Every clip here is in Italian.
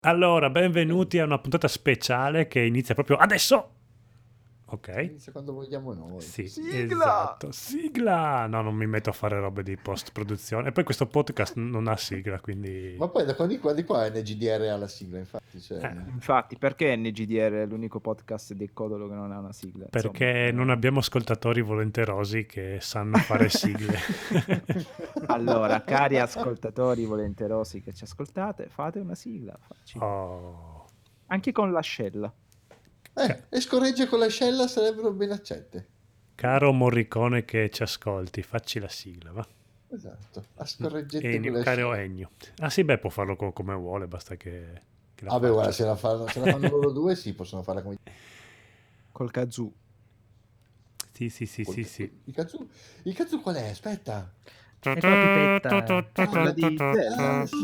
Allora, benvenuti a una puntata speciale che inizia proprio adesso. Ok? Inizia quando vogliamo noi. Sì, Sigla! esatto. Sigla! No, non mi metto a fare robe di post-produzione. E poi questo podcast non ha sigla, quindi... Ma poi da quando di qua NGDR ha la sigla, infatti. Cioè, Infatti, perché NGDR è l'unico podcast di Codolo che non ha una sigla? Perché non abbiamo ascoltatori volenterosi che sanno fare sigle. Allora, cari ascoltatori volenterosi che ci ascoltate, fate una sigla, facile. Oh. Anche con l'ascella. Ca- e scorregge con l'ascella sarebbero ben accette. Caro Morricone che ci ascolti, facci la sigla, va? Esatto, a scorreggette con Ennio, caro l'ascella. Ennio. Ah sì, beh, può farlo come vuole, basta che la Ah beh, guarda, faccia. se la fanno loro due, sì, possono farla come... Col kazoo. Sì, sì, sì, sì, sì. Il kazoo qual è? Aspetta. È quella pipetta, quella di Zelda. Ah, sì.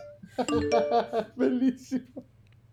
Bellissimo.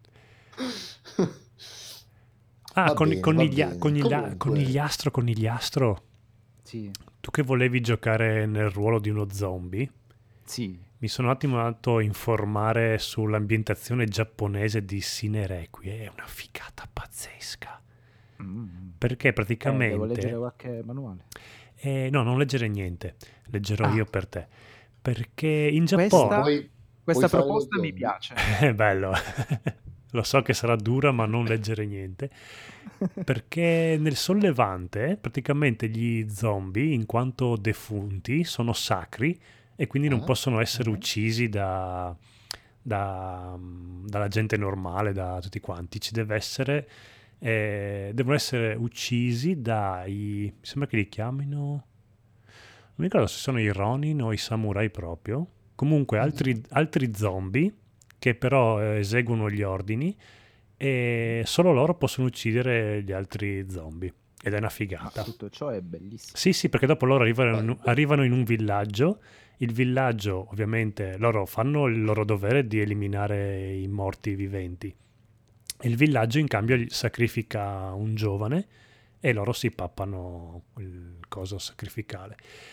Ah, Va bene, va bene. Comunque, conigliastro. Sì, Tu che volevi giocare nel ruolo di uno zombie, sì. mi sono un attimo andato a informare sull'ambientazione giapponese di Sine Requiem. È una figata pazzesca. Mm. Perché Devo leggere praticamente... qualche manuale. no, non leggere niente, leggerò Ah, io per te. Perché in ma Giappone... puoi questa fare lo proposta mi zombie? piace. È bello. Lo so che sarà dura, ma non leggere niente. Perché nel sollevante, praticamente gli zombie, in quanto defunti, sono sacri e quindi non Ah, possono essere uccisi dalla gente normale, da tutti quanti. Ci deve essere, devono essere uccisi dai, mi sembra che li chiamino, non mi ricordo se sono i Ronin o i samurai proprio. Comunque mhm. altri zombie che però eseguono gli ordini e solo loro possono uccidere gli altri zombie. Ed è una Ma figata. tutto ciò è bellissimo. Sì, sì, perché dopo loro Beh, arrivano in un villaggio. Il villaggio, ovviamente, loro fanno il loro dovere di eliminare i morti viventi. Il villaggio, in cambio, sacrifica un giovane e loro si pappano il coso sacrificale.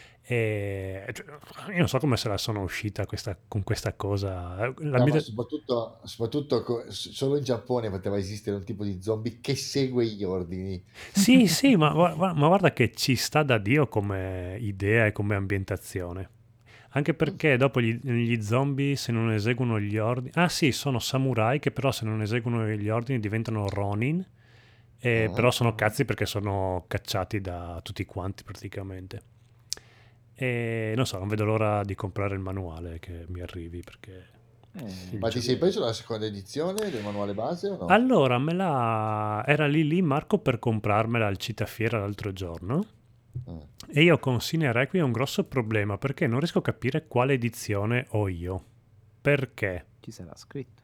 Io non so come se la sono uscita con questa cosa. no, ma soprattutto solo in Giappone poteva esistere un tipo di zombie che segue gli ordini. Sì, sì, ma guarda che ci sta da Dio come idea e come ambientazione. Anche perché dopo gli zombie, se non eseguono gli ordini... Ah sì, sono samurai che però se non eseguono gli ordini diventano Ronin, Ah, però sono Ah. cazzi perché sono cacciati da tutti quanti praticamente. E non so, non vedo l'ora di comprare il manuale che mi arrivi perché il ma ti gioco... sei preso la seconda edizione del manuale base o no? Allora, era lì Marco per comprarmela al Citafiera l'altro giorno. Ah. E io con Cine Requiem ho un grosso problema perché non riesco a capire quale edizione ho io. Perché? Chi sarà scritto?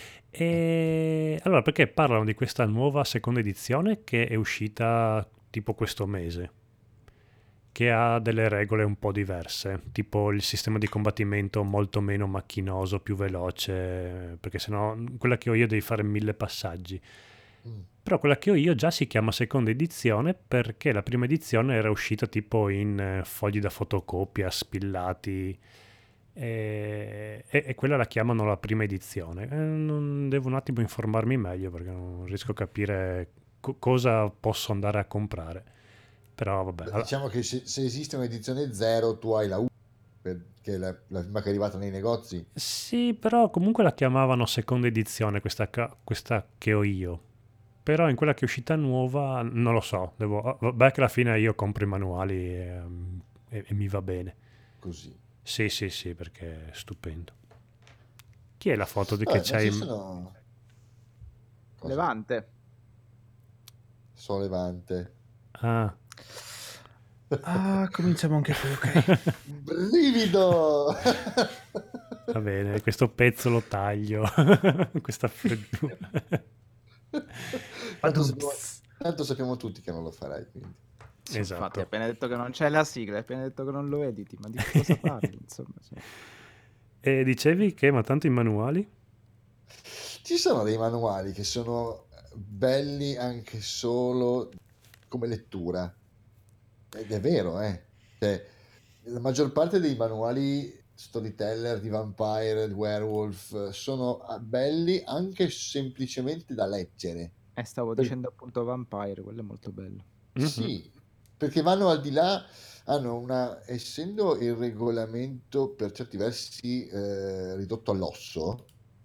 E allora, perché parlano di questa nuova seconda edizione che è uscita tipo questo mese, che ha delle regole un po' diverse, tipo il sistema di combattimento molto meno macchinoso, più veloce, perché sennò quella che ho io devi fare 1000 passaggi. Mm. Però quella che ho io già si chiama seconda edizione perché la prima edizione era uscita tipo in fogli da fotocopia, spillati, e quella la chiamano la prima edizione. Devo un attimo informarmi meglio perché non riesco a capire cosa posso andare a comprare. Però vabbè, Beh, diciamo che se esiste un'edizione 0, tu hai la 1, che è la prima che è arrivata nei negozi. sì, però comunque la chiamavano seconda edizione questa che ho io. Però in quella che è uscita nuova non lo so. Vabbè che alla fine io compro i manuali e mi va bene. Così. Sì, sì, sì, perché è stupendo. Chi è la foto che Vabbè, ma ci c'hai? sono... Cosa? Levante. Sollevante. Ah. Ah, cominciamo anche qui, ok. Brivido! Va bene, questo pezzo lo taglio. Questa freddura. Tanto Badum, sappiamo, ps. tanto sappiamo tutti che non lo farai, quindi. Sì, infatti, hai Esatto. appena detto che non c'è la sigla, hai appena detto che non lo editi, ma di che cosa parli, insomma? Sì. E dicevi che, ma tanto i manuali? Ci sono dei manuali che sono belli anche solo come lettura. Ed è vero, eh. Cioè, la maggior parte dei manuali storyteller di vampire, di werewolf, sono belli anche semplicemente da leggere. Stavo Per- dicendo appunto Vampire, quello è molto bello. Mhm. Sì, perché vanno al di là, essendo il regolamento per certi versi ridotto all'osso,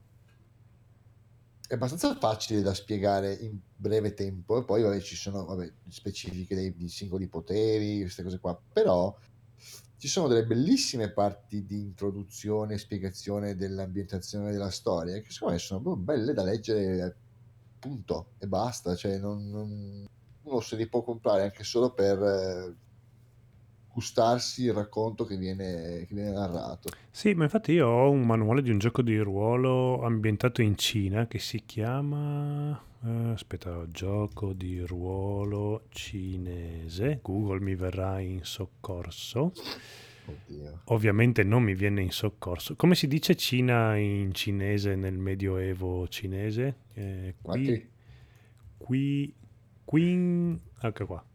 è abbastanza facile da spiegare in breve tempo, e poi vabbè, ci sono specifiche di singoli poteri, queste cose qua, però ci sono delle bellissime parti di introduzione e spiegazione dell'ambientazione della storia che secondo me sono proprio belle da leggere, punto, e basta, cioè uno se li può comprare anche solo per gustarsi il racconto che viene narrato. Sì, ma infatti io ho un manuale di un gioco di ruolo ambientato in Cina che si chiama... aspetta, gioco di ruolo cinese. Google mi verrà in soccorso. Oddio. Ovviamente non mi viene in soccorso. Come si dice Cina in cinese nel Medioevo cinese? Ma che Qui... Queen... Ecco qua.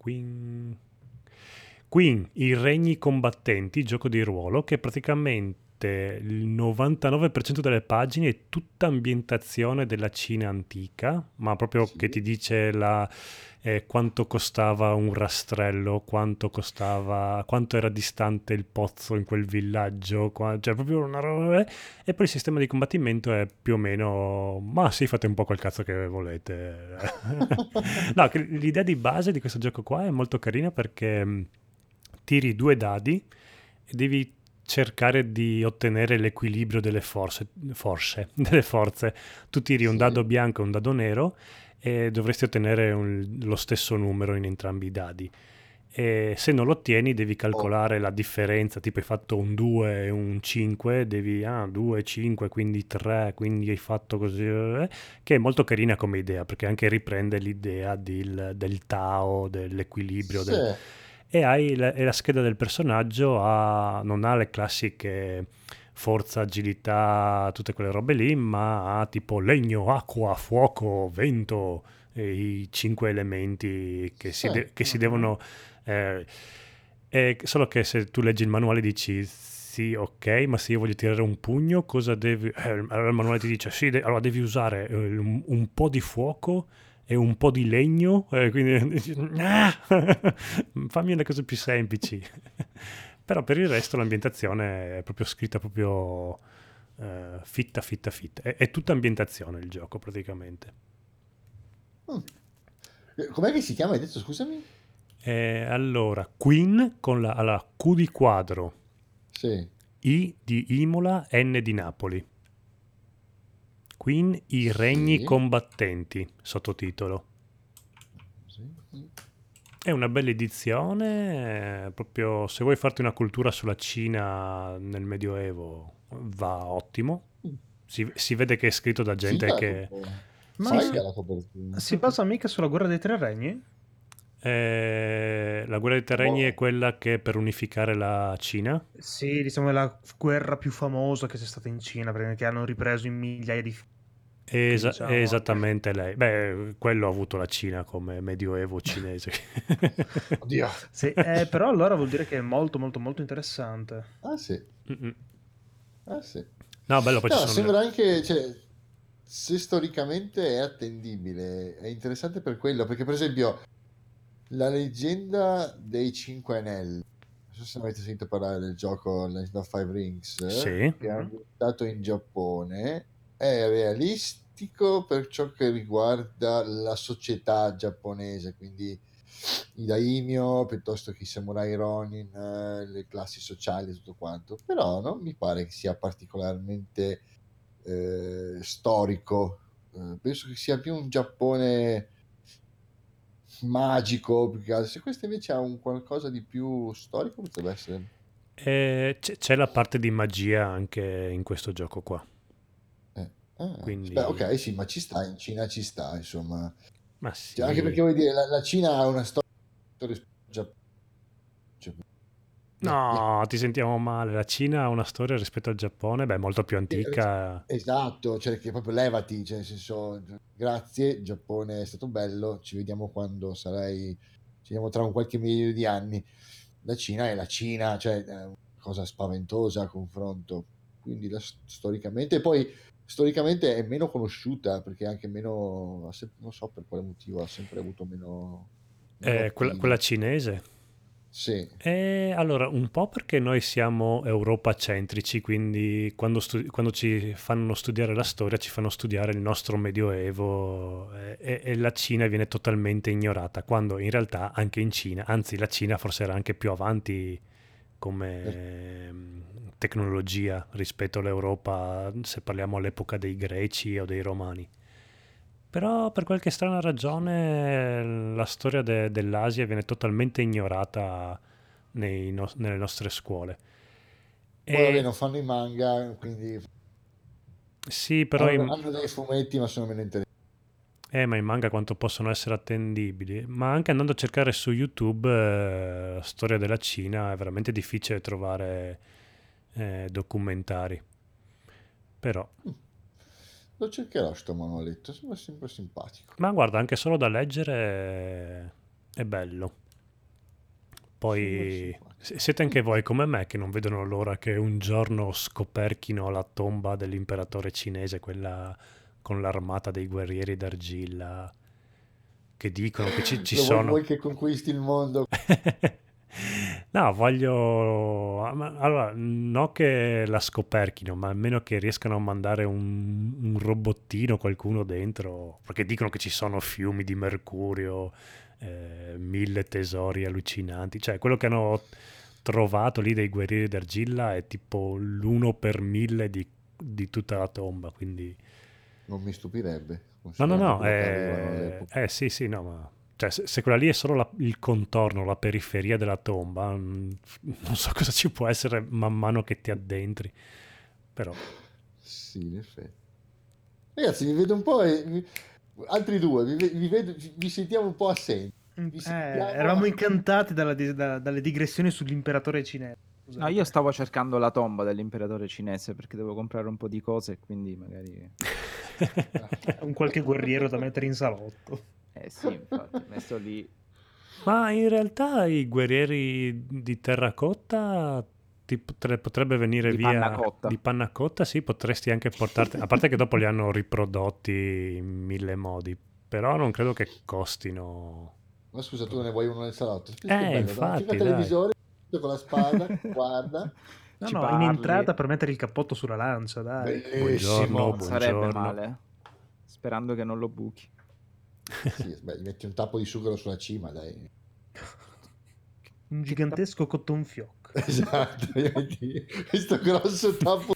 Queen, i regni combattenti, gioco di ruolo, che praticamente il 99% delle pagine è tutta ambientazione della Cina antica, ma proprio che sì. ti dice quanto costava un rastrello, quanto era distante il pozzo in quel villaggio, cioè proprio una roba. E poi il sistema di combattimento è più o meno, ma sì, fate un po' quel cazzo che volete. No, l'idea di base di questo gioco qua è molto carina perché tiri 2 dadi e devi cercare di ottenere l'equilibrio delle forze. Tu tiri un dado Sì. bianco e un dado nero e dovresti ottenere lo stesso numero in entrambi i dadi. E se non lo ottieni devi Oh, calcolare la differenza, tipo hai fatto un 2 e un 5, devi 2, 5, quindi 3, quindi hai fatto così, che è molto carina come idea, perché anche riprende l'idea del Tao, dell'equilibrio, sì. e hai e la scheda del personaggio non ha le classiche forza, agilità, tutte quelle robe lì, ma ha tipo legno, acqua, fuoco, vento, e i 5 elementi Sì. che si Mhm. devono... eh, solo che se tu leggi il manuale dici sì, ok, ma se io voglio tirare un pugno, cosa devi... allora il manuale ti dice sì, allora devi usare un po' di fuoco e un po' di legno, quindi ah! Fammi le cose più semplici. Però per il resto l'ambientazione è proprio scritta proprio fitta, fitta, fitta. È tutta ambientazione il gioco praticamente. Mm. Com'è che si chiama? Hai detto, scusami? Allora, Queen con la Q di quadro, Sì. I di Imola, N di Napoli. Queen, i regni Sì. combattenti, sottotitolo. Sì. È una bella edizione, proprio se vuoi farti una cultura sulla Cina nel Medioevo va ottimo. Mm. Si vede che è scritto da gente Figa la che... copertina. Sì, Ma sì. Figa la copertina. si basa mica sulla guerra dei tre regni? La guerra dei terreni è Boh. quella che è per unificare la Cina. Sì, diciamo è la guerra più famosa che c'è stata in Cina, perché hanno ripreso in migliaia di film, È diciamo. esattamente lei. Beh, quello ha avuto la Cina come medioevo cinese. Oddio. Sì, però allora vuol dire che è molto molto molto interessante. Ah sì. Mm-mm. Ah sì. No, bello, poi ci No, sono sembra anche, cioè, se storicamente è attendibile, è interessante per quello, perché per esempio la leggenda dei Cinque Anelli, non so se avete sentito parlare del gioco Legend of Five Rings, Sì. che è Mhm. ambientato in Giappone, è realistico per ciò che riguarda la società giapponese, quindi i daimyo piuttosto che i samurai ronin, le classi sociali e tutto quanto, però non mi pare che sia particolarmente storico. Penso che sia più un Giappone magico, più che altro. Se questo invece ha un qualcosa di più storico, potrebbe essere. E c'è la parte di magia anche in questo gioco qua. Beh, Quindi, ok, sì, ma ci sta, in Cina ci sta, insomma. ma Cioè, anche sì. perché vuoi dire, la Cina ha una storia rispetto al Giappone. Cioè, No, ti sentiamo male. La Cina ha una storia rispetto al Giappone, beh, molto più ris- antica. esatto, cioè che proprio levati, cioè nel senso, grazie, il Giappone è stato bello, ci vediamo quando sarai, ci vediamo tra un qualche migliaio di anni. La Cina è la Cina, cioè cosa spaventosa a confronto. Quindi storicamente, e poi storicamente è meno conosciuta perché è anche meno, non so per quale motivo, ha sempre avuto meno Quella appeal. cinese? Sì. Allora, un po' perché noi siamo europacentrici, quindi quando ci fanno studiare la storia ci fanno studiare il nostro medioevo e la Cina viene totalmente ignorata, quando in realtà anche in Cina, anzi la Cina forse era anche più avanti come tecnologia rispetto all'Europa, se parliamo all'epoca dei Greci o dei Romani. Però per qualche strana ragione la storia dell'Asia viene totalmente ignorata nelle nostre scuole. Poi vabbè, non fanno i manga, quindi Sì, però hanno dei fumetti, ma sono meno interessanti. ma i manga quanto possono essere attendibili. Ma anche andando a cercare su YouTube la storia della Cina è veramente difficile trovare documentari. Però Lo cercherò sto manualetto, sembra sempre simpatico. ma guarda, anche solo da leggere è bello. Poi siete anche voi come me che non vedono l'ora che un giorno scoperchino la tomba dell'imperatore cinese, quella con l'armata dei guerrieri d'argilla, che dicono che ci sono. Vuoi che conquisti il mondo? No, voglio... Allora, no che la scoperchino, ma almeno che riescano a mandare un robottino, qualcuno dentro, perché dicono che ci sono fiumi di mercurio, 1000 tesori allucinanti. Cioè, quello che hanno trovato lì dei guerrieri d'argilla è tipo l'1 per 1000 di tutta la tomba, quindi... Non mi stupirebbe. No, quello che avevano all'epoca. sì, no, ma... Cioè, se quella lì è solo il contorno, la periferia della tomba, non so cosa ci può essere man mano che ti addentri. Però... Sì, in effetti. Ragazzi, vi vedo un po'... altri due, vi sentiamo un po' assenti. Eravamo incantati dalle digressioni sull'imperatore cinese. No, io stavo cercando la tomba dell'imperatore cinese perché devo comprare un po' di cose e quindi magari... un qualche guerriero da mettere in salotto. Sì, infatti, messo lì. Ma in realtà i guerrieri di terracotta ti potrebbe venire Di via panna cotta. di panna cotta, sì, potresti anche portarti, a parte che dopo li hanno riprodotti in 1000 modi, però non credo che costino. Ma scusa, tu ne vuoi uno nel salotto? Infatti, Fica televisore, con la spada, guarda. No, in entrata per mettere il cappotto sulla lancia, dai. Bellissimo. Sarebbe male. Sperando che non lo buchi. Sì, gli metti un tappo di sughero sulla cima, dai. Un gigantesco cotton fioc. Esatto, questo grosso tappo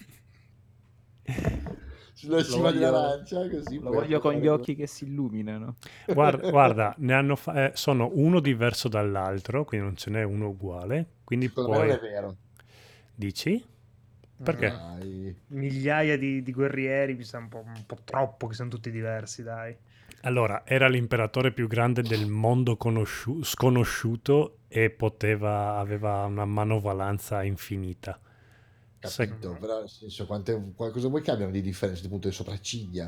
sulla cima dell'arancia, così lo voglio con gli occhi che si illuminano. Guarda, ne hanno sono uno diverso dall'altro, quindi non ce n'è uno uguale. Quindi secondo me non è vero. Dici? Perché? Dai. Migliaia di guerrieri, mi sa un po' troppo che sono tutti diversi, dai. Allora, era l'imperatore più grande del mondo sconosciuto e aveva una manovalanza infinita. Capito, però nel senso, cosa vuoi che abbiano di differenza dal punto di sopracciglia?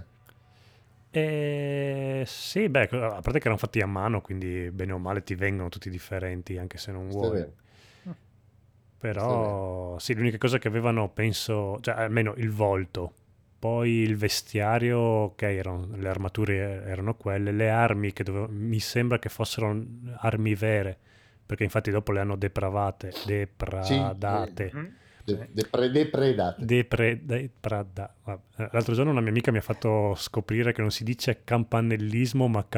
Sì, beh, a parte che erano fatti a mano, quindi bene o male ti vengono tutti differenti, anche se non vuoi. Però sì, l'unica cosa che avevano, penso, cioè almeno il volto, poi il vestiario, ok, le armature erano quelle, le armi che mi sembra che fossero armi vere, perché infatti dopo le hanno depradate. L'altro giorno una mia amica mi ha fatto scoprire che non si dice campanellismo ma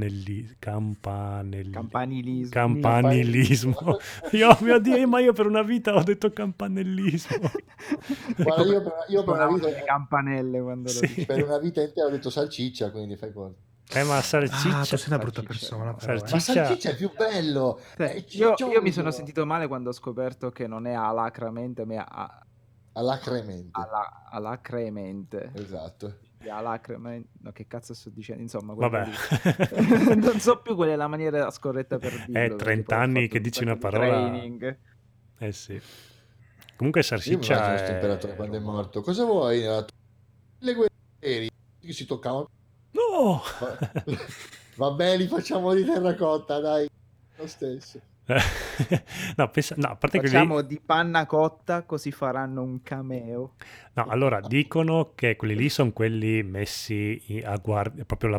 campanilismo. Io, mio Dio, ma io per una vita ho detto campanellismo. Guarda, io per una vita le campanelle quando lo dici. Per una vita intera ho detto salciccia, quindi fai conto. Ma salsiccia... tu sei una brutta persona. Ma salsiccia è più bello. Io mi sono sentito male quando ho scoperto che non è alacramente, ma è alacremente. Esatto. No, che cazzo sto dicendo? Insomma, vabbè. Non so più qual è la maniera scorretta per dirlo. È 30 anni che dici una parola. Sì. Comunque salsiccia questo imperatore quando è morto. Cosa vuoi? Le guerrieri che si toccavano. No! Vabbè, li facciamo di terracotta, dai. Lo stesso. No, a parte che Facciamo di panna cotta così faranno un cameo. No, allora dicono che quelli lì sono quelli messi a guardia, proprio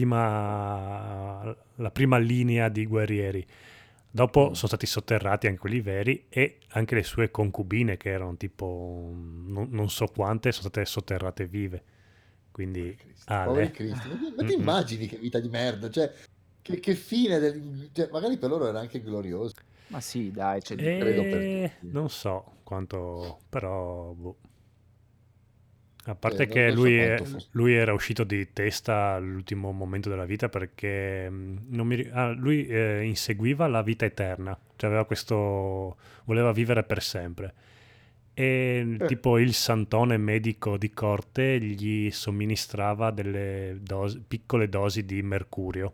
la prima linea di guerrieri. Dopo sono stati sotterrati anche quelli veri e anche le sue concubine, che erano tipo non so quante, sono state sotterrate vive. Quindi, Poveri cristi. Ma ti immagini che vita di merda, cioè che fine cioè, magari per loro era anche glorioso. Ma sì, dai, c'è di credo per tutti. Non so quanto, però boh. A parte non che so quanto fosse. lui era uscito di testa all'ultimo momento della vita perché lui inseguiva la vita eterna, cioè aveva voleva vivere per sempre. E tipo il santone medico di corte gli somministrava delle piccole dosi di mercurio,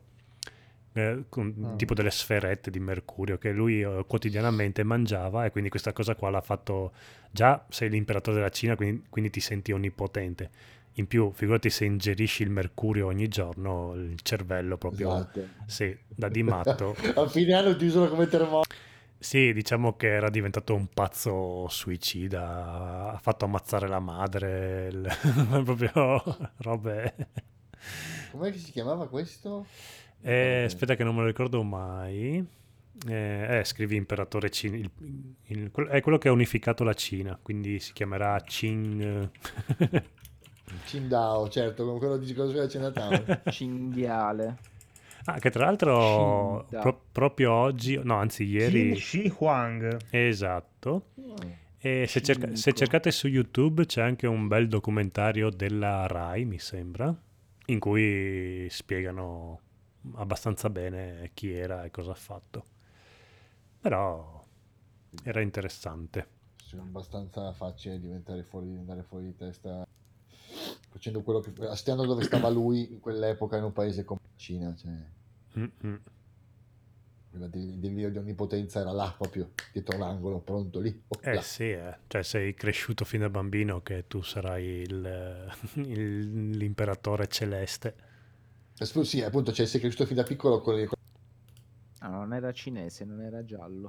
tipo delle sferette di mercurio che lui quotidianamente mangiava, e quindi questa cosa qua l'ha fatto. Già sei l'imperatore della Cina, quindi ti senti onnipotente. In più, figurati se ingerisci il mercurio ogni giorno, il cervello proprio, Esatto. sì, da di matto. A fine anno ti usano come termometro. Sì, diciamo che era diventato un pazzo suicida, ha fatto ammazzare la madre, proprio robe. Com'è che si chiamava questo? Aspetta che non me lo ricordo mai. Scrivi imperatore Cina, è quello che ha unificato la Cina, quindi si chiamerà Qing. Qingdao, certo, come quello di cosa c'è Natale. Cinghiale. Che tra l'altro Cinta. proprio oggi, no, anzi ieri. Qin Shi Huang. Esatto. E se Cinco. cercate su YouTube c'è anche un bel documentario della Rai, mi sembra, in cui spiegano abbastanza bene chi era e cosa ha fatto. Però era interessante. È abbastanza facile andare fuori di testa facendo quello che stando dove stava lui in quell'epoca in un paese come la Cina, cioè il delirio di onnipotenza era là proprio dietro l'angolo, pronto lì. Sì, cioè sei cresciuto fin da bambino che tu sarai l'imperatore celeste. Sì, appunto, cioè sei cresciuto fin da piccolo con le... No, non era cinese, non era giallo.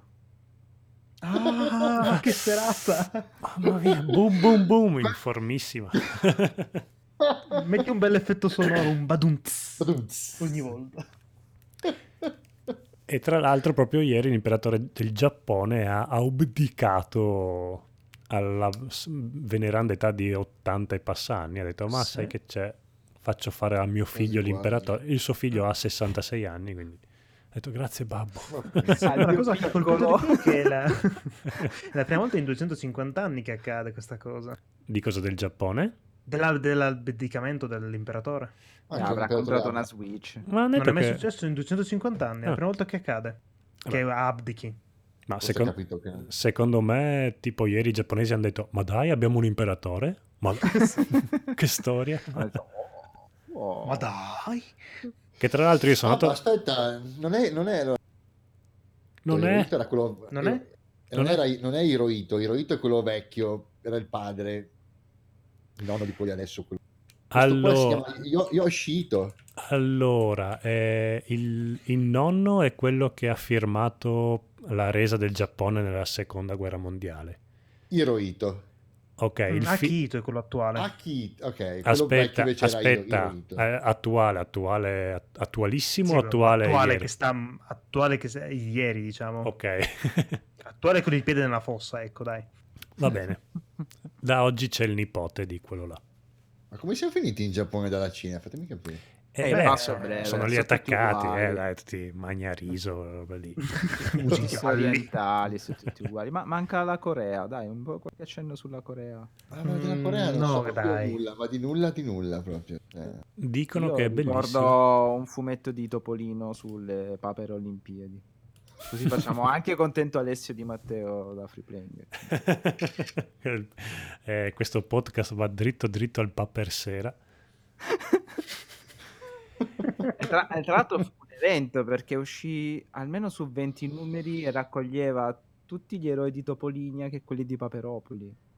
Ah, che serata! Mamma mia, boom boom boom, informissima. Metti un bel effetto sonoro, un badunz ogni volta. E tra l'altro proprio ieri l'imperatore del Giappone ha abdicato alla veneranda età di 80 e passa anni. Ha detto, ma sai che c'è? Faccio fare a mio figlio l'imperatore. Il suo figlio ha 66 anni, quindi ha detto grazie babbo. La cosa che ha colpito di più è che è la prima volta in 250 anni che accade questa cosa. Di cosa, del Giappone? Dell'abdicamento dell'imperatore. Avrà comprato una Switch. Ma Non è mai perché... successo in 250 anni, è la prima volta che accade. Che abdichi. Ma capito che... secondo me, tipo ieri i giapponesi hanno detto, ma dai, abbiamo un imperatore? Ma che storia? Oh. Ma dai! Che tra l'altro io sono andato... aspetta, non è Non è? Hirohito era quello... Non è? Non è Hirohito è quello vecchio, era il padre, il nonno di quelli adesso. Questo qua si chiama Yoshito. Allora, il nonno è quello che ha firmato la resa del Giappone nella seconda guerra mondiale. Hirohito. Ok, Akihito è quello attuale. Akihito, ok. Aspetta, era attualissimo, Sì, attuale attuale ieri. che ieri, diciamo. Ok. Attuale con il piede nella fossa, ecco, dai. Va bene. Da oggi c'è il nipote di quello là. Ma come siamo finiti in Giappone dalla Cina? Fatemi capire. Il passo breve, sono lì sono tutti attaccati, uguali. dai, tutti magna riso, roba lì. Musiche orientali, sono tutti uguali. Ma manca la Corea, dai, un po' qualche accenno sulla Corea. Ma della Corea non no, so proprio dai. nulla, ma di nulla proprio. Dicono Io che è ricordo bellissimo. un fumetto di Topolino sulle papere Olimpiadi. Così facciamo anche contento Alessio Di Matteo da Free Playing. Questo podcast va dritto dritto al Paper Sera. Tra l'altro fu un evento perché uscì almeno su 20 numeri e raccoglieva tutti gli eroi di Topolinia che quelli di Paperopoli.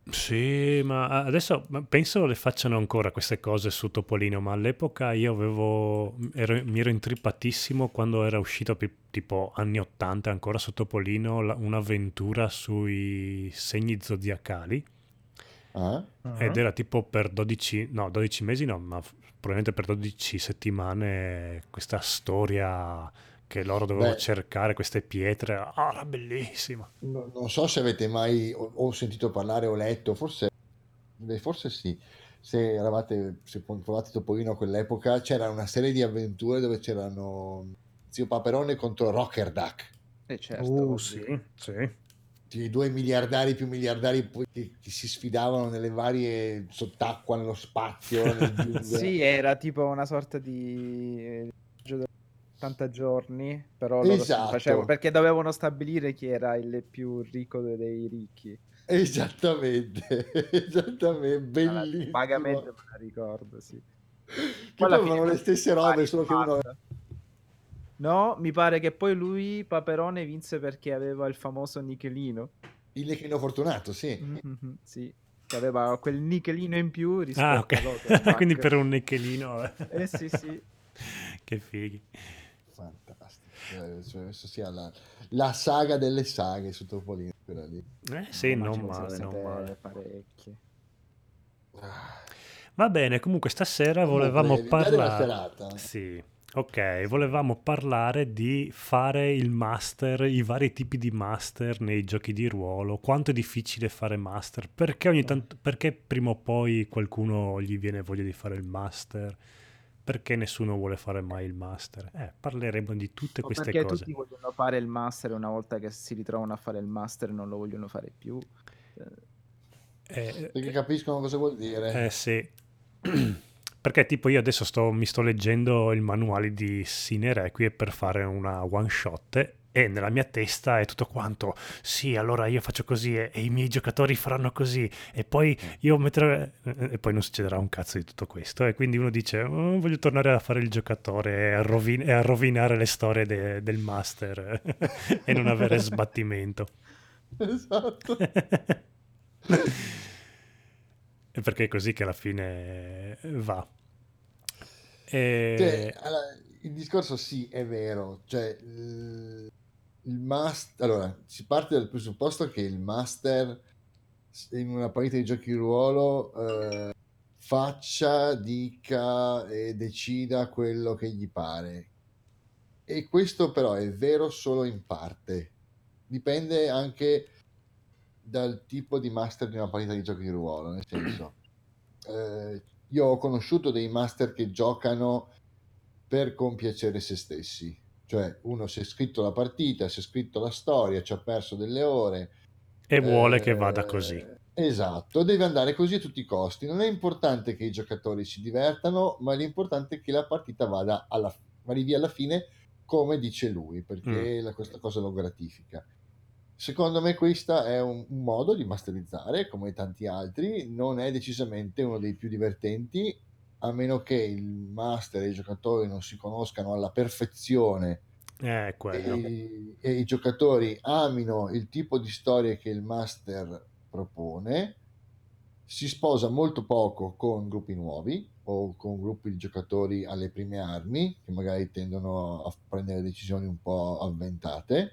Sì, ma adesso penso le facciano ancora queste cose su Topolino, ma all'epoca io mi ero intrippatissimo quando era uscito tipo anni 80 ancora su Topolino un'avventura sui segni zodiacali Ah? ed era tipo per 12 mesi no, ma probabilmente per 12 settimane questa storia che loro dovevano Beh, cercare queste pietre. Ah, era bellissima. non so se avete mai o sentito parlare o letto, forse sì, se provate Topolino a quell'epoca, c'era una serie di avventure dove c'erano Zio Paperone contro Rocker Duck, Certo, Sì, ovvio. sì. i due miliardari più miliardari che si sfidavano nelle varie sott'acqua, nello spazio, nel giungla. Sì, era tipo una sorta di viaggio da 80 giorni, però loro si facevano Esatto, perché dovevano stabilire chi era il più ricco dei ricchi. esattamente, esattamente, Allora, vagamente bellissimo. me la ricordo, sì. Che Poi alla poi fine avevano le non si stesse mai robe, solo che uno... fatta. No, mi pare che poi lui, Paperone, vinse perché aveva il famoso nichelino. Il Lecchino Fortunato, sì. Mhm, sì, che aveva quel nichelino in più Ah, rispetto all'Ocker ok. Quindi Duck. per un nichelino. Sì, sì. Che fighi. Fantastico. Adesso sia la saga delle saghe su Topolino, quella lì. Sì, No, ma ce non ne sono male, non state male. parecchie. Ah. Va bene, comunque stasera Comunque, volevamo l'idea della parlare... serata. Sì, ok, volevamo parlare di fare il master, i vari tipi di master nei giochi di ruolo, quanto è difficile fare master, perché ogni tanto, perché prima o poi qualcuno gli viene voglia di fare il master, perché nessuno vuole fare mai il master. Parleremo di tutte O queste perché cose. tutti vogliono fare il master e una volta che si ritrovano a fare il master non lo vogliono fare più. Eh, Perché capiscono cosa vuol dire. sì. Perché tipo io adesso mi sto leggendo il manuale di Sine Requie per fare una one shot e nella mia testa è tutto quanto, sì, allora io faccio così e i miei giocatori faranno così e poi io metterò... e poi non succederà un cazzo di tutto questo e quindi uno dice, "Oh, voglio tornare a fare il giocatore e a rovinare le storie del master e non avere sbattimento." Esatto. E perché è così che alla fine va. Cioè, E... allora, il discorso sì, è vero. Cioè, il master... Allora, si parte dal presupposto che il master in una partita di giochi di ruolo faccia, dica e decida quello che gli pare. E questo però è vero solo in parte. Dipende anche dal tipo di master di una partita di giochi di ruolo, nel senso, io ho conosciuto dei master che giocano per compiacere se stessi, cioè uno si è scritto la partita, si è scritto la storia, ci ha perso delle ore, e vuole che vada così. esatto, deve andare così a tutti i costi. Non è importante che i giocatori si divertano, ma l'importante è che la partita arrivi alla fine come dice lui, perché questa cosa lo gratifica. Secondo me questo è un modo di masterizzare, come tanti altri, non è decisamente uno dei più divertenti, a meno che il master e i giocatori non si conoscano alla perfezione Quello. e i giocatori amino il tipo di storie che il master propone. Si sposa molto poco con gruppi nuovi o con gruppi di giocatori alle prime armi che magari tendono a prendere decisioni un po' avventate,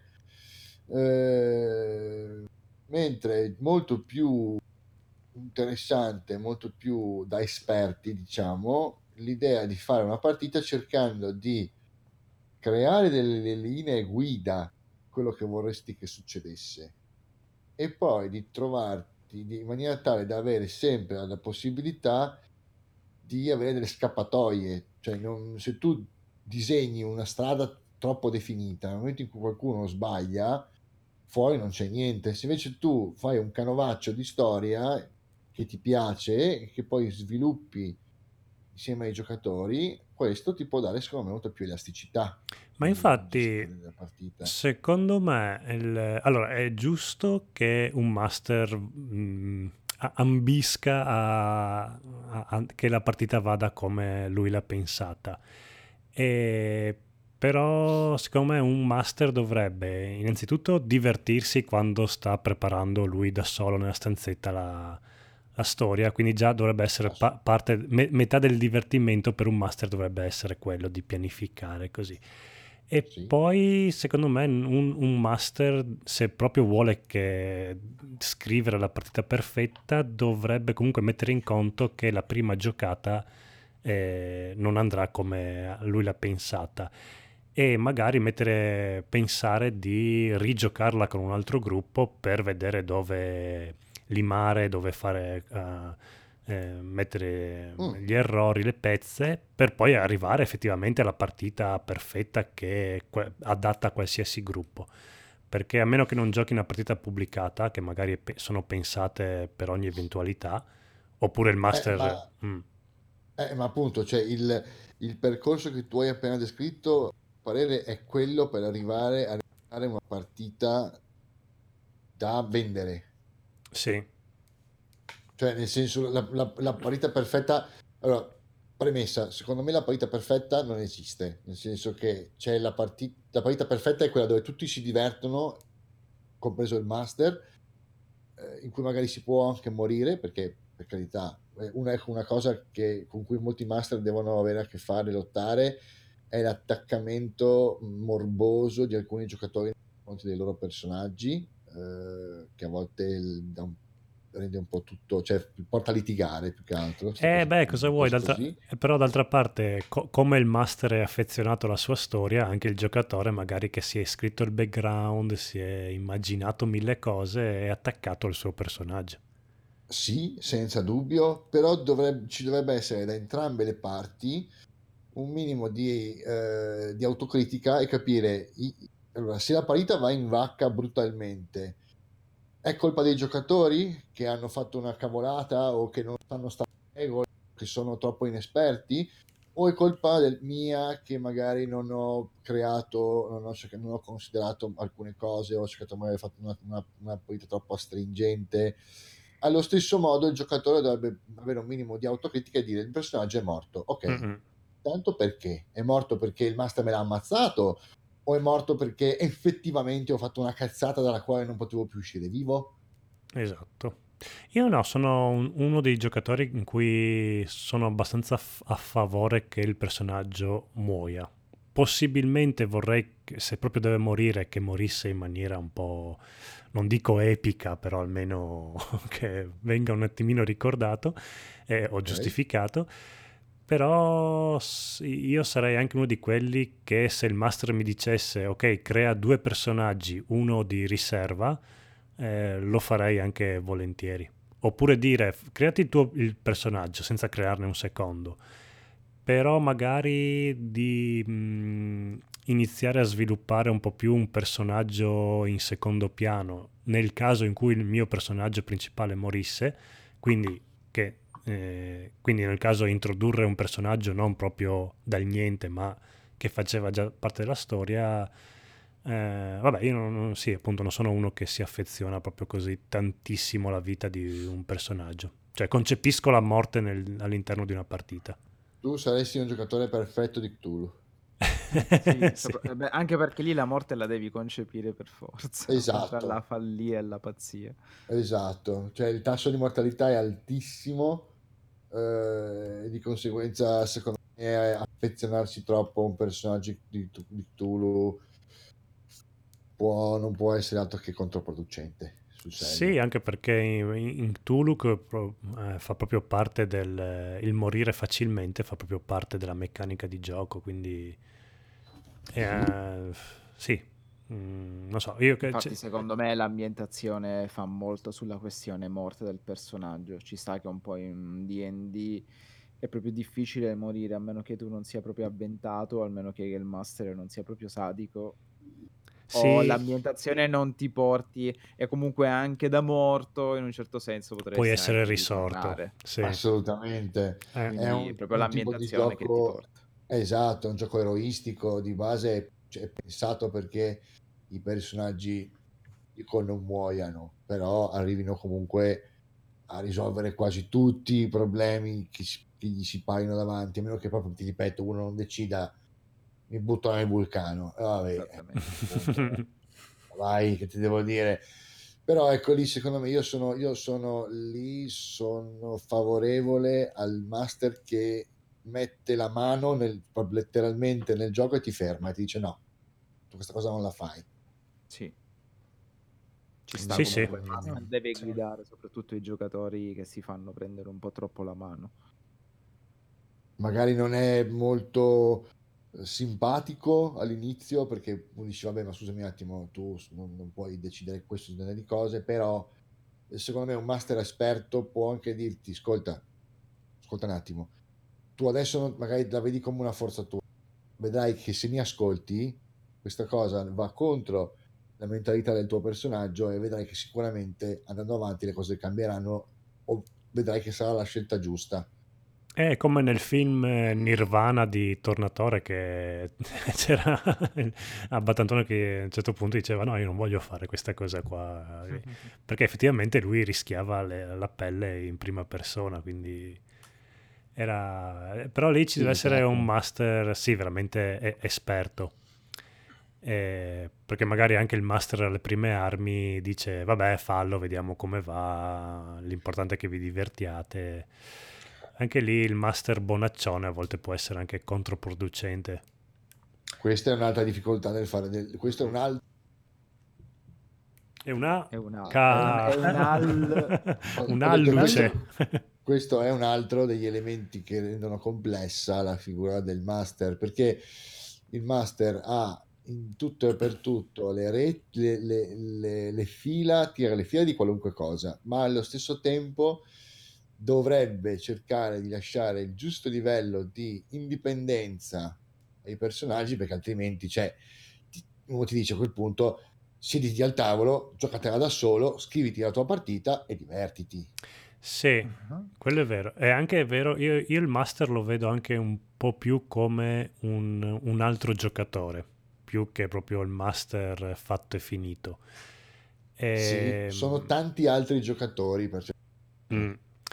mentre è molto più interessante, molto più da esperti, diciamo, l'idea di fare una partita cercando di creare delle linee guida, quello che vorresti che succedesse, e poi di trovarti in maniera tale da avere sempre la possibilità di avere delle scappatoie, cioè se tu disegni una strada troppo definita, nel momento in cui qualcuno sbaglia, fuori non c'è niente. Se invece tu fai un canovaccio di storia che ti piace e che poi sviluppi insieme ai giocatori, questo ti può dare secondo me molto più elasticità Ma in infatti, gestione della partita. secondo me, allora, è giusto che un master ambisca che la partita vada come lui l'ha pensata. Però secondo me un master dovrebbe innanzitutto divertirsi quando sta preparando lui da solo nella stanzetta la storia, quindi già dovrebbe essere metà del divertimento per un master dovrebbe essere quello di pianificare così. E Sì. poi secondo me un master, se proprio vuole scrivere la partita perfetta, dovrebbe comunque mettere in conto che la prima giocata non andrà come lui l'ha pensata e magari pensare di rigiocarla con un altro gruppo per vedere dove limare, dove fare mettere gli errori, le pezze, per poi arrivare effettivamente alla partita perfetta che è adatta a qualsiasi gruppo. Perché a meno che non giochi una partita pubblicata, che magari sono pensate per ogni eventualità, oppure il master... ma appunto, cioè il percorso che tu hai appena descritto, a parere è quello per arrivare a realizzare una partita da vendere. Sì. Cioè, nel senso, la partita perfetta... Allora, premessa, secondo me la partita perfetta non esiste, nel senso che c'è la partita perfetta è quella dove tutti si divertono, compreso il master, in cui magari si può anche morire, perché per carità, una cosa con cui molti master devono avere a che fare, lottare, è l'attaccamento morboso di alcuni giocatori nei confronti dei loro personaggi, che a volte rende un po' tutto, cioè porta a litigare più che altro. Cosa vuoi? Però d'altra parte, come il master è affezionato alla sua storia, anche il giocatore magari che si è scritto il background, si è immaginato mille cose, è attaccato al suo personaggio. Sì, senza dubbio, però ci dovrebbe essere da entrambe le parti un minimo di autocritica e capire allora, se la partita va in vacca brutalmente, è colpa dei giocatori che hanno fatto una cavolata o che non sanno stare a regole, che sono troppo inesperti, o è colpa mia che magari non ho creato, non ho considerato alcune cose, ho cercato magari fatto una partita troppo astringente. Allo stesso modo il giocatore dovrebbe avere un minimo di autocritica e dire il personaggio è morto, ok, tanto perché? È morto perché il master me l'ha ammazzato o è morto perché effettivamente ho fatto una cazzata dalla quale non potevo più uscire vivo? Esatto. Io no, sono uno dei giocatori in cui sono abbastanza a favore che il personaggio muoia. Possibilmente vorrei, se proprio deve morire, che morisse in maniera un po', non dico epica, però almeno che venga un attimino ricordato o giustificato. Però io sarei anche uno di quelli che se il master mi dicesse ok, crea 2 personaggi, uno di riserva, lo farei anche volentieri. Oppure dire creati il personaggio senza crearne un secondo, però magari di iniziare a sviluppare un po' più un personaggio in secondo piano nel caso in cui il mio personaggio principale morisse, quindi nel caso introdurre un personaggio non proprio dal niente ma che faceva già parte della storia. Vabbè, io sì, appunto non sono uno che si affeziona proprio così tantissimo alla vita di un personaggio, cioè concepisco la morte all'interno di una partita. Tu saresti un giocatore perfetto di Cthulhu. Sì, Sì. anche perché lì la morte la devi concepire per forza, oltre alla Esatto, follia e alla pazzia. esatto, cioè il tasso di mortalità è altissimo, e di conseguenza secondo me affezionarsi troppo a un personaggio di Cthulhu non può essere altro che controproducente, sul serio. Sì, anche perché in Cthulhu fa proprio parte il morire facilmente, fa proprio parte della meccanica di gioco, quindi sì, non so, Infatti secondo me l'ambientazione fa molto sulla questione morte del personaggio. Ci sta che un po' in D&D è proprio difficile morire a meno che tu non sia proprio avventato, a meno che il master non sia proprio sadico. O sì, l'ambientazione non ti porti, e comunque anche da morto in un certo senso puoi potresti essere anche risorto, ritornare. sì. Assolutamente, è Quindi è proprio un tipo di l'ambientazione che ti gioco, porta. esatto, è un gioco eroistico di base, cioè, è pensato perché i personaggi dico non muoiano, però arrivino comunque a risolvere quasi tutti i problemi che gli si paiono davanti, a meno che proprio, ti ripeto, uno non decida mi butto nel vulcano. Vabbè, Esattamente. appunto, vai, che ti devo dire. Però ecco lì, secondo me, io sono favorevole al master che mette la mano letteralmente nel gioco e ti ferma e ti dice no, tu questa cosa non la fai. Sì. Ci sta Sì, sì. comunque, il master deve Sì. guidare soprattutto i giocatori che si fanno prendere un po' troppo la mano. Magari non è molto simpatico all'inizio perché uno dice vabbè, ma scusami un attimo, tu non puoi decidere questo genere di cose, però secondo me un master esperto può anche dirti ascolta un attimo, tu adesso magari la vedi come una forzatura, vedrai che se mi ascolti questa cosa va contro la mentalità del tuo personaggio e vedrai che sicuramente andando avanti le cose cambieranno o vedrai che sarà la scelta giusta. È come nel film Nirvana di Tornatore che c'era Abbatantone che a un certo punto diceva no, io non voglio fare questa cosa qua, perché effettivamente lui rischiava la pelle in prima persona, quindi era... Però lì ci Sì, deve essere esatto. un master, sì, veramente esperto. Perché magari anche il master alle prime armi dice vabbè fallo, vediamo come va, l'importante è che vi divertiate. Anche lì il master bonaccione a volte può essere anche controproducente. Questa è un'altra difficoltà nel fare questo è un altro È una È un al, è un al, ho una detto luce. questo è un altro degli elementi che rendono complessa la figura del master, perché il master ha in tutto e per tutto le fila, tira le fila di qualunque cosa, ma allo stesso tempo dovrebbe cercare di lasciare il giusto livello di indipendenza ai personaggi, perché altrimenti uno ti dice a quel punto siediti al tavolo, giocatela da solo, scriviti la tua partita e divertiti. Sì, quello è vero. È anche vero, io il master lo vedo anche un po' più come un altro giocatore, più che proprio il master fatto e finito. Sì, sono E, tanti altri giocatori per mm,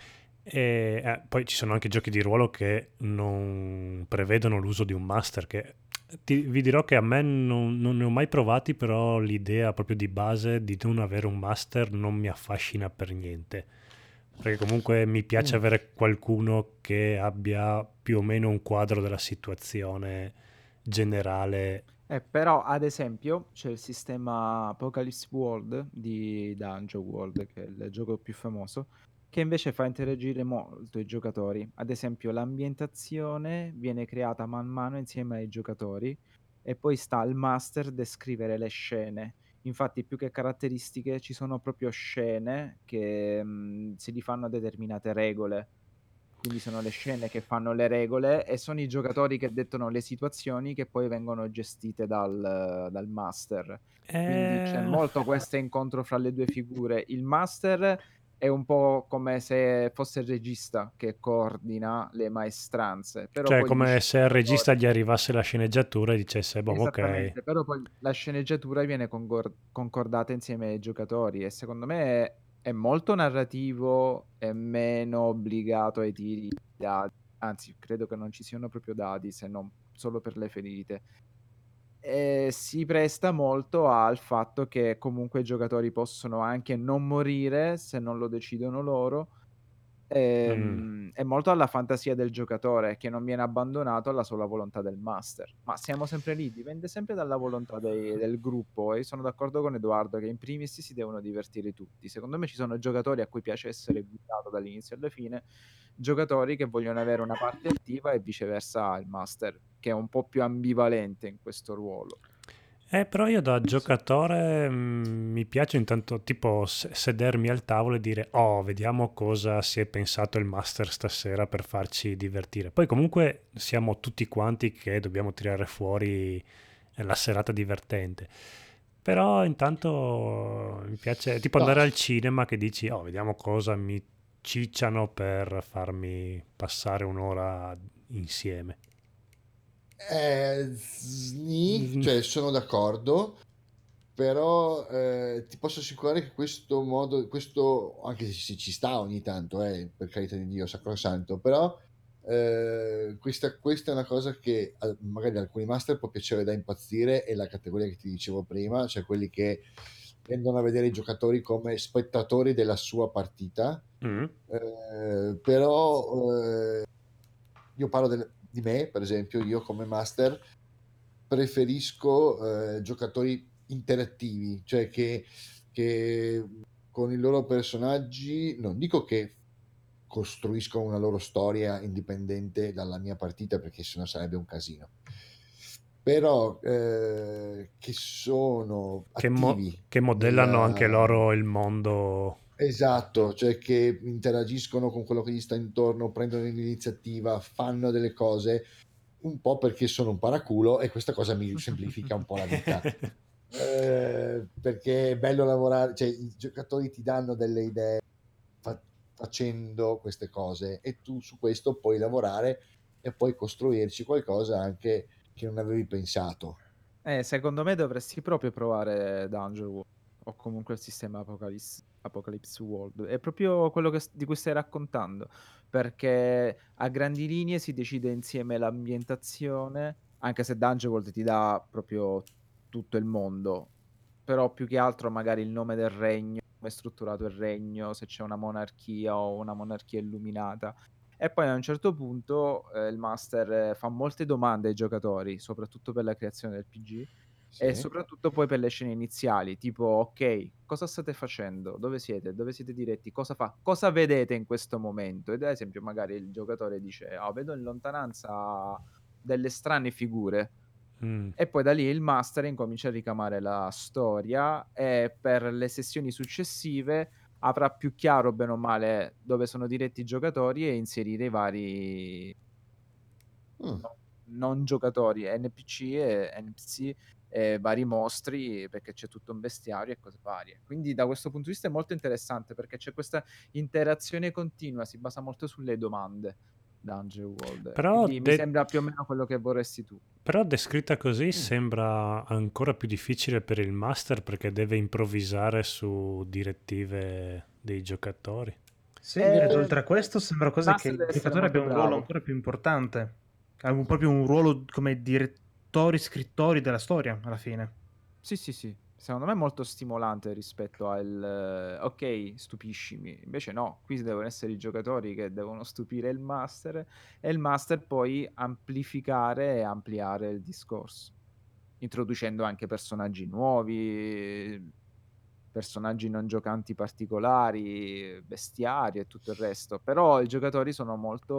poi ci sono anche giochi di ruolo che non prevedono l'uso di un master, che vi dirò che a me non ne ho mai provati, però l'idea proprio di base di non avere un master non mi affascina per niente. Perché comunque mi piace avere qualcuno che abbia più o meno un quadro della situazione generale. Però ad esempio c'è il sistema Apocalypse World di Dungeon World, che è il gioco più famoso, che invece fa interagire molto i giocatori. Ad esempio l'ambientazione viene creata man mano insieme ai giocatori e poi sta al master descrivere le scene. Infatti più che caratteristiche ci sono proprio scene che si rifanno a determinate regole. Quindi sono le scene che fanno le regole e sono i giocatori che dettano le situazioni che poi vengono gestite dal master. Quindi c'è molto questo incontro fra le due figure. Il master è un po' come se fosse il regista che coordina le maestranze, però Cioè, poi gli come se al sceneggiatori... regista gli arrivasse la sceneggiatura e dicesse, boh, ok. Esattamente, però poi la sceneggiatura viene concordata insieme ai giocatori e secondo me è molto narrativo e meno obbligato ai tiri di dadi, anzi credo che non ci siano proprio dadi se non solo per le ferite. E si presta molto al fatto che comunque i giocatori possono anche non morire se non lo decidono loro. È molto alla fantasia del giocatore che non viene abbandonato alla sola volontà del master. Ma siamo sempre lì, dipende sempre dalla volontà del gruppo. E sono d'accordo con Edoardo che in primis si devono divertire tutti. Secondo me ci sono giocatori a cui piace essere guidato dall'inizio alla fine, giocatori che vogliono avere una parte attiva e viceversa il master, che è un po' più ambivalente in questo ruolo. Però io da giocatore mi piace intanto tipo sedermi al tavolo e dire oh, vediamo cosa si è pensato il master stasera per farci divertire. Poi comunque siamo tutti quanti che dobbiamo tirare fuori la serata divertente. Però intanto mi piace tipo No, andare al cinema che dici oh, vediamo cosa mi cicciano per farmi passare un'ora insieme. cioè sono d'accordo, però ti posso assicurare che questo modo, questo anche se ci sta ogni tanto, per carità di Dio, sacrosanto, però Questa è una cosa che magari ad alcuni master può piacere da impazzire, è la categoria che ti dicevo prima, cioè quelli che tendono a vedere i giocatori come spettatori della sua partita. Però io parlo di me, per esempio, io come master preferisco giocatori interattivi, cioè che con i loro personaggi, non dico che costruiscono una loro storia indipendente dalla mia partita, perché sennò sarebbe un casino, però che sono attivi che modellano anche loro il mondo. Esatto, cioè che interagiscono con quello che gli sta intorno, prendono l'iniziativa, fanno delle cose, un po' perché sono un paraculo e questa cosa mi semplifica un po' la vita. Perché è bello lavorare, cioè i giocatori ti danno delle idee facendo queste cose e tu su questo puoi lavorare e puoi costruirci qualcosa anche che non avevi pensato. Secondo me dovresti proprio provare Dungeon World o comunque il sistema Apocalypse World. È proprio quello di cui stai raccontando, perché a grandi linee si decide insieme l'ambientazione, anche se Dungeon World ti dà proprio tutto il mondo, però più che altro magari il nome del regno, come è strutturato il regno, se c'è una monarchia o una monarchia illuminata. E poi a un certo punto il master fa molte domande ai giocatori, soprattutto per la creazione del PG Sì. e soprattutto poi per le scene iniziali, tipo ok, cosa state facendo? Dove siete? Dove siete diretti? Cosa vedete in questo momento? Ed ad esempio magari il giocatore dice vedo in lontananza delle strane figure. E poi da lì il master incomincia a ricamare la storia e per le sessioni successive avrà più chiaro bene o male dove sono diretti i giocatori e inserire i vari non giocatori, NPC e NPC e vari mostri, perché c'è tutto un bestiario e cose varie. Quindi da questo punto di vista è molto interessante perché c'è questa interazione continua, si basa molto sulle domande. Dungeon World. Però Quindi mi sembra più o meno quello che vorresti tu. Però descritta così sembra ancora più difficile per il master perché deve improvvisare su direttive dei giocatori. Sì, ed oltre a questo sembra quasi che Master il deve essere giocatore abbia molto un ruolo bravo. ancora più importante. Ha proprio un ruolo come direttori, scrittori della storia, alla fine. Sì, sì, sì. Secondo me è molto stimolante rispetto al ok, stupiscimi. Invece no, qui devono essere i giocatori che devono stupire il master e il master poi amplificare e ampliare il discorso, introducendo anche personaggi nuovi, personaggi non giocanti particolari, bestiari e tutto il resto. Però i giocatori sono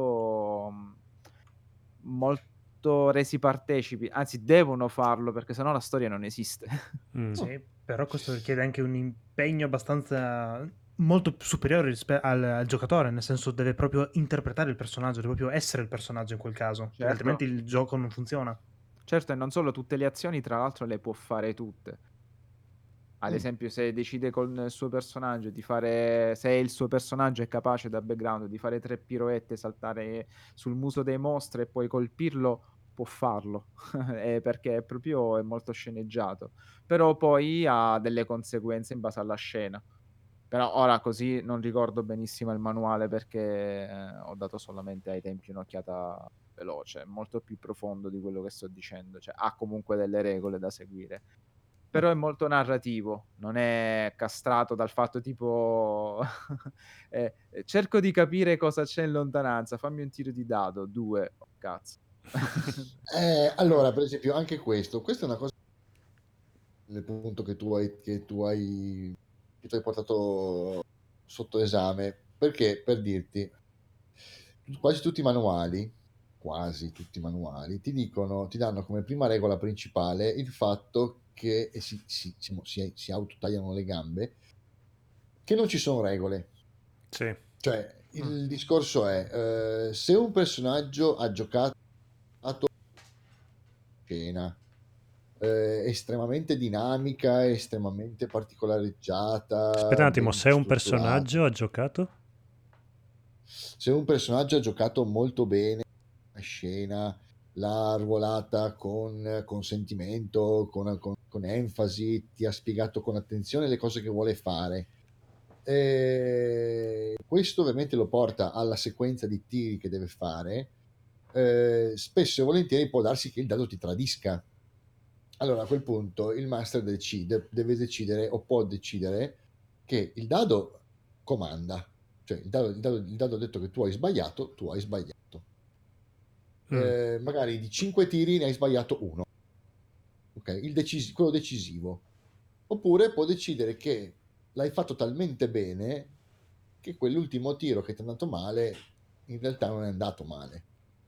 molto resi partecipi, anzi devono farlo perché sennò la storia non esiste. Sì, però questo richiede anche un impegno abbastanza molto superiore al giocatore, nel senso deve proprio interpretare il personaggio, deve proprio essere il personaggio in quel caso, perché Certo. altrimenti il gioco non funziona. Certo, e non solo, tutte le azioni tra l'altro le può fare tutte. Ad esempio, se decide con il suo personaggio di fare, se il suo personaggio è capace da background di fare 3 piroette, saltare sul muso dei mostri e poi colpirlo, può farlo, perché è molto sceneggiato. Però poi ha delle conseguenze in base alla scena. Però ora così non ricordo benissimo il manuale perché ho dato solamente ai tempi un'occhiata veloce, è molto più profondo di quello che sto dicendo, cioè ha comunque delle regole da seguire. Però è molto narrativo, non è castrato dal fatto tipo cerco di capire cosa c'è in lontananza, fammi un tiro di dado, 2, oh cazzo. Allora, per esempio, anche questa è una cosa nel punto che tu hai portato sotto esame, perché per dirti, quasi tutti i manuali, ti danno come prima regola principale il fatto che si autotagliano le gambe, che non ci sono regole. Sì. Cioè, il discorso è, se un personaggio ha giocato a scena estremamente dinamica, estremamente Aspetta un particolareggiata, attimo, ben se un strutturata. personaggio ha giocato? Se un personaggio ha giocato molto bene la scena, l'ha arruolata con sentimento, con enfasi, ti ha spiegato con attenzione le cose che vuole fare, Questo ovviamente lo porta alla sequenza di tiri che deve fare. Spesso e volentieri può darsi che il dado ti tradisca. Allora a quel punto il master deve decidere o può decidere che il dado comanda, cioè il dado ha detto che tu hai sbagliato. Magari di 5 tiri ne hai sbagliato uno, ok? Quello decisivo. Oppure può decidere che l'hai fatto talmente bene che quell'ultimo tiro che ti è andato male in realtà non è andato male.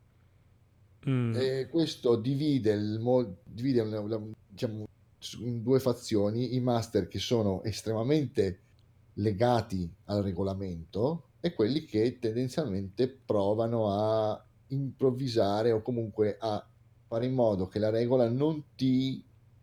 E questo divide, diciamo, in due fazioni: i master che sono estremamente legati al regolamento e quelli che tendenzialmente provano a improvvisare o comunque a fare in modo che la regola non ti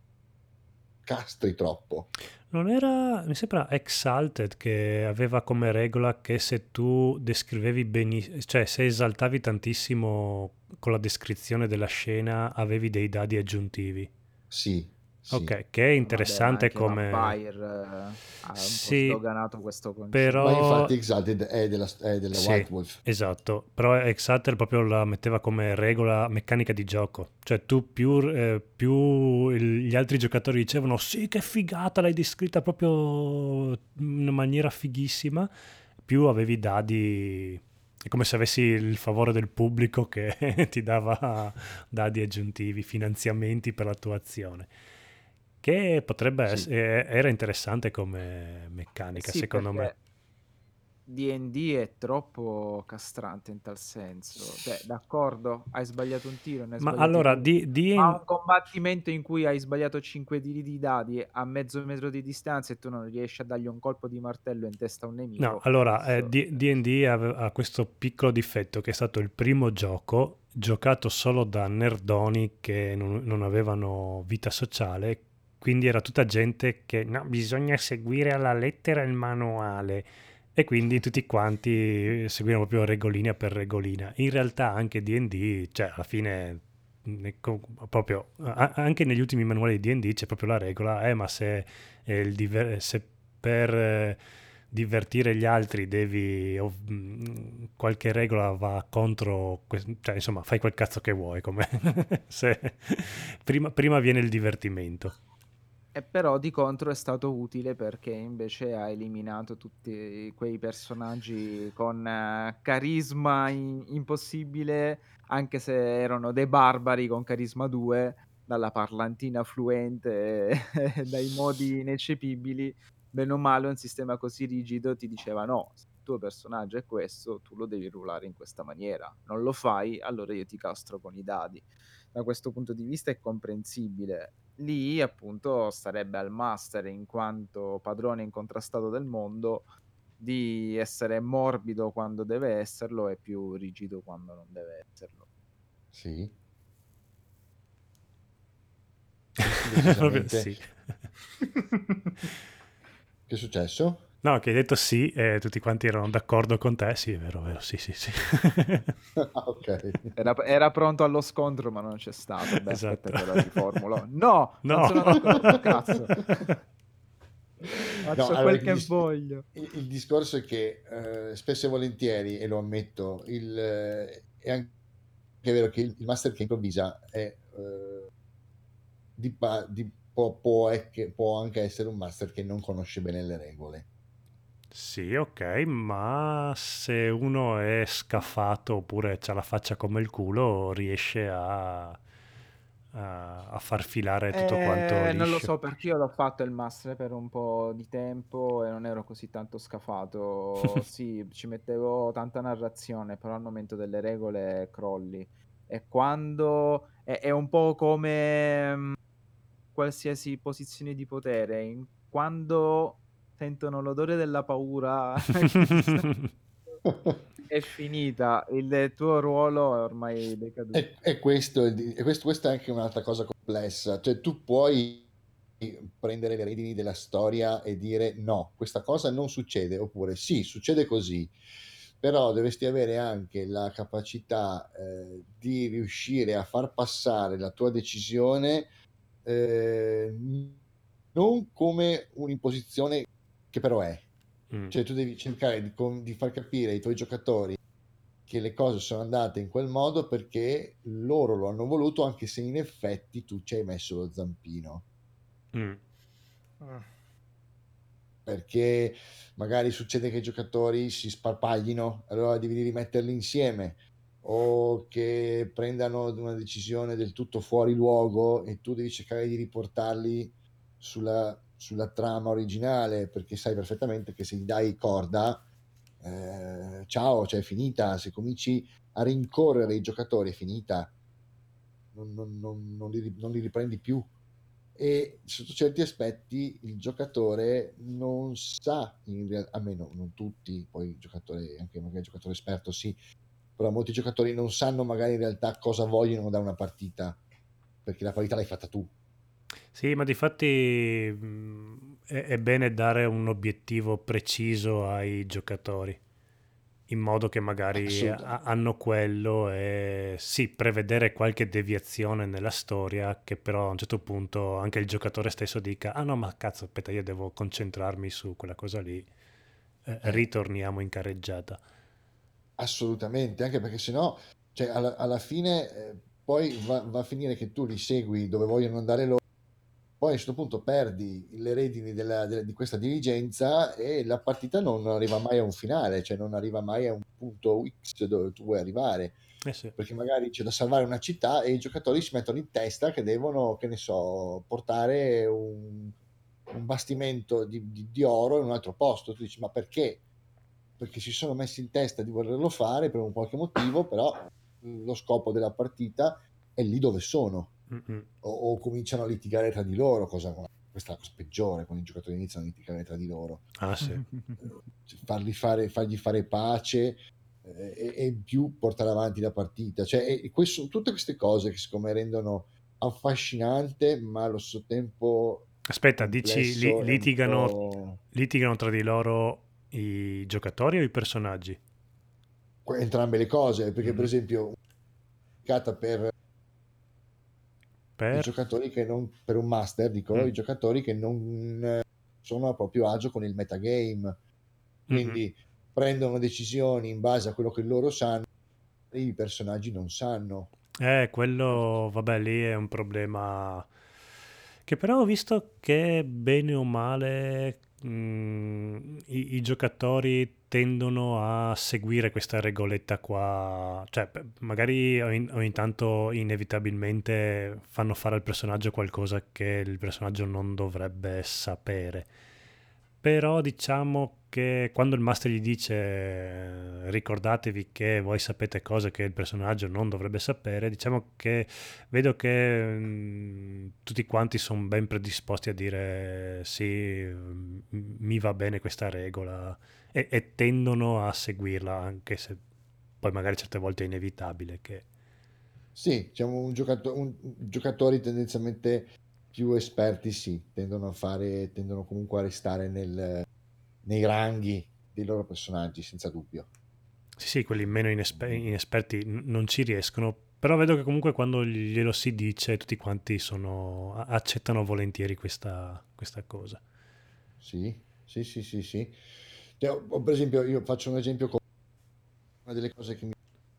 castri troppo. Non era, mi sembra Exalted che aveva come regola che se tu descrivevi benissimo, cioè se esaltavi tantissimo con la descrizione della scena, avevi dei dadi aggiuntivi. Sì. Ok, che è Vabbè, ma interessante anche come... Vampire ha un po' Sì, sdoganato questo concetto. però... Ma infatti Exalted è della Sì, White Wolf. esatto, però Exalted proprio la metteva come regola meccanica di gioco, cioè tu gli altri giocatori dicevano sì che figata, l'hai descritta proprio in una maniera fighissima, più avevi dadi, è come se avessi il favore del pubblico che ti dava dadi aggiuntivi, finanziamenti per la tua azione, che potrebbe Sì. essere, era interessante come meccanica Sì, secondo me. perché D&D è troppo castrante in tal senso. Cioè, d'accordo, hai sbagliato un tiro, ne hai Ma sbagliati allora, due. Ma un combattimento in cui hai sbagliato 5 tiri di dadi a mezzo metro di distanza e tu non riesci a dargli un colpo di martello in testa a un nemico. No, allora, questo- D&D ha questo piccolo difetto che è stato il primo gioco giocato solo da nerdoni che non avevano vita sociale, quindi era tutta gente che no, bisogna seguire alla lettera il manuale e quindi tutti quanti seguivano proprio regolina per regolina. In realtà anche D&D, cioè alla fine proprio anche negli ultimi manuali di D&D c'è proprio la regola, ma se se per divertire gli altri devi qualche regola va contro cioè insomma fai quel cazzo che vuoi come se prima viene il divertimento. E però di contro è stato utile perché invece ha eliminato tutti quei personaggi con carisma impossibile, anche se erano dei barbari con carisma 2, dalla parlantina fluente, dai modi ineccepibili. Bene o male un sistema così rigido ti diceva no, se il tuo personaggio è questo, tu lo devi ruolare in questa maniera. Non lo fai, allora io ti castro con i dadi. Da questo punto di vista è comprensibile. Lì appunto starebbe al master, in quanto padrone incontrastato del mondo, di essere morbido quando deve esserlo e più rigido quando non deve esserlo. Sì. Proprio Decisamente. sì. Che è successo? No, che hai detto sì e tutti quanti erano d'accordo con te, sì, è vero, sì, sì, sì. Ok. Era pronto allo scontro, ma non c'è stato. Beh, aspetta Esatto. che lo riformulo. No, non No. sono d'accordo, cazzo. No, Faccio allora quel che voglio. il discorso è che spesso e volentieri, e lo ammetto, è anche vero che il master che improvvisa è, può anche essere un master che non conosce bene le regole. Sì, ok, ma se uno è scafato oppure c'ha la faccia come il culo, riesce a far filare tutto quanto Non lo liscio. so perché io l'ho fatto il master per un po' di tempo e non ero così tanto scafato. Sì, ci mettevo tanta narrazione, però al momento delle regole crolli. E quando è un po' come qualsiasi posizione di potere, quando sentono l'odore della paura è finita, il tuo ruolo è ormai decaduto. E questo questa è anche un'altra cosa complessa, cioè tu puoi prendere le redini della storia e dire no, questa cosa non succede, oppure sì, succede così, però dovresti avere anche la capacità di riuscire a far passare la tua decisione non come un'imposizione che però è. Mm. Cioè tu devi cercare di far capire ai tuoi giocatori che le cose sono andate in quel modo perché loro lo hanno voluto, anche se in effetti tu ci hai messo lo zampino. Mm. Perché magari succede che i giocatori si sparpaglino, allora devi rimetterli insieme, o che prendano una decisione del tutto fuori luogo e tu devi cercare di riportarli sulla trama originale, perché sai perfettamente che se gli dai corda, ciao, cioè è finita. Se cominci a rincorrere i giocatori è finita, non li riprendi più. E sotto certi aspetti il giocatore non sa, almeno non tutti, poi il giocatore, anche magari il giocatore esperto sì, però molti giocatori non sanno magari in realtà cosa vogliono da una partita, perché la partita l'hai fatta tu. Sì, ma difatti è bene dare un obiettivo preciso ai giocatori, in modo che magari Assolutamente. hanno quello e sì, prevedere qualche deviazione nella storia, che però a un certo punto anche il giocatore stesso dica, ah no, ma cazzo, aspetta, io devo concentrarmi su quella cosa lì, ritorniamo in carreggiata. Assolutamente, anche perché sennò, cioè, alla fine poi va a finire che tu li segui dove vogliono andare loro, poi a un certo punto perdi le redini di questa dirigenza e la partita non arriva mai a un finale, cioè non arriva mai a un punto X dove tu vuoi arrivare, Sì. perché magari c'è da salvare una città e i giocatori si mettono in testa che devono, che ne so, portare un bastimento di oro in un altro posto. Tu dici, ma perché? Perché si sono messi in testa di volerlo fare per un qualche motivo, però lo scopo della partita è lì dove sono. Mm-mm. O cominciano a litigare tra di loro, questa è la cosa peggiore, quando i giocatori iniziano a litigare tra di loro. Ah sì. Fargli fare pace e in più portare avanti la partita. Cioè, tutte queste cose che secondo me rendono affascinante, ma allo stesso tempo Aspetta, dici complesso e un po'... litigano tra di loro i giocatori o i personaggi? entrambe le cose, perché per Mhm. esempio per i Per... giocatori che non, per un master, dico, Mm. i giocatori che non sono a proprio agio con il metagame, Mhm. quindi prendono decisioni in base a quello che loro sanno e i personaggi non sanno. Quello, vabbè, lì è un problema che però ho visto che bene o male i giocatori tendono a seguire questa regoletta qua, cioè magari ogni tanto inevitabilmente fanno fare al personaggio qualcosa che il personaggio non dovrebbe sapere. Però diciamo che quando il master gli dice ricordatevi che voi sapete cose che il personaggio non dovrebbe sapere, diciamo che vedo che tutti quanti sono ben predisposti a dire sì, mi va bene questa regola e tendono a seguirla, anche se poi magari certe volte è inevitabile che... Sì, diciamo giocatori tendenzialmente più esperti sì, tendono comunque a restare nei ranghi dei loro personaggi, senza dubbio. Sì, sì, quelli meno inesperti non ci riescono, però vedo che comunque quando glielo si dice tutti quanti accettano volentieri questa cosa. Sì, sì, sì, sì, sì. Cioè, per esempio, io faccio un esempio con una delle cose che mi...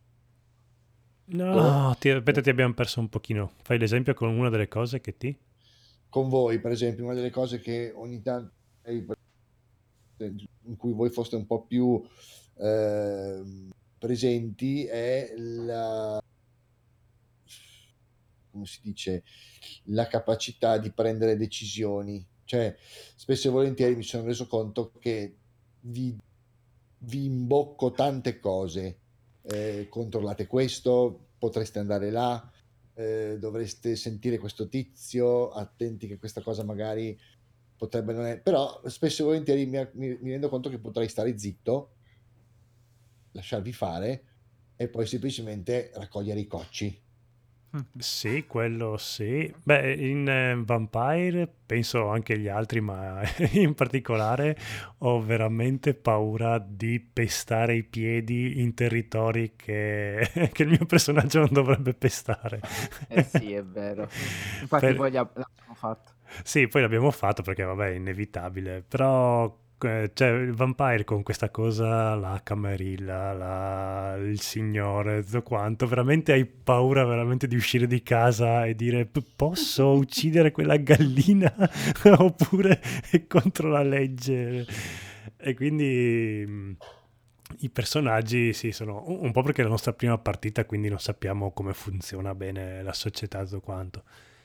No, aspetta, ti abbiamo perso un pochino. Fai l'esempio con una delle cose che ti... Con voi, per esempio, una delle cose che ogni tanto in cui voi foste un po' più presenti è come si dice, la capacità di prendere decisioni. Cioè, spesso e volentieri mi sono reso conto che vi imbocco tante cose. Controllate questo, potreste andare là, dovreste sentire questo tizio, attenti che questa cosa magari potrebbe non è... Però spesso e volentieri mi rendo conto che potrei stare zitto, lasciarvi fare e poi semplicemente raccogliere i cocci. Sì, quello sì. Beh, in Vampire penso anche gli altri, ma in particolare ho veramente paura di pestare i piedi in territori che, che il mio personaggio non dovrebbe pestare. Eh sì, è vero. Infatti Per- poi l'abbiamo fatto. Sì, poi l'abbiamo fatto perché vabbè è inevitabile, però cioè il vampire con questa cosa, la camarilla, il signore, tutto quanto, veramente hai paura veramente di uscire di casa e dire posso uccidere quella gallina oppure è contro la legge? E quindi i personaggi sì, sono un po' perché è la nostra prima partita, quindi non sappiamo come funziona bene la società e tutto quanto.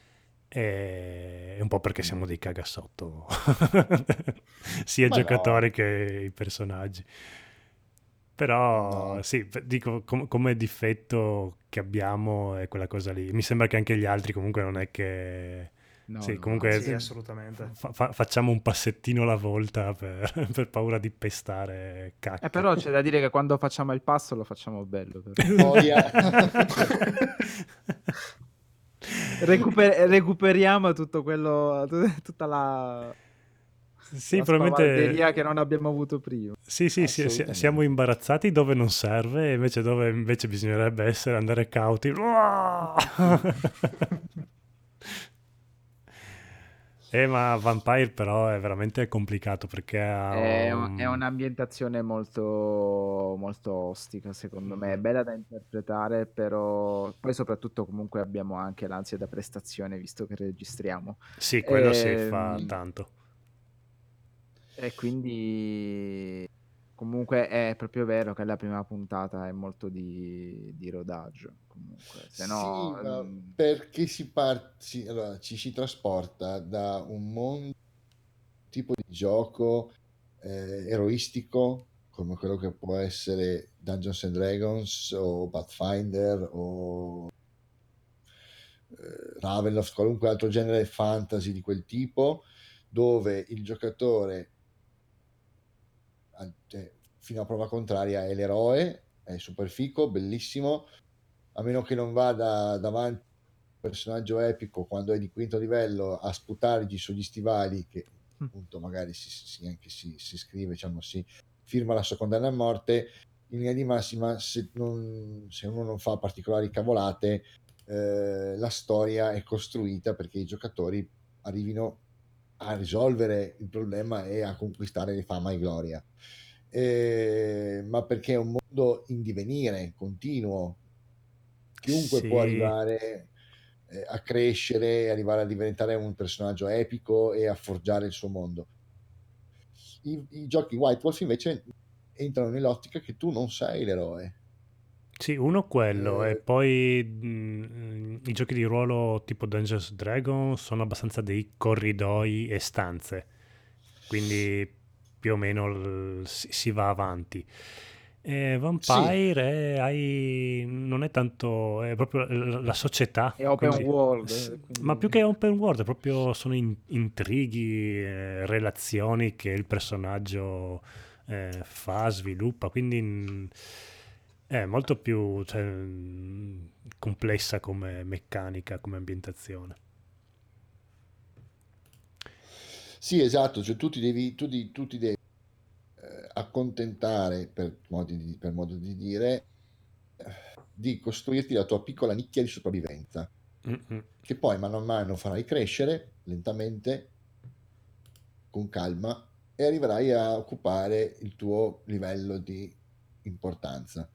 E un po' perché siamo dei cagasotto, sia i Ma no, giocatori che i personaggi. Però no, sì, dico come difetto che abbiamo è quella cosa lì. Mi sembra che anche gli altri comunque non è che... No, Sì, no, comunque Sì, anzi. assolutamente. facciamo un passettino alla volta per paura di pestare cacche. Però c'è da dire che quando facciamo il passo lo facciamo bello, però. noia. Recuperiamo tutto quello, tutta la Sì, spavalderia probabilmente che non abbiamo avuto prima. sì, sì, siamo Assolutamente. imbarazzati dove non serve, invece dove invece bisognerebbe essere, andare cauti. Ma Vampire però è veramente complicato perché ha È un'ambientazione molto, molto ostica, secondo me. È bella da interpretare, però poi soprattutto comunque abbiamo anche l'ansia da prestazione, visto che registriamo. Sì, quello si fa Ehm, tanto. E quindi comunque è proprio vero che la prima puntata è molto di rodaggio. Comunque, se Sì, no, ma perché allora, ci si trasporta da un mondo tipo di gioco eroistico come quello che può essere Dungeons and Dragons o Pathfinder o Ravenloft, qualunque altro genere fantasy di quel tipo, dove il giocatore fino a prova contraria è l'eroe, è super fico, bellissimo, a meno che non vada davanti un personaggio epico quando è di quinto livello a sputargli sugli stivali, che appunto magari anche si scrive, diciamo, si firma la sua condanna a morte. In linea di massima, se uno non fa particolari cavolate, la storia è costruita perché i giocatori arrivino a risolvere il problema e a conquistare fama e gloria. Ma perché è un mondo in divenire continuo, chiunque può Sì, arrivare a crescere, arrivare a diventare un personaggio epico e a forgiare il suo mondo. I giochi White Wolf invece entrano nell'ottica che tu non sei l'eroe. sì, uno quello, e Eh, poi i giochi di ruolo tipo Dungeons Dragons sono abbastanza dei corridoi e stanze, quindi più o meno si va avanti. E sì, Vampire non è tanto, è proprio la società, è open quindi, world, ma più quindi... che open world, è proprio sono intrighi, relazioni che il personaggio fa, sviluppa, quindi è molto più cioè, complessa come meccanica, come ambientazione. sì, esatto, cioè tu ti devi accontentare, per modo di dire, di costruirti la tua piccola nicchia di sopravvivenza, Mm-mm. che poi mano a mano farai crescere lentamente, con calma, e arriverai a occupare il tuo livello di importanza.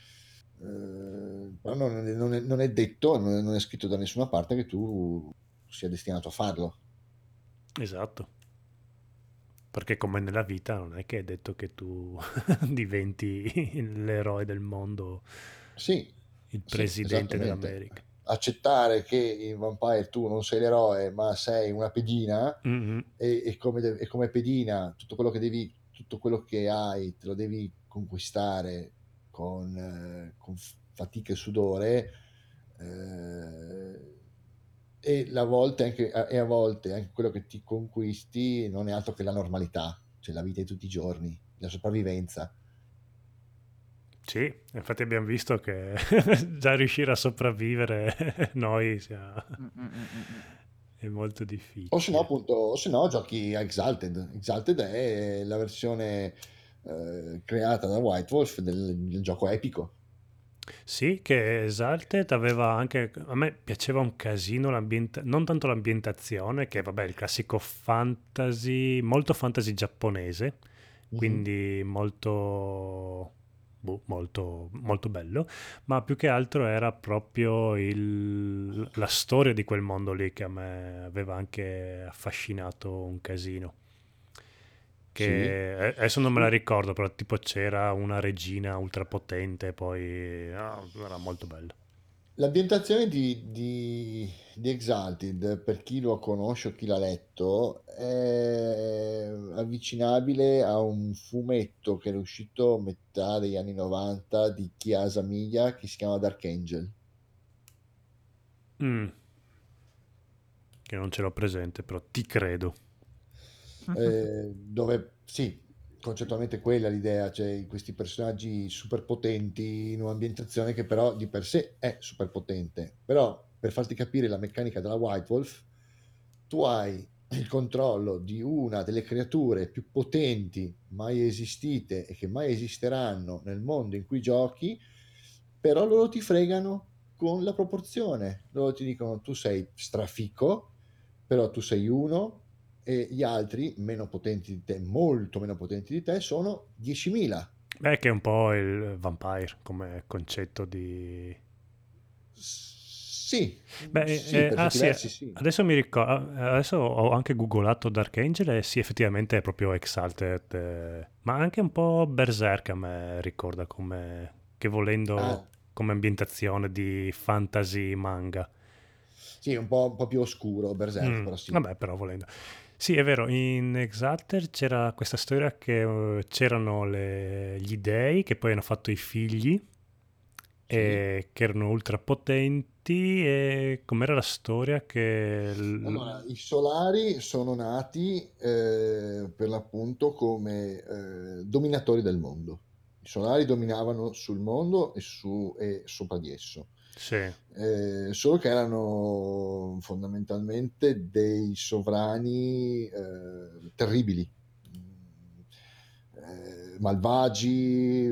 Però non è detto, non è scritto da nessuna parte che tu sia destinato a farlo. Esatto, perché come nella vita non è che è detto che tu diventi l'eroe del mondo, Sì, il sì, presidente esattamente. dell'America. Accettare che in Vampire tu non sei l'eroe, ma sei una pedina, Mm-mm. e come pedina tutto quello che hai te lo devi conquistare con fatica e sudore, eh, e a volte anche quello che ti conquisti non è altro che la normalità, cioè la vita di tutti i giorni, la sopravvivenza. Sì, infatti abbiamo visto che già riuscire a sopravvivere noi Mm, mm, mm, mm, mm. è molto O se no, difficile. appunto, o se no giochi a Exalted. Exalted è la versione creata da White Wolf del gioco epico. Sì, che Exalted aveva anche... A me piaceva un casino non tanto l'ambientazione, che vabbè, il classico fantasy, molto fantasy giapponese, Mhm. quindi molto bello, ma più che altro era proprio la storia di quel mondo lì che a me aveva anche affascinato un casino. Sì. Che adesso non me la ricordo, però tipo c'era una regina ultrapotente, poi era molto bello. L'ambientazione di Exalted, per chi lo conosce o chi l'ha letto, è avvicinabile a un fumetto che era uscito a metà degli anni 90 di Chiasa Miglia che si chiama Dark Angel. Mm, che non ce l'ho presente, però ti credo. Dove sì, concettualmente quella è l'idea, cioè questi personaggi super potenti in un'ambientazione che però di per sé è super potente, però per farti capire la meccanica della White Wolf, tu hai il controllo di una delle creature più potenti mai esistite e che mai esisteranno nel mondo in cui giochi, però loro ti fregano con la proporzione, loro ti dicono tu sei strafico, però tu sei uno e gli altri meno potenti di te, molto meno potenti di te, sono 10.000. Beh, che è un po' il vampire come concetto di... Sì, Beh, sì, per certi sì, versi sì. adesso mi ricordo, adesso ho anche googolato Dark Angel e sì, effettivamente è proprio Exalted, ma anche un po' Berserk a me ricorda come, che volendo Ah, come ambientazione di fantasy manga. sì, un po' più oscuro, Berserk, però sì. Vabbè, però volendo. Sì, è vero, in Exalted c'era questa storia che c'erano gli dei che poi hanno fatto i figli Sì. e che erano ultra potenti e com'era la storia che... Allora, i solari sono nati per l'appunto come dominatori del mondo. I solari dominavano sul mondo e sopra di esso. Sì, Solo che erano fondamentalmente dei sovrani terribili, malvagi,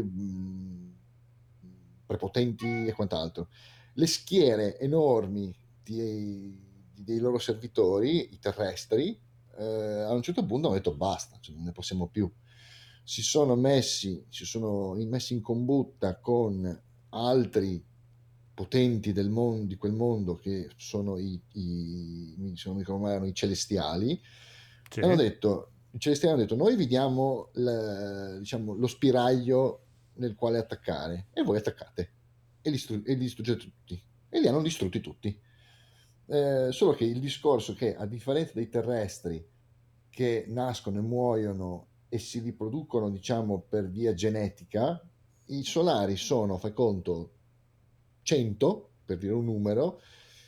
prepotenti e quant'altro. Le schiere enormi dei loro servitori, i terrestri, a un certo punto hanno detto basta, cioè non ne possiamo più. Si sono messi in combutta con altri potenti del mondo, di quel mondo che sono se non mi ricordo male, erano i celestiali, e hanno sì. detto, i celestiali hanno detto noi vi diamo diciamo, lo spiraglio nel quale attaccare e voi attaccate e li distruggete tutti e li hanno distrutti tutti. Solo che il discorso è che a differenza dei terrestri che nascono e muoiono e si riproducono diciamo per via genetica, i solari sono, fai conto, 100 per dire un numero,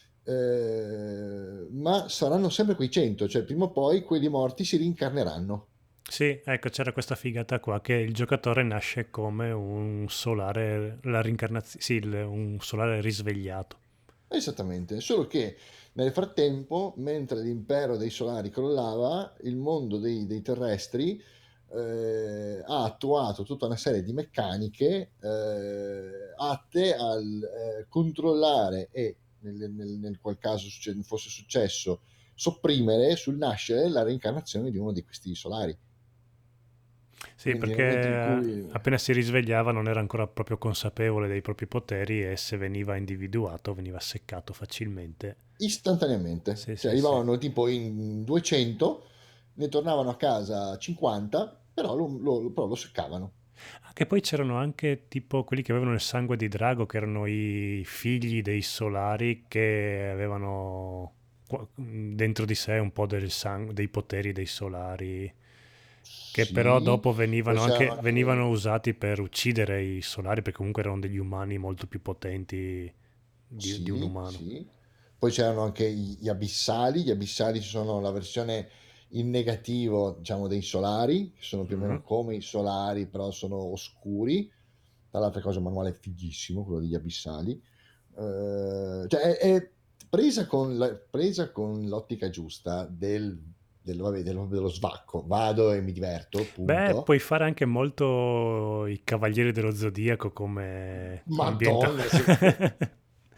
ma saranno sempre quei 100, cioè prima o poi quelli morti si rincarneranno. Sì, ecco, c'era questa figata qua che il giocatore nasce come un solare, la rincarnazione, sì, un solare risvegliato. Esattamente, solo che nel frattempo, mentre l'impero dei solari crollava, il mondo dei terrestri ha attuato tutta una serie di meccaniche atte al controllare e, nel qual caso fosse successo, sopprimere sul nascere la reincarnazione di uno di questi solari. Sì, Quindi nel perché momento in cui appena si risvegliava non era ancora proprio consapevole dei propri poteri e se veniva individuato veniva seccato facilmente. istantaneamente, Sì, cioè sì, sì. arrivavano tipo in 200, ne tornavano a casa 50, però però lo seccavano. Ah, che poi c'erano anche tipo quelli che avevano il sangue di drago, che erano i figli dei solari che avevano dentro di sé un po' dei poteri dei solari, che però Sì, dopo poi venivano c'erano anche anche venivano usati per uccidere i solari, perché comunque erano degli umani molto più potenti di un sì, umano. sì. Poi c'erano anche gli abissali sono la versione in negativo, diciamo, dei solari, che sono più o Mhm. meno come i solari, però sono oscuri. Tra l'altra cosa, un manuale fighissimo, quello degli abissali. Cioè è presa con l'ottica giusta vabbè, dello svacco. Vado e mi diverto, Beh, punto. puoi fare anche molto i Cavalieri dello Zodiaco come Madonna, sì. ambientazione.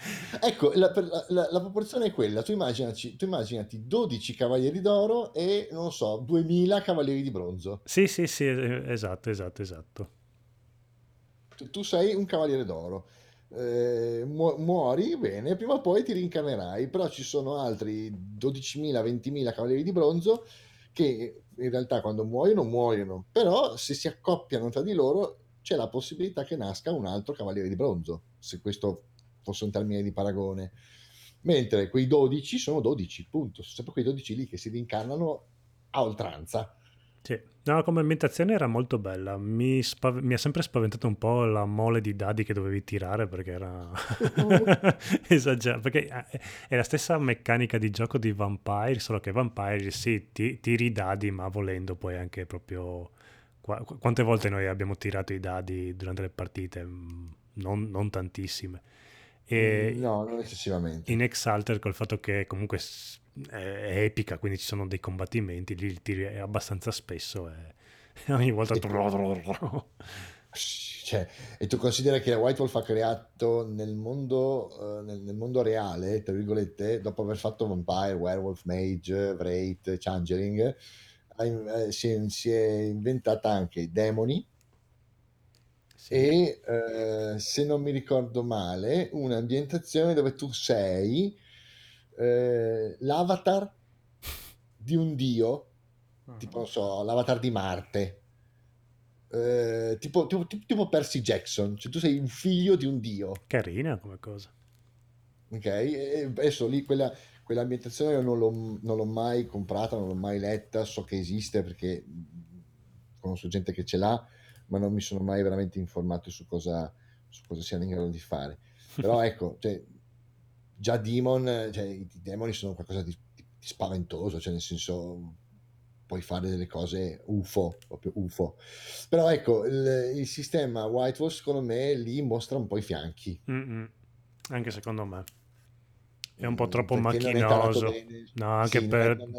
Ecco, la proporzione è quella. Tu immaginati 12 cavalieri d'oro e, non so, 2000 cavalieri di bronzo. Sì, sì, sì, esatto, esatto, esatto. Tu sei un cavaliere d'oro. Muori, bene, prima o poi ti rincarnerai, però ci sono altri 12.000, 20.000 cavalieri di bronzo che in realtà quando muoiono, però se si accoppiano tra di loro c'è la possibilità che nasca un altro cavaliere di bronzo, se questo fosse un termine di paragone. Mentre quei 12 sono 12, punto. Sono sempre quei 12 lì che si rincarnano a oltranza. Sì. No, come ambientazione era molto bella. Mi ha sempre spaventato un po' la mole di dadi che dovevi tirare perché era esagerato. Perché è la stessa meccanica di gioco di Vampire, solo che Vampire sì, tiri i dadi, ma volendo poi anche proprio. Quante volte noi abbiamo tirato i dadi durante le partite? Non tantissime. E No, non eccessivamente. in Exalted col fatto che comunque è epica, quindi ci sono dei combattimenti, lì il tiri è abbastanza spesso e ogni volta. E Cioè, e tu consideri che la White Wolf ha creato nel mondo, nel mondo reale, tra virgolette, dopo aver fatto Vampire, Werewolf, Mage, Wraith, Changeling, si è inventata anche i demoni Sì. e, se non mi ricordo male, un'ambientazione dove tu sei l'avatar di un dio, tipo, non so, l'avatar di Marte. Tipo Percy Jackson, cioè tu sei un figlio di un dio, Carina come cosa. ok? E adesso lì quell'ambientazione io non l'ho mai comprata, non l'ho mai letta, so che esiste perché conosco gente che ce l'ha, ma non mi sono mai veramente informato su cosa siano in grado di fare. Però ecco, cioè, già Demon, cioè, i demoni sono qualcosa di spaventoso, cioè nel senso puoi fare delle cose UFO, proprio UFO. Però ecco, il sistema White Wolf secondo me lì mostra un po' i fianchi. Mm-mm. Anche secondo me è un po' troppo Perché non è tarato macchinoso. bene. No, anche Sì,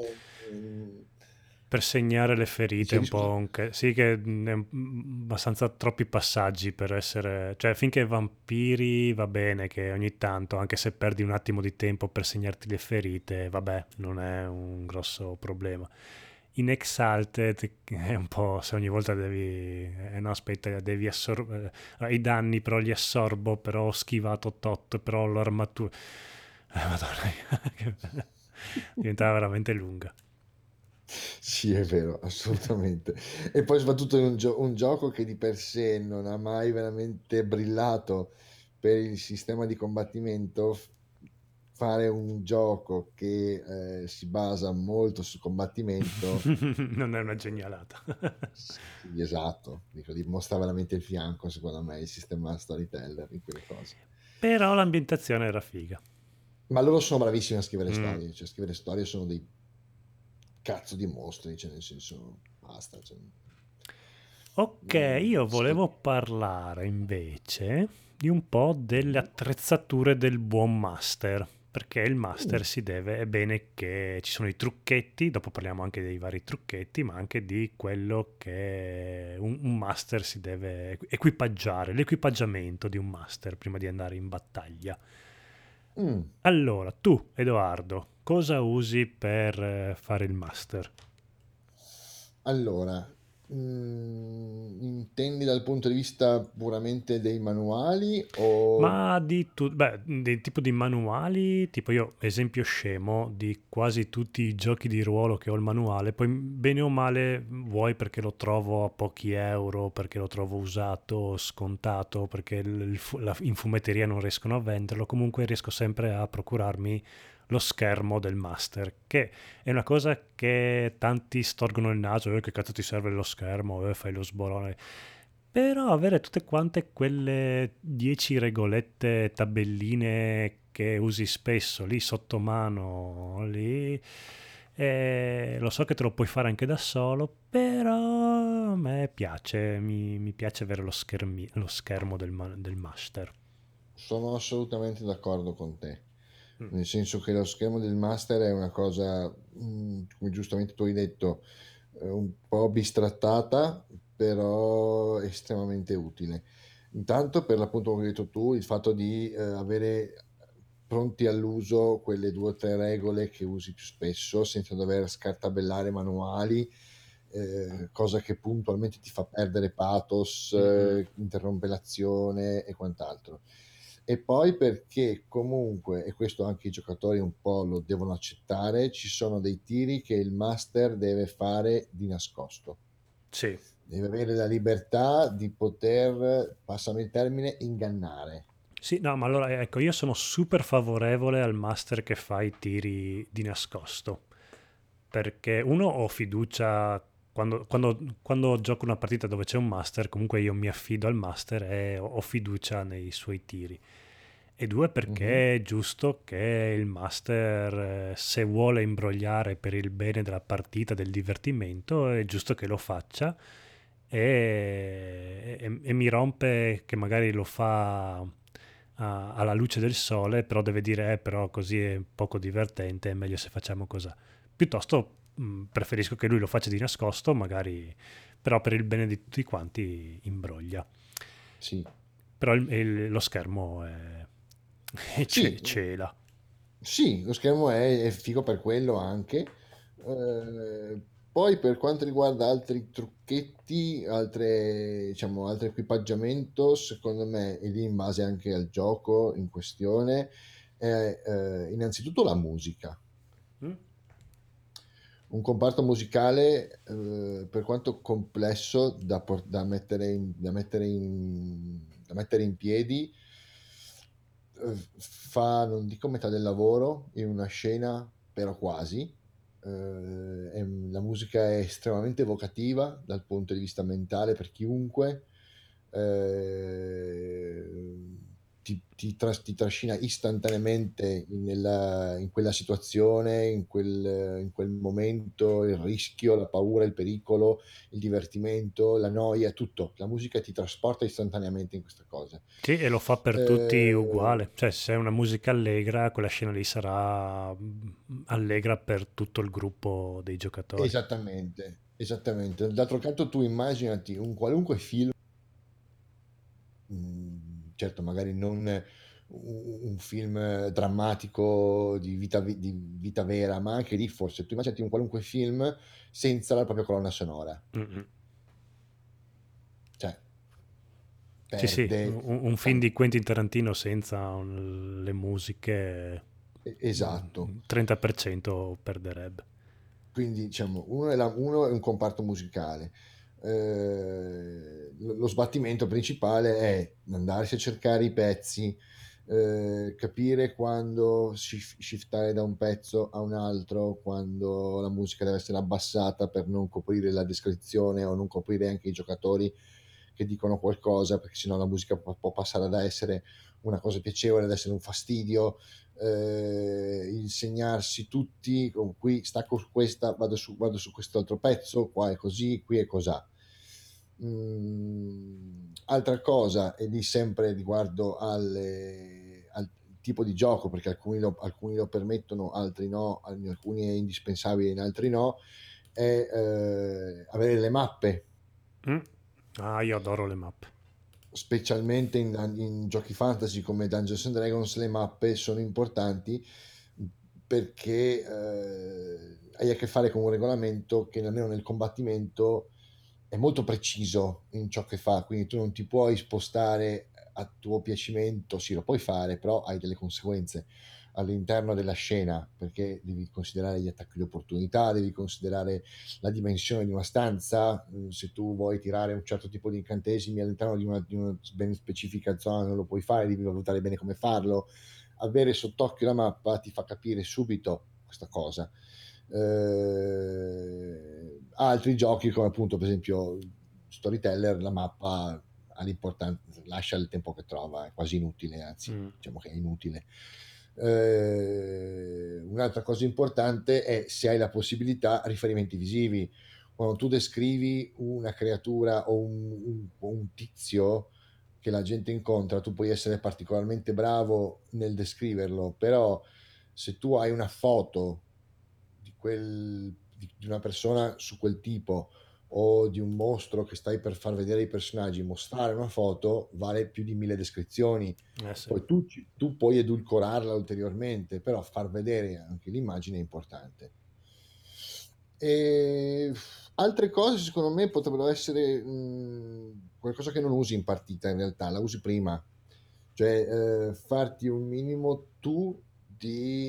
per segnare le ferite è dicevi un scusa? po' sì che è abbastanza troppi passaggi per essere, cioè finché vampiri va bene che ogni tanto anche se perdi un attimo di tempo per segnarti le ferite vabbè non è un grosso problema. In Exalted è un po' se ogni volta devi no aspetta devi assorbere i danni però li assorbo però ho schivato tot però l'armatura madonna diventava veramente lunga. Sì, è vero, assolutamente. E poi soprattutto in un gioco che di per sé non ha mai veramente brillato per il sistema di combattimento, fare un gioco che si basa molto sul combattimento, Non è una genialata. sì, esatto, dico, dimostra veramente il fianco, secondo me, il sistema storyteller in quelle cose. Però l'ambientazione era figa. Ma loro sono bravissimi a scrivere Mm. storie, cioè scrivere storie sono dei cazzo di mostri, cioè nel senso, basta. Cioè, Ok, io volevo scri- parlare invece di un po' delle attrezzature del buon master. Perché il Mm, master si deve, è bene che ci sono i trucchetti, dopo parliamo anche dei vari trucchetti, ma anche di quello che un master si deve equipaggiare, l'equipaggiamento di un master prima di andare in battaglia. mm. Allora, tu, Edoardo, cosa usi per fare il master? Allora, intendi dal punto di vista puramente dei manuali o... Ma di tipo di manuali, tipo io, esempio scemo di quasi tutti i giochi di ruolo che ho il manuale, poi bene o male vuoi perché lo trovo a pochi euro, perché lo trovo usato, scontato, perché in fumetteria non riescono a venderlo, comunque riesco sempre a procurarmi lo schermo del master, che è una cosa che tanti storgono il naso, che cazzo ti serve lo schermo, fai lo sborone. Però avere tutte quante quelle 10 regolette, tabelline che usi spesso lì sotto mano, lì, lo so che te lo puoi fare anche da solo, però a me piace, mi piace avere lo schermo del master. sono assolutamente d'accordo con te? Mm. Nel senso che lo schermo del master è una cosa, come giustamente tu hai detto, un po' bistrattata, però estremamente utile. Intanto per l'appunto come hai detto tu, il fatto di avere pronti all'uso quelle 2 o 3 regole che usi più spesso senza dover scartabellare manuali, cosa che puntualmente ti fa perdere pathos, interrompe l'azione e quant'altro. E poi perché comunque, e questo anche i giocatori un po' lo devono accettare, ci sono dei tiri che il master deve fare di nascosto. Sì. Deve avere la libertà di poter, passami il termine, ingannare. Sì, no, ma allora ecco, io sono super favorevole al master che fa i tiri di nascosto, perché uno ho fiducia, quando gioco una partita dove c'è un master, comunque io mi affido al master e ho fiducia nei suoi tiri. E due, perché è giusto che il master, se vuole imbrogliare per il bene della partita, del divertimento, è giusto che lo faccia e mi rompe che magari lo fa alla luce del sole, però deve dire però così è poco divertente, è meglio se facciamo così. Piuttosto preferisco che lui lo faccia di nascosto, magari, però per il bene di tutti quanti imbroglia. Sì. Però lo schermo Sì, cela. sì, lo schermo è figo per quello anche. Poi per quanto riguarda altri trucchetti, diciamo, altro equipaggiamento, secondo me, e lì in base anche al gioco in questione, è innanzitutto la musica. Un comparto musicale, per quanto complesso da mettere in piedi, fa, non dico metà del lavoro in una scena, però quasi. La musica è estremamente evocativa dal punto di vista mentale per chiunque. Ti trascina istantaneamente in quella situazione, in quel momento, il rischio, la paura, il pericolo, il divertimento, la noia, tutto. La musica ti trasporta istantaneamente in queste cose. Sì, e lo fa per tutti uguale. Cioè, se è una musica allegra, quella scena lì sarà allegra per tutto il gruppo dei giocatori. Esattamente, esattamente. D'altro canto tu immaginati un qualunque film, certo magari non un film drammatico di vita vera, ma anche lì forse tu immaginati un qualunque film senza la propria colonna sonora. Mm-mm. Cioè, Sì, sì, perde un film di Quentin Tarantino senza le musiche, esatto. 30% perderebbe. Quindi diciamo, uno è un comparto musicale. Lo sbattimento principale è andarsi a cercare i pezzi, capire quando shiftare da un pezzo a un altro, quando la musica deve essere abbassata per non coprire la descrizione o non coprire anche i giocatori che dicono qualcosa, perché sennò la musica può passare da essere una cosa piacevole ad essere un fastidio. Insegnarsi tutti, qui stacco su questa, vado su quest'altro pezzo, qua è così, qui è cosà. Altra cosa, e lì sempre riguardo al tipo di gioco, perché alcuni lo permettono, altri no, alcuni è indispensabile, in altri no, è avere le mappe. Io adoro le mappe. Specialmente in giochi fantasy come Dungeons and Dragons, le mappe sono importanti perché hai a che fare con un regolamento che almeno nel combattimento è molto preciso in ciò che fa, quindi tu non ti puoi spostare a tuo piacimento, sì lo puoi fare, però hai delle conseguenze all'interno della scena, perché devi considerare gli attacchi di opportunità, devi considerare la dimensione di una stanza, se tu vuoi tirare un certo tipo di incantesimi all'interno di una ben specifica zona non lo puoi fare, devi valutare bene come farlo. Avere sott'occhio la mappa ti fa capire subito questa cosa. Altri giochi come appunto per esempio Storyteller, la mappa lascia il tempo che trova, è quasi inutile, anzi diciamo che è inutile. Un'altra cosa importante è, se hai la possibilità, riferimenti visivi. Quando tu descrivi una creatura o un tizio che la gente incontra, tu puoi essere particolarmente bravo nel descriverlo, però se tu hai una foto di una persona su quel tipo, o di un mostro che stai per far vedere ai personaggi, mostrare una foto vale più di 1000 descrizioni. Sì. Poi tu puoi edulcorarla ulteriormente, però far vedere anche l'immagine è importante. E altre cose secondo me potrebbero essere qualcosa che non usi in partita, in realtà la usi prima, cioè farti un minimo tu di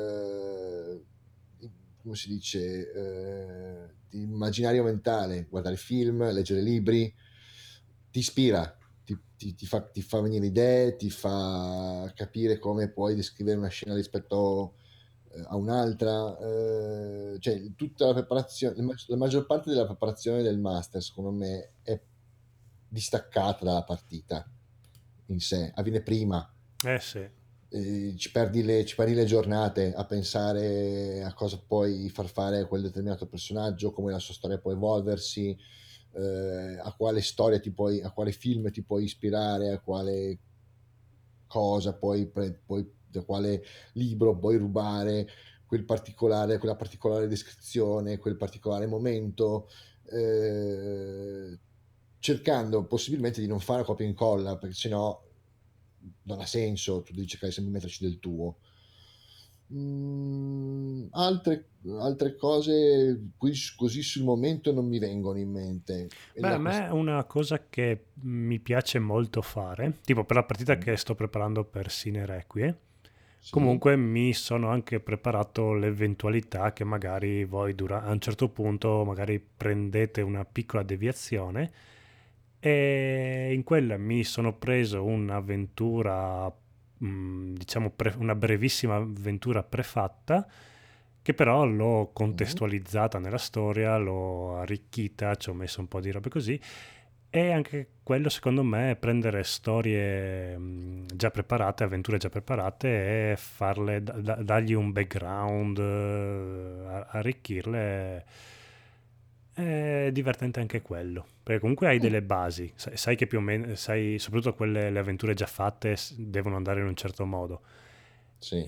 come si dice, di immaginario mentale, guardare film, leggere libri, ti ispira, ti fa venire idee, ti fa capire come puoi descrivere una scena rispetto a un'altra, cioè tutta la preparazione, la maggior parte della preparazione del master secondo me è distaccata dalla partita in sé, avviene prima. Sì. Ci perdi le giornate a pensare a cosa puoi far fare a quel determinato personaggio, come la sua storia può evolversi, a quale storia a quale film ti puoi ispirare, a quale cosa da quale libro puoi rubare quella particolare descrizione, quel particolare momento, cercando possibilmente di non fare copia e incolla, perché sennò non ha senso, tu devi cercare sempre di metterci del tuo. Altre cose così sul momento non mi vengono in mente. Beh, a me è una cosa che mi piace molto fare, tipo per la partita che sto preparando per Sine Requie, Sì. comunque mi sono anche preparato l'eventualità che magari voi a un certo punto magari prendete una piccola deviazione, e in quella mi sono preso un'avventura, diciamo una brevissima avventura prefatta, che però l'ho contestualizzata nella storia, l'ho arricchita, ci ho messo un po' di robe così. E anche quello, secondo me, è prendere storie già preparate, avventure già preparate, e farle, dargli un background, arricchirle. È divertente anche quello, perché comunque hai delle basi, sai che più o meno, sai, soprattutto le avventure già fatte devono andare in un certo modo. Sì.